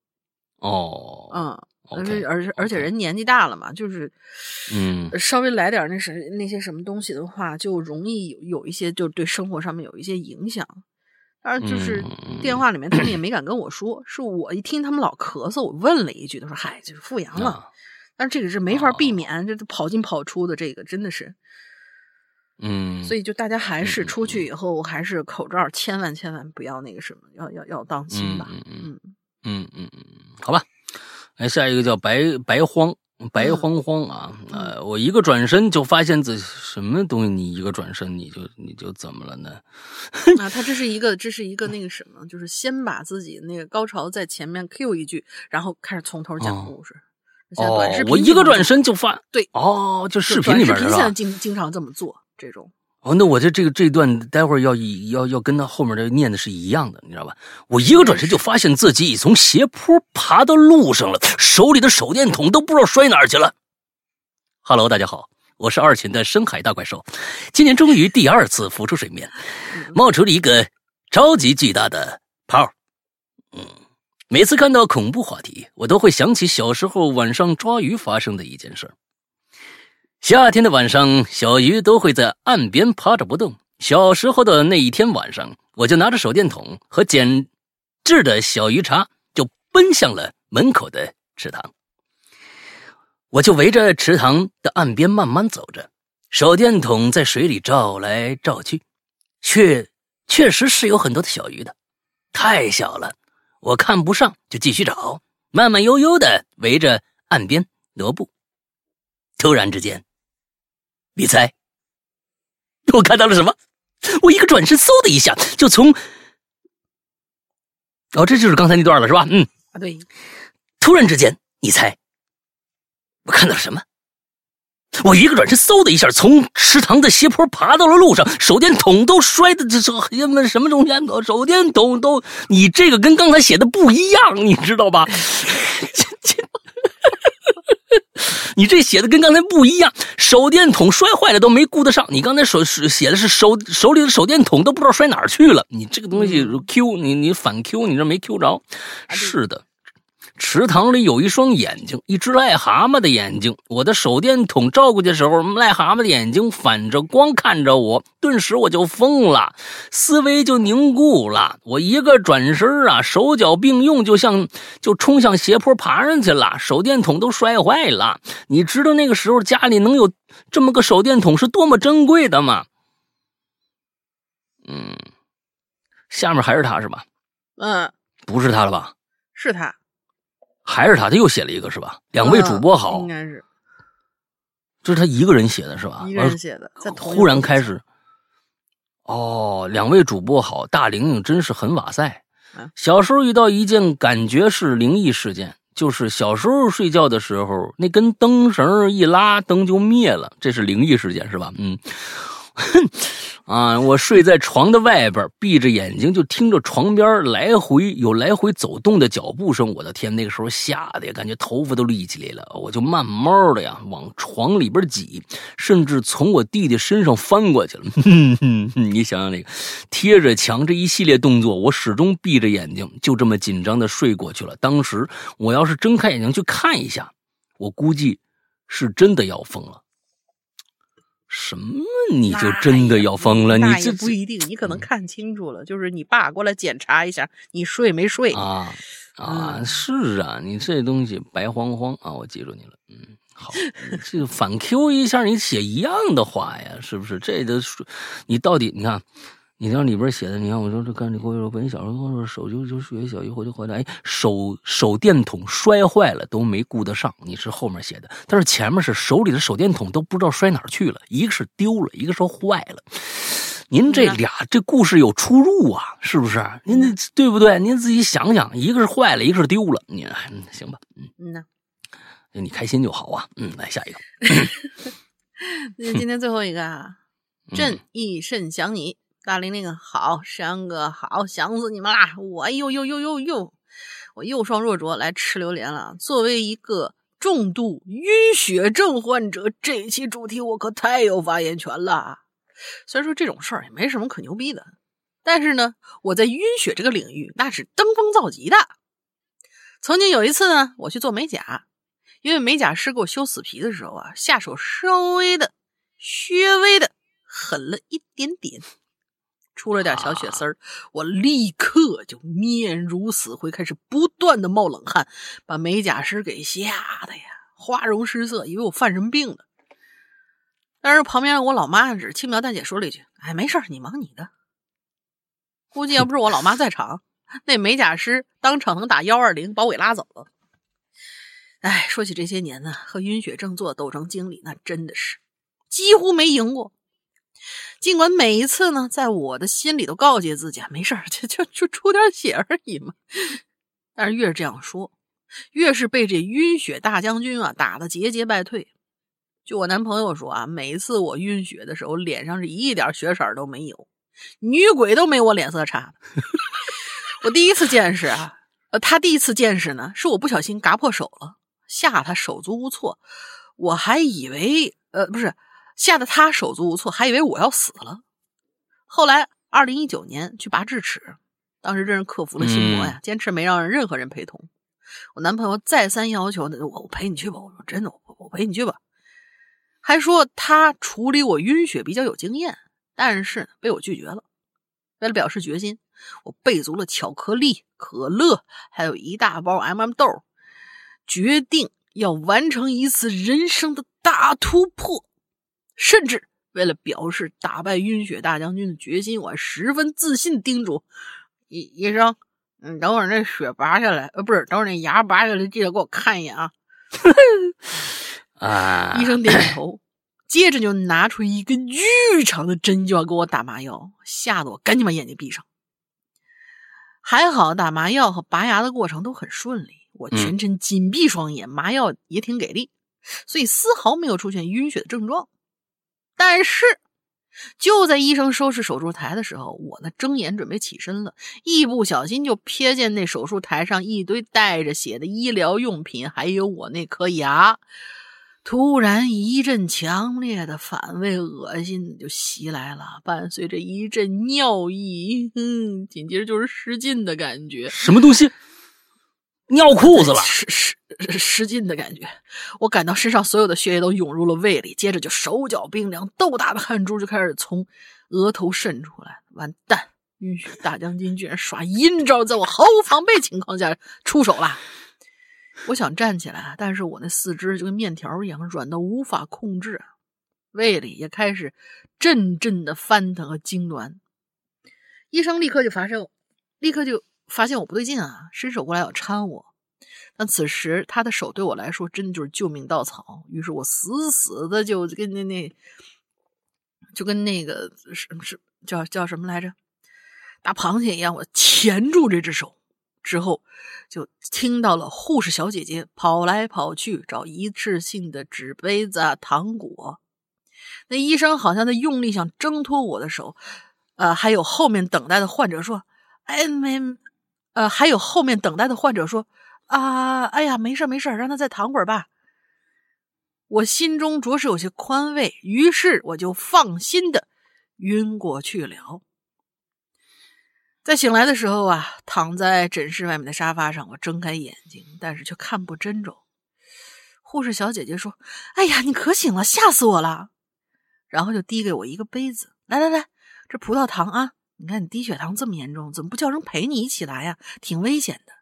而且人年纪大了嘛，就是稍微来点那些什么东西的话，就容易有一些就对生活上面有一些影响。 就是电话里面他们也没敢跟我说，是我一听他们老咳嗽，我问了一句，他说嗨，就是复阳了。但是这个是没法避免，这跑进跑出的，这个真的是。所以就大家还是出去以后，还是口罩千万不要那个什么，要当心吧。 好吧。来下一个叫白慌啊，我一个转身就发现什么东西，你一个转身你就怎么了呢？ 啊，他这是一个那个什么，就是先把自己那个高潮在前面 Q 一句，然后开始从头讲故事。 我一个转身就发对就视频里面是吧？现在经常这么做这种。 那我这段待会儿要跟他后面的念的是一样的，你知道吧？我一个转身就发现自己已从斜坡爬到路上了，手里的手电筒都不知道摔哪儿去了。Hello， 大家好，我是2群的深海大怪兽，今年终于第2次浮出水面，冒出了一个超级巨大的泡。每次看到恐怖话题，我都会想起小时候晚上抓鱼发生的一件事。夏天的晚上，小鱼都会在岸边趴着不动。小时候的那一天晚上，我就拿着手电筒和简制的小鱼叉，就奔向了门口的池塘。我就围着池塘的岸边慢慢走着，手电筒在水里照来照去，确实是有很多的小鱼的，太小了，我看不上，就继续找，慢慢悠悠的围着岸边踱步。突然之间，你猜我看到了什么？我一个转身，嗖的一下就从这就是刚才那段了，是吧？ 对。 突然之间，你猜我看到了什么？我一个转身，嗖的一下从池塘的斜坡爬到了路上，手电筒都摔的这什么东西？手电筒都，你这个跟刚才写的不一样，你知道吧？你这写的跟刚才不一样，手电筒摔坏了都没顾得上，你刚才写的是手里的手电筒都不知道摔哪儿去了，你这个东西 Q 你反 Q， 你这没 Q 着。是的，池塘里有一双眼睛，一只癞蛤蟆的眼睛。我的手电筒照过去的时候，癞蛤蟆的眼睛反着光看着我，顿时我就疯了，思维就凝固了。我一个转身啊，手脚并用，就冲向斜坡爬上去了，手电筒都摔坏了。你知道那个时候家里能有这么个手电筒是多么珍贵的吗？下面还是他是吧？不是他了吧？ 是他。 还是他又写了一个是吧？2位主播好， 应该是， 这是他一个人写的是吧？ 一个人写的，在忽然开始。2位主播好，大玲玲真是很瓦塞。小时候遇到一件感觉是灵异事件，就是小时候睡觉的时候，那根灯绳一拉，灯就灭了，这是灵异事件是吧？我睡在床的外边，闭着眼睛就听着床边来回走动的脚步声。我的天，那个时候吓得呀，感觉头发都立起来了。我就慢慢的呀往床里边挤，甚至从我弟弟身上翻过去了。你想想那个贴着墙这一系列动作，我始终闭着眼睛，就这么紧张的睡过去了。当时我要是睁开眼睛去看一下，我估计是真的要疯了。什么？你就真的要疯了？ 那也不一定，你可能看清楚了，就是你爸过来检查一下，你睡没睡是啊，你这东西白慌慌啊，我记住你了。好，这个反 Q 一下，你写一样的话呀，是不是？这个你到底你看。你像里边写的，你看我说这干这过去，本小时候手就学小一会就回来，手电筒摔坏了都没顾得上，你是后面写的，但是前面是手里的手电筒都不知道摔哪儿去了，一个是丢了，一个是坏了。您这俩这故事有出入啊，是不是？您对不对？您自己想想，一个是坏了，一个是丢了，你行吧？你开心就好啊。来下一个。 今天最后一个啊，朕亦甚想你。大玲玲好，山哥好，想死你们啦！我我又双若浊来吃榴莲了。作为一个重度晕血症患者，这期主题我可太有发言权了。虽然说这种事儿也没什么可牛逼的，但是呢，我在晕血这个领域那是登峰造极的。曾经有一次呢，我去做美甲，因为美甲师给我修死皮的时候啊，下手稍微的狠了一点点。 出了点小血丝儿，我立刻就面如死灰，开始不断的冒冷汗，把美甲师给吓得呀花容失色，以为我犯什么病了。但是旁边我老妈只轻描淡写说了一句：“哎，没事，你忙你的。”估计要不是我老妈在场，那美甲师当场能打120把我给拉走了。哎，说起这些年呢，和晕血症做斗争经历，那真的是几乎没赢过。尽管每一次呢，在我的心里都告诫自己没事儿，就出点血而已嘛。但是越是这样说，越是被这晕血大将军啊打得节节败退。就我男朋友说啊，每次我晕血的时候，脸上是一点血色都没有，女鬼都没我脸色差的。我第一次见识啊，他第一次见识呢，是我不小心嘎破手了，吓他手足无措，我还以为不是。吓得他手足无措，还以为我要死了。后来2019年去拔智齿，当时真是克服了心魔呀，坚持没让任何人陪同。我男朋友再三要求我陪你去吧，我说真的，我陪你去吧。还说他处理我晕血比较有经验，但是被我拒绝了。为了表示决心，我备足了巧克力、可乐，还有一大包 豆，决定要完成一次人生的大突破。甚至为了表示打败晕血大将军的决心，我十分自信叮嘱医生，等会儿那血拔下来，不是，等会儿那牙拔下来，记得给我看一眼啊。医生点点头，接着就拿出一根巨长的针就要给我打麻药，吓得我赶紧把眼睛闭上。还好打麻药和拔牙的过程都很顺利，我全程紧闭双眼，麻药也挺给力，所以丝毫没有出现晕血的症状。但是就在医生收拾手术台的时候，我呢睁眼准备起身了，一不小心就瞥见那手术台上一堆带着血的医疗用品，还有我那颗牙。突然一阵强烈的反胃恶心就袭来了，伴随着一阵尿意，紧接着就是失禁的感觉。 什么东西？尿裤子了？ 失禁的感觉，我感到身上所有的血液都涌入了胃里，接着就手脚冰凉，豆大的汗珠就开始从额头渗出来。完蛋，晕血大将军居然耍阴招，在我毫无防备情况下出手了。我想站起来，但是我那四肢就跟面条一样软到无法控制，胃里也开始阵阵的翻腾和痉挛。医生立刻就发现我不对劲啊，伸手过来要搀我。但此时他的手对我来说真的就是救命稻草，于是我死死的就跟那个叫什么来着，大螃蟹一样，我钳住这只手。之后就听到了护士小姐姐跑来跑去找一次性的纸杯子糖果。那医生好像在用力想挣脱我的手，还有后面等待的患者说，还有后面等待的患者说哎呀，没事，让他再躺会儿吧。我心中着实有些宽慰，于是我就放心的晕过去了。在醒来的时候啊，躺在诊室外面的沙发上，我睁开眼睛，但是却看不真着。护士小姐姐说：“哎呀，你可醒了，吓死我了！”然后就递给我一个杯子，来，这葡萄糖啊，你看你低血糖这么严重，怎么不叫人陪你一起来呀？挺危险的。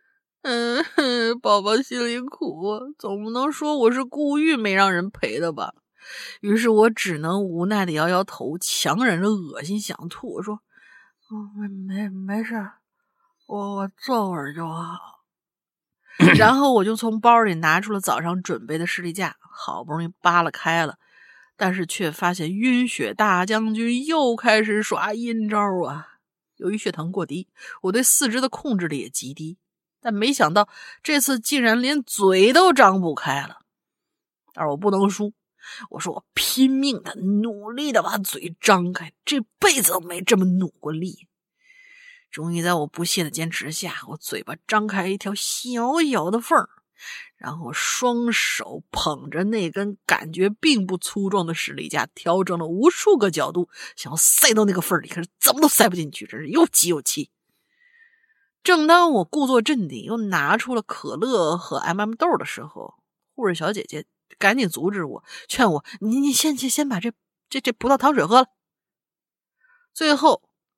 宝宝心里苦，总不能说我是故意没让人陪的吧？于是我只能无奈的摇摇头，强忍着恶心想吐。我说：“没事，我坐会儿就好。”然后我就从包里拿出了早上准备的士力架，好不容易扒拉开了，但是却发现晕血大将军又开始耍阴招啊！由于血糖过低，我对四肢的控制力也极低。但没想到这次竟然连嘴都张不开了，但是我不能输，我说我拼命的努力的把嘴张开，这辈子都没这么努过力。终于在我不懈的坚持下，我嘴巴张开一条小小的缝，然后双手捧着那根感觉并不粗壮的士力架，调整了无数个角度，想要塞到那个缝里，可是怎么都塞不进去，真是又急又气。正当我故作镇定，又拿出了可乐和 豆的时候，护士小姐姐赶紧阻止我，劝我：“你先把这葡萄糖水喝了。”最后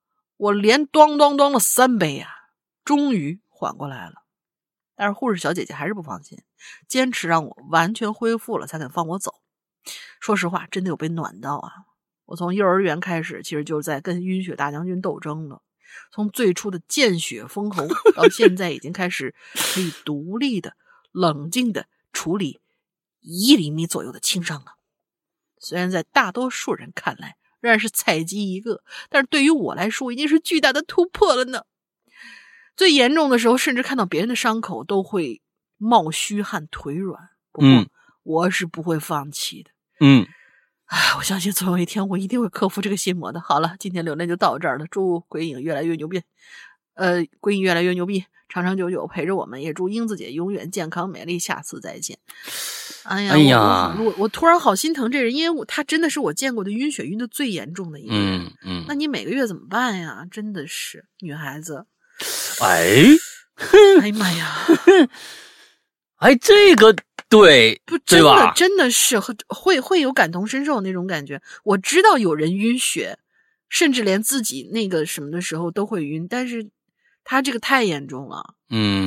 我连咣咣咣了3杯啊，终于缓过来了。但是护士小姐姐还是不放心，坚持让我完全恢复了才肯放我走。说实话，真的有被暖到啊！我从幼儿园开始，其实就是在跟晕血大将军斗争了。从最初的见血封喉，到现在已经开始可以独立的、冷静的处理1厘米左右的轻伤了。虽然在大多数人看来仍然是菜鸡一个，但是对于我来说已经是巨大的突破了呢。最严重的时候，甚至看到别人的伤口都会冒虚汗、腿软。不过我是不会放弃的。我相信总有一天我一定会克服这个心魔的。好了，今天榴莲就到这儿了。祝鬼影越来越牛逼，鬼影越来越牛逼，长长久久陪着我们，也祝英子姐永远健康美丽。下次再见。哎呀，我突然好心疼这人，因为他真的是我见过的晕血晕的最严重的一个人。那你每个月怎么办呀？真的是女孩子。哎呀妈呀！ 哎，这个对， 不， 对吧？ 真的是会有感同身受那种感觉。我知道有人晕血，甚至连自己那个什么的时候都会晕，但是他这个太严重了。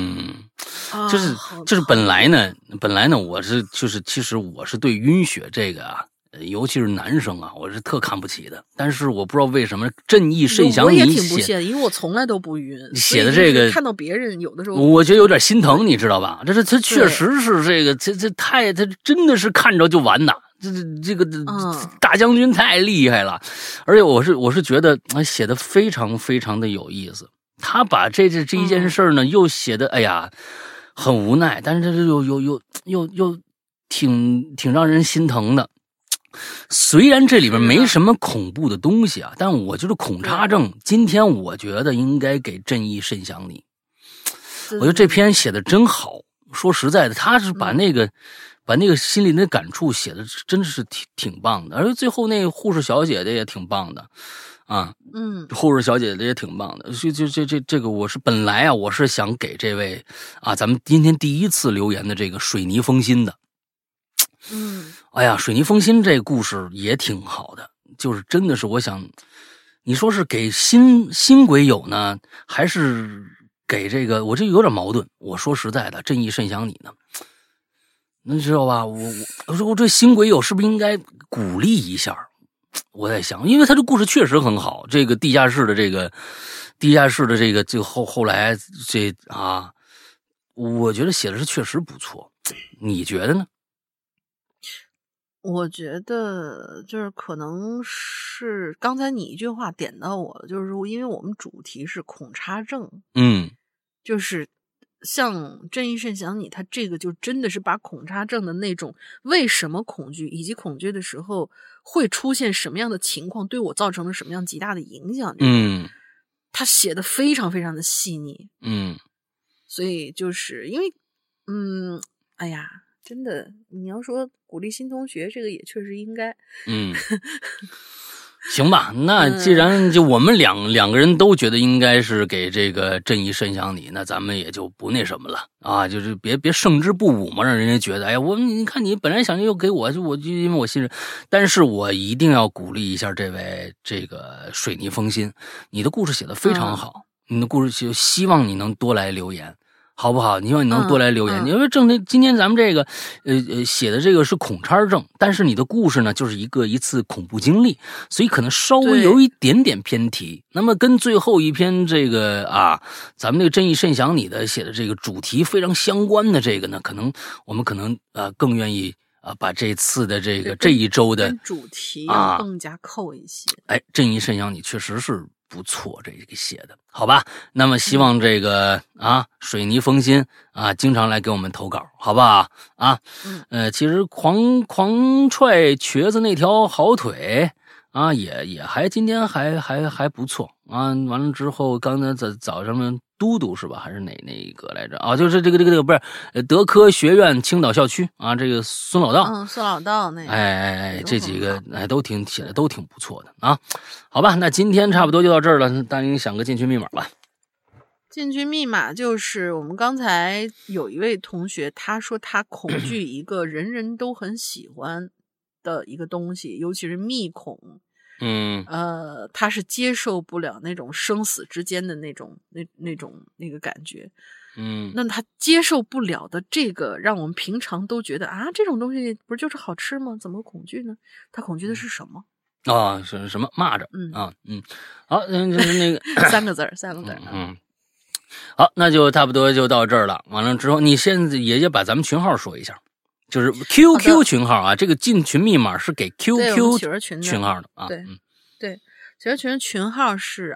就是本来呢，我是其实我是对晕血这个啊，尤其是男生啊，我是特看不起的。但是我不知道为什么正义甚祥你我也挺不屑的，因为我从来都不晕。 写的这个看到别人有的时候， 我觉得有点心疼，你知道吧？他确实是这个，他真的是看着就完呐。这个大将军太厉害了，而且我是觉得写的非常非常的有意思。他把这一件事呢，又写的哎呀很无奈，但是这又挺让人心疼的。虽然这里边没什么恐怖的东西啊，但我就是恐差症。今天我觉得应该给正义甚祥你。我觉得这篇写的真好。说实在的，他是把那个心里的感触写的真的是挺棒的，而且最后那个护士小姐姐也挺棒的。护士小姐姐也挺棒的。这个我是本来啊，我是想给这位啊，咱们今天第一次留言的这个水泥封心的。哎呀，水泥封心这个故事也挺好的，就是真的是我想，你说是给新鬼友呢，还是给这个？我这有点矛盾。我说实在的，正义甚祥你呢，你知道吧？我说我这新鬼友是不是应该鼓励一下？我在想，因为他这故事确实很好，这个地下室的这个，就后来这啊，我觉得写的是确实不错，你觉得呢？ 我觉得就是可能是刚才你一句话点到我了，就是因为我们主题是恐差症，就是像正义甚祥你，他这个就真的是把恐差症的那种为什么恐惧，以及恐惧的时候会出现什么样的情况，对我造成了什么样极大的影响，他写的非常非常的细腻，所以就是因为哎呀。真的，你要说鼓励新同学，这个也确实应该。 行吧，那既然就我们两个人都觉得应该是给这个正义甚祥你，那咱们也就不那什么了啊，就是别胜之不武嘛，让人家觉得哎呀，你看你本来想又给我就因为我信任，但是我一定要鼓励一下这位这个水泥封心，你的故事写得非常好，你的故事就希望你能多来留言。好不好？希望你能多来留言，因为今天咱们这个写的这个是恐差症，但是你的故事呢就是一次恐怖经历，所以可能稍微有一点点偏题。那么跟最后一篇这个啊，咱们这个正义甚祥你的写的这个主题非常相关的这个呢，我们可能更愿意把这次的这一周的主题要更加扣一些。 正义甚祥你确实是不错，这个写的好吧？那么希望这个水泥封心经常来给我们投稿，好不好啊？其实狂踹瘸子那条好腿也还今天还不错啊。完了之后，刚才早上面嘟嘟是吧？还是哪个来着？就是这个不是德科学院青岛校区啊，这个孙老道， 孙老道那个， 这几个都写的都挺不错的啊。好吧，那今天差不多就到这儿了，大家想个进群密码吧。 进群密码就是我们刚才有一位同学，他说他恐惧一个人人都很喜欢的一个东西，尤其是密恐。 他是接受不了那种生死之间的那个感觉。那他接受不了的这个，让我们平常都觉得啊，这种东西不是就是好吃吗？怎么恐惧呢？他恐惧的是什么？ 是什么？蚂蚱。好，就是那个三个字儿。 好，那就差不多就到这儿了。完了之后，你现在也把咱们群号说一下，就是 QQ 群号啊，这个进群密码是给 QQ 群号的啊。 对，企鹅群群号是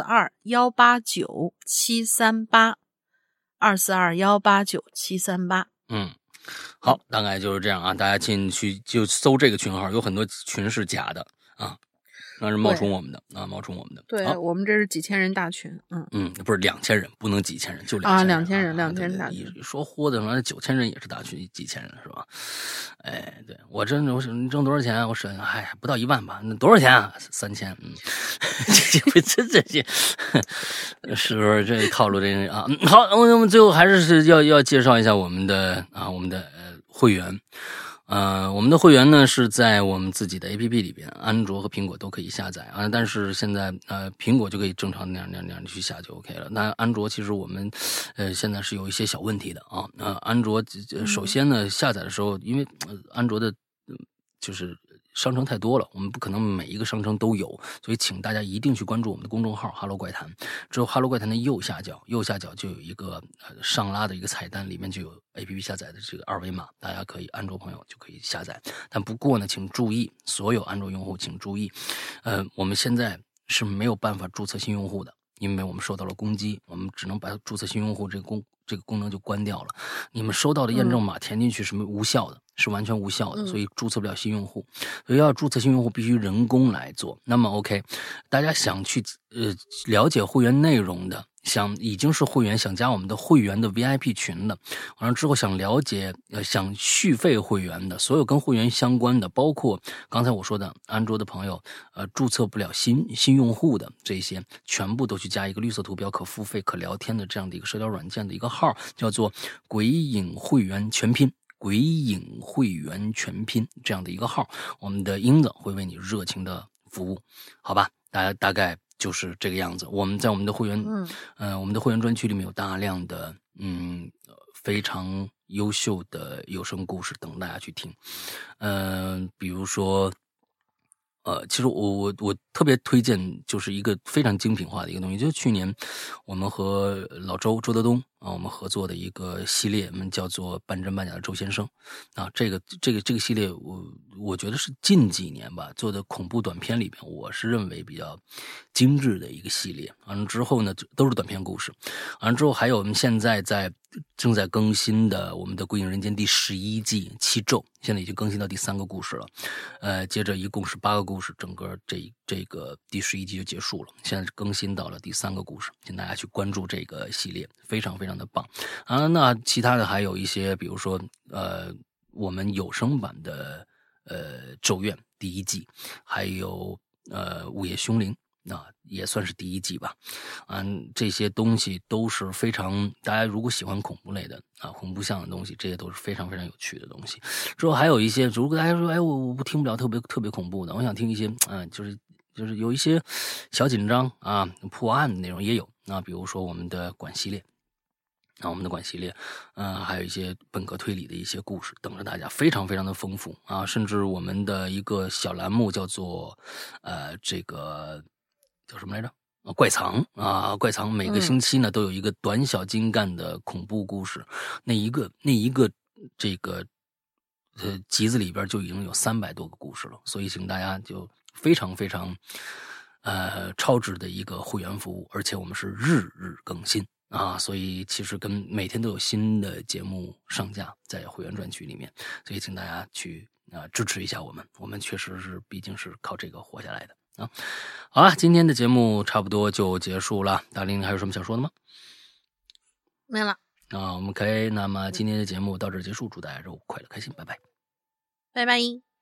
242-189-738，242-189-738。 好，大概就是这样啊。大家进去就搜这个群号，有很多群是假的啊。那是冒充我们的啊，冒充我们的。 对，我们这是几千人大群， 不是2000人，不能几千人，就2000人 2000人大群。 你说豁的说9000人也是大群，几千人是吧？哎，对我挣多少钱？我省不到1万吧？那多少钱啊？3000。这些是不是这套路这个啊？好，我们最后还是要介绍一下我们的会员。我们的会员呢是在我们自己的 APP 里边，安卓和苹果都可以下载啊。但是现在苹果就可以正常那样去下就 OK 了。那安卓其实我们现在是有一些小问题的啊。安卓首先呢下载的时候，因为安卓的就是商城太多了，我们不可能每一个商城都有，所以请大家一定去关注我们的公众号哈喽怪谈。之后哈喽怪谈的右下角就有一个上拉的一个彩蛋，里面就有 APP 下载的这个二维码，大家可以安卓朋友就可以下载。但不过呢，请注意，所有安卓用户请注意，我们现在是没有办法注册新用户的，因为我们受到了攻击，我们只能把注册新用户这个功能就关掉了。你们收到的验证码填进去是无效的，是完全无效的，所以注册不了新用户。所以要注册新用户必须人工来做。那么 OK， 大家想去了解会员内容的，已经是会员想加我们的会员的 VIP 群的，完了之后想了解想续费会员的，所有跟会员相关的，包括刚才我说的安卓的朋友注册不了新用户的这些，全部都去加一个绿色图标可付费可聊天的这样的一个社交软件的一个号，叫做鬼影会员全拼，鬼影会员全拼这样的一个号，我们的英子会为你热情的服务，好吧？大概就是这个样子。我们在我们的会员，我们的会员专区里面有大量的非常优秀的有声故事等大家去听，比如说。其实我特别推荐，就是一个非常精品化的一个东西，就是去年我们和老周德东啊，我们合作的一个系列，我们叫做半真半假的周先生啊，这个系列我觉得是近几年吧做的恐怖短片里边，我是认为比较精致的一个系列。完了之后呢，都是短篇故事。完了之后还有我们现在正在更新的我们的《鬼影人间》第11季7咒，现在已经更新到第3个故事了。接着一共是8个故事，整个这个第11季就结束了。现在更新到了第3个故事，请大家去关注这个系列，非常非常的棒啊！那其他的还有一些，比如说我们有声版的咒怨第1季，还有午夜凶铃。也算是第1季吧，这些东西都是非常，大家如果喜欢恐怖类的恐怖向的东西，这些都是非常非常有趣的东西。之后还有一些，如果大家说，我不听不了特别恐怖的，我想听一些，就是有一些小紧张破案的内容也有比如说我们的管系列。我们的管系列，还有一些本格推理的一些故事等着大家，非常非常的丰富甚至我们的一个小栏目叫做这个叫什么来着？怪藏怪藏每个星期呢都有一个短小精干的恐怖故事，那一个这个集子里边就已经有300多个故事了，所以请大家就非常非常超值的一个会员服务，而且我们是日日更新。所以其实每天都有新的节目上架在会员专区里面，所以请大家去支持一下我们确实是毕竟是靠这个活下来的好了，今天的节目差不多就结束了，大林还有什么想说的吗？ 没了我们可以，那么今天的节目到这儿结束，祝大家周五快乐开心，拜拜， 拜拜。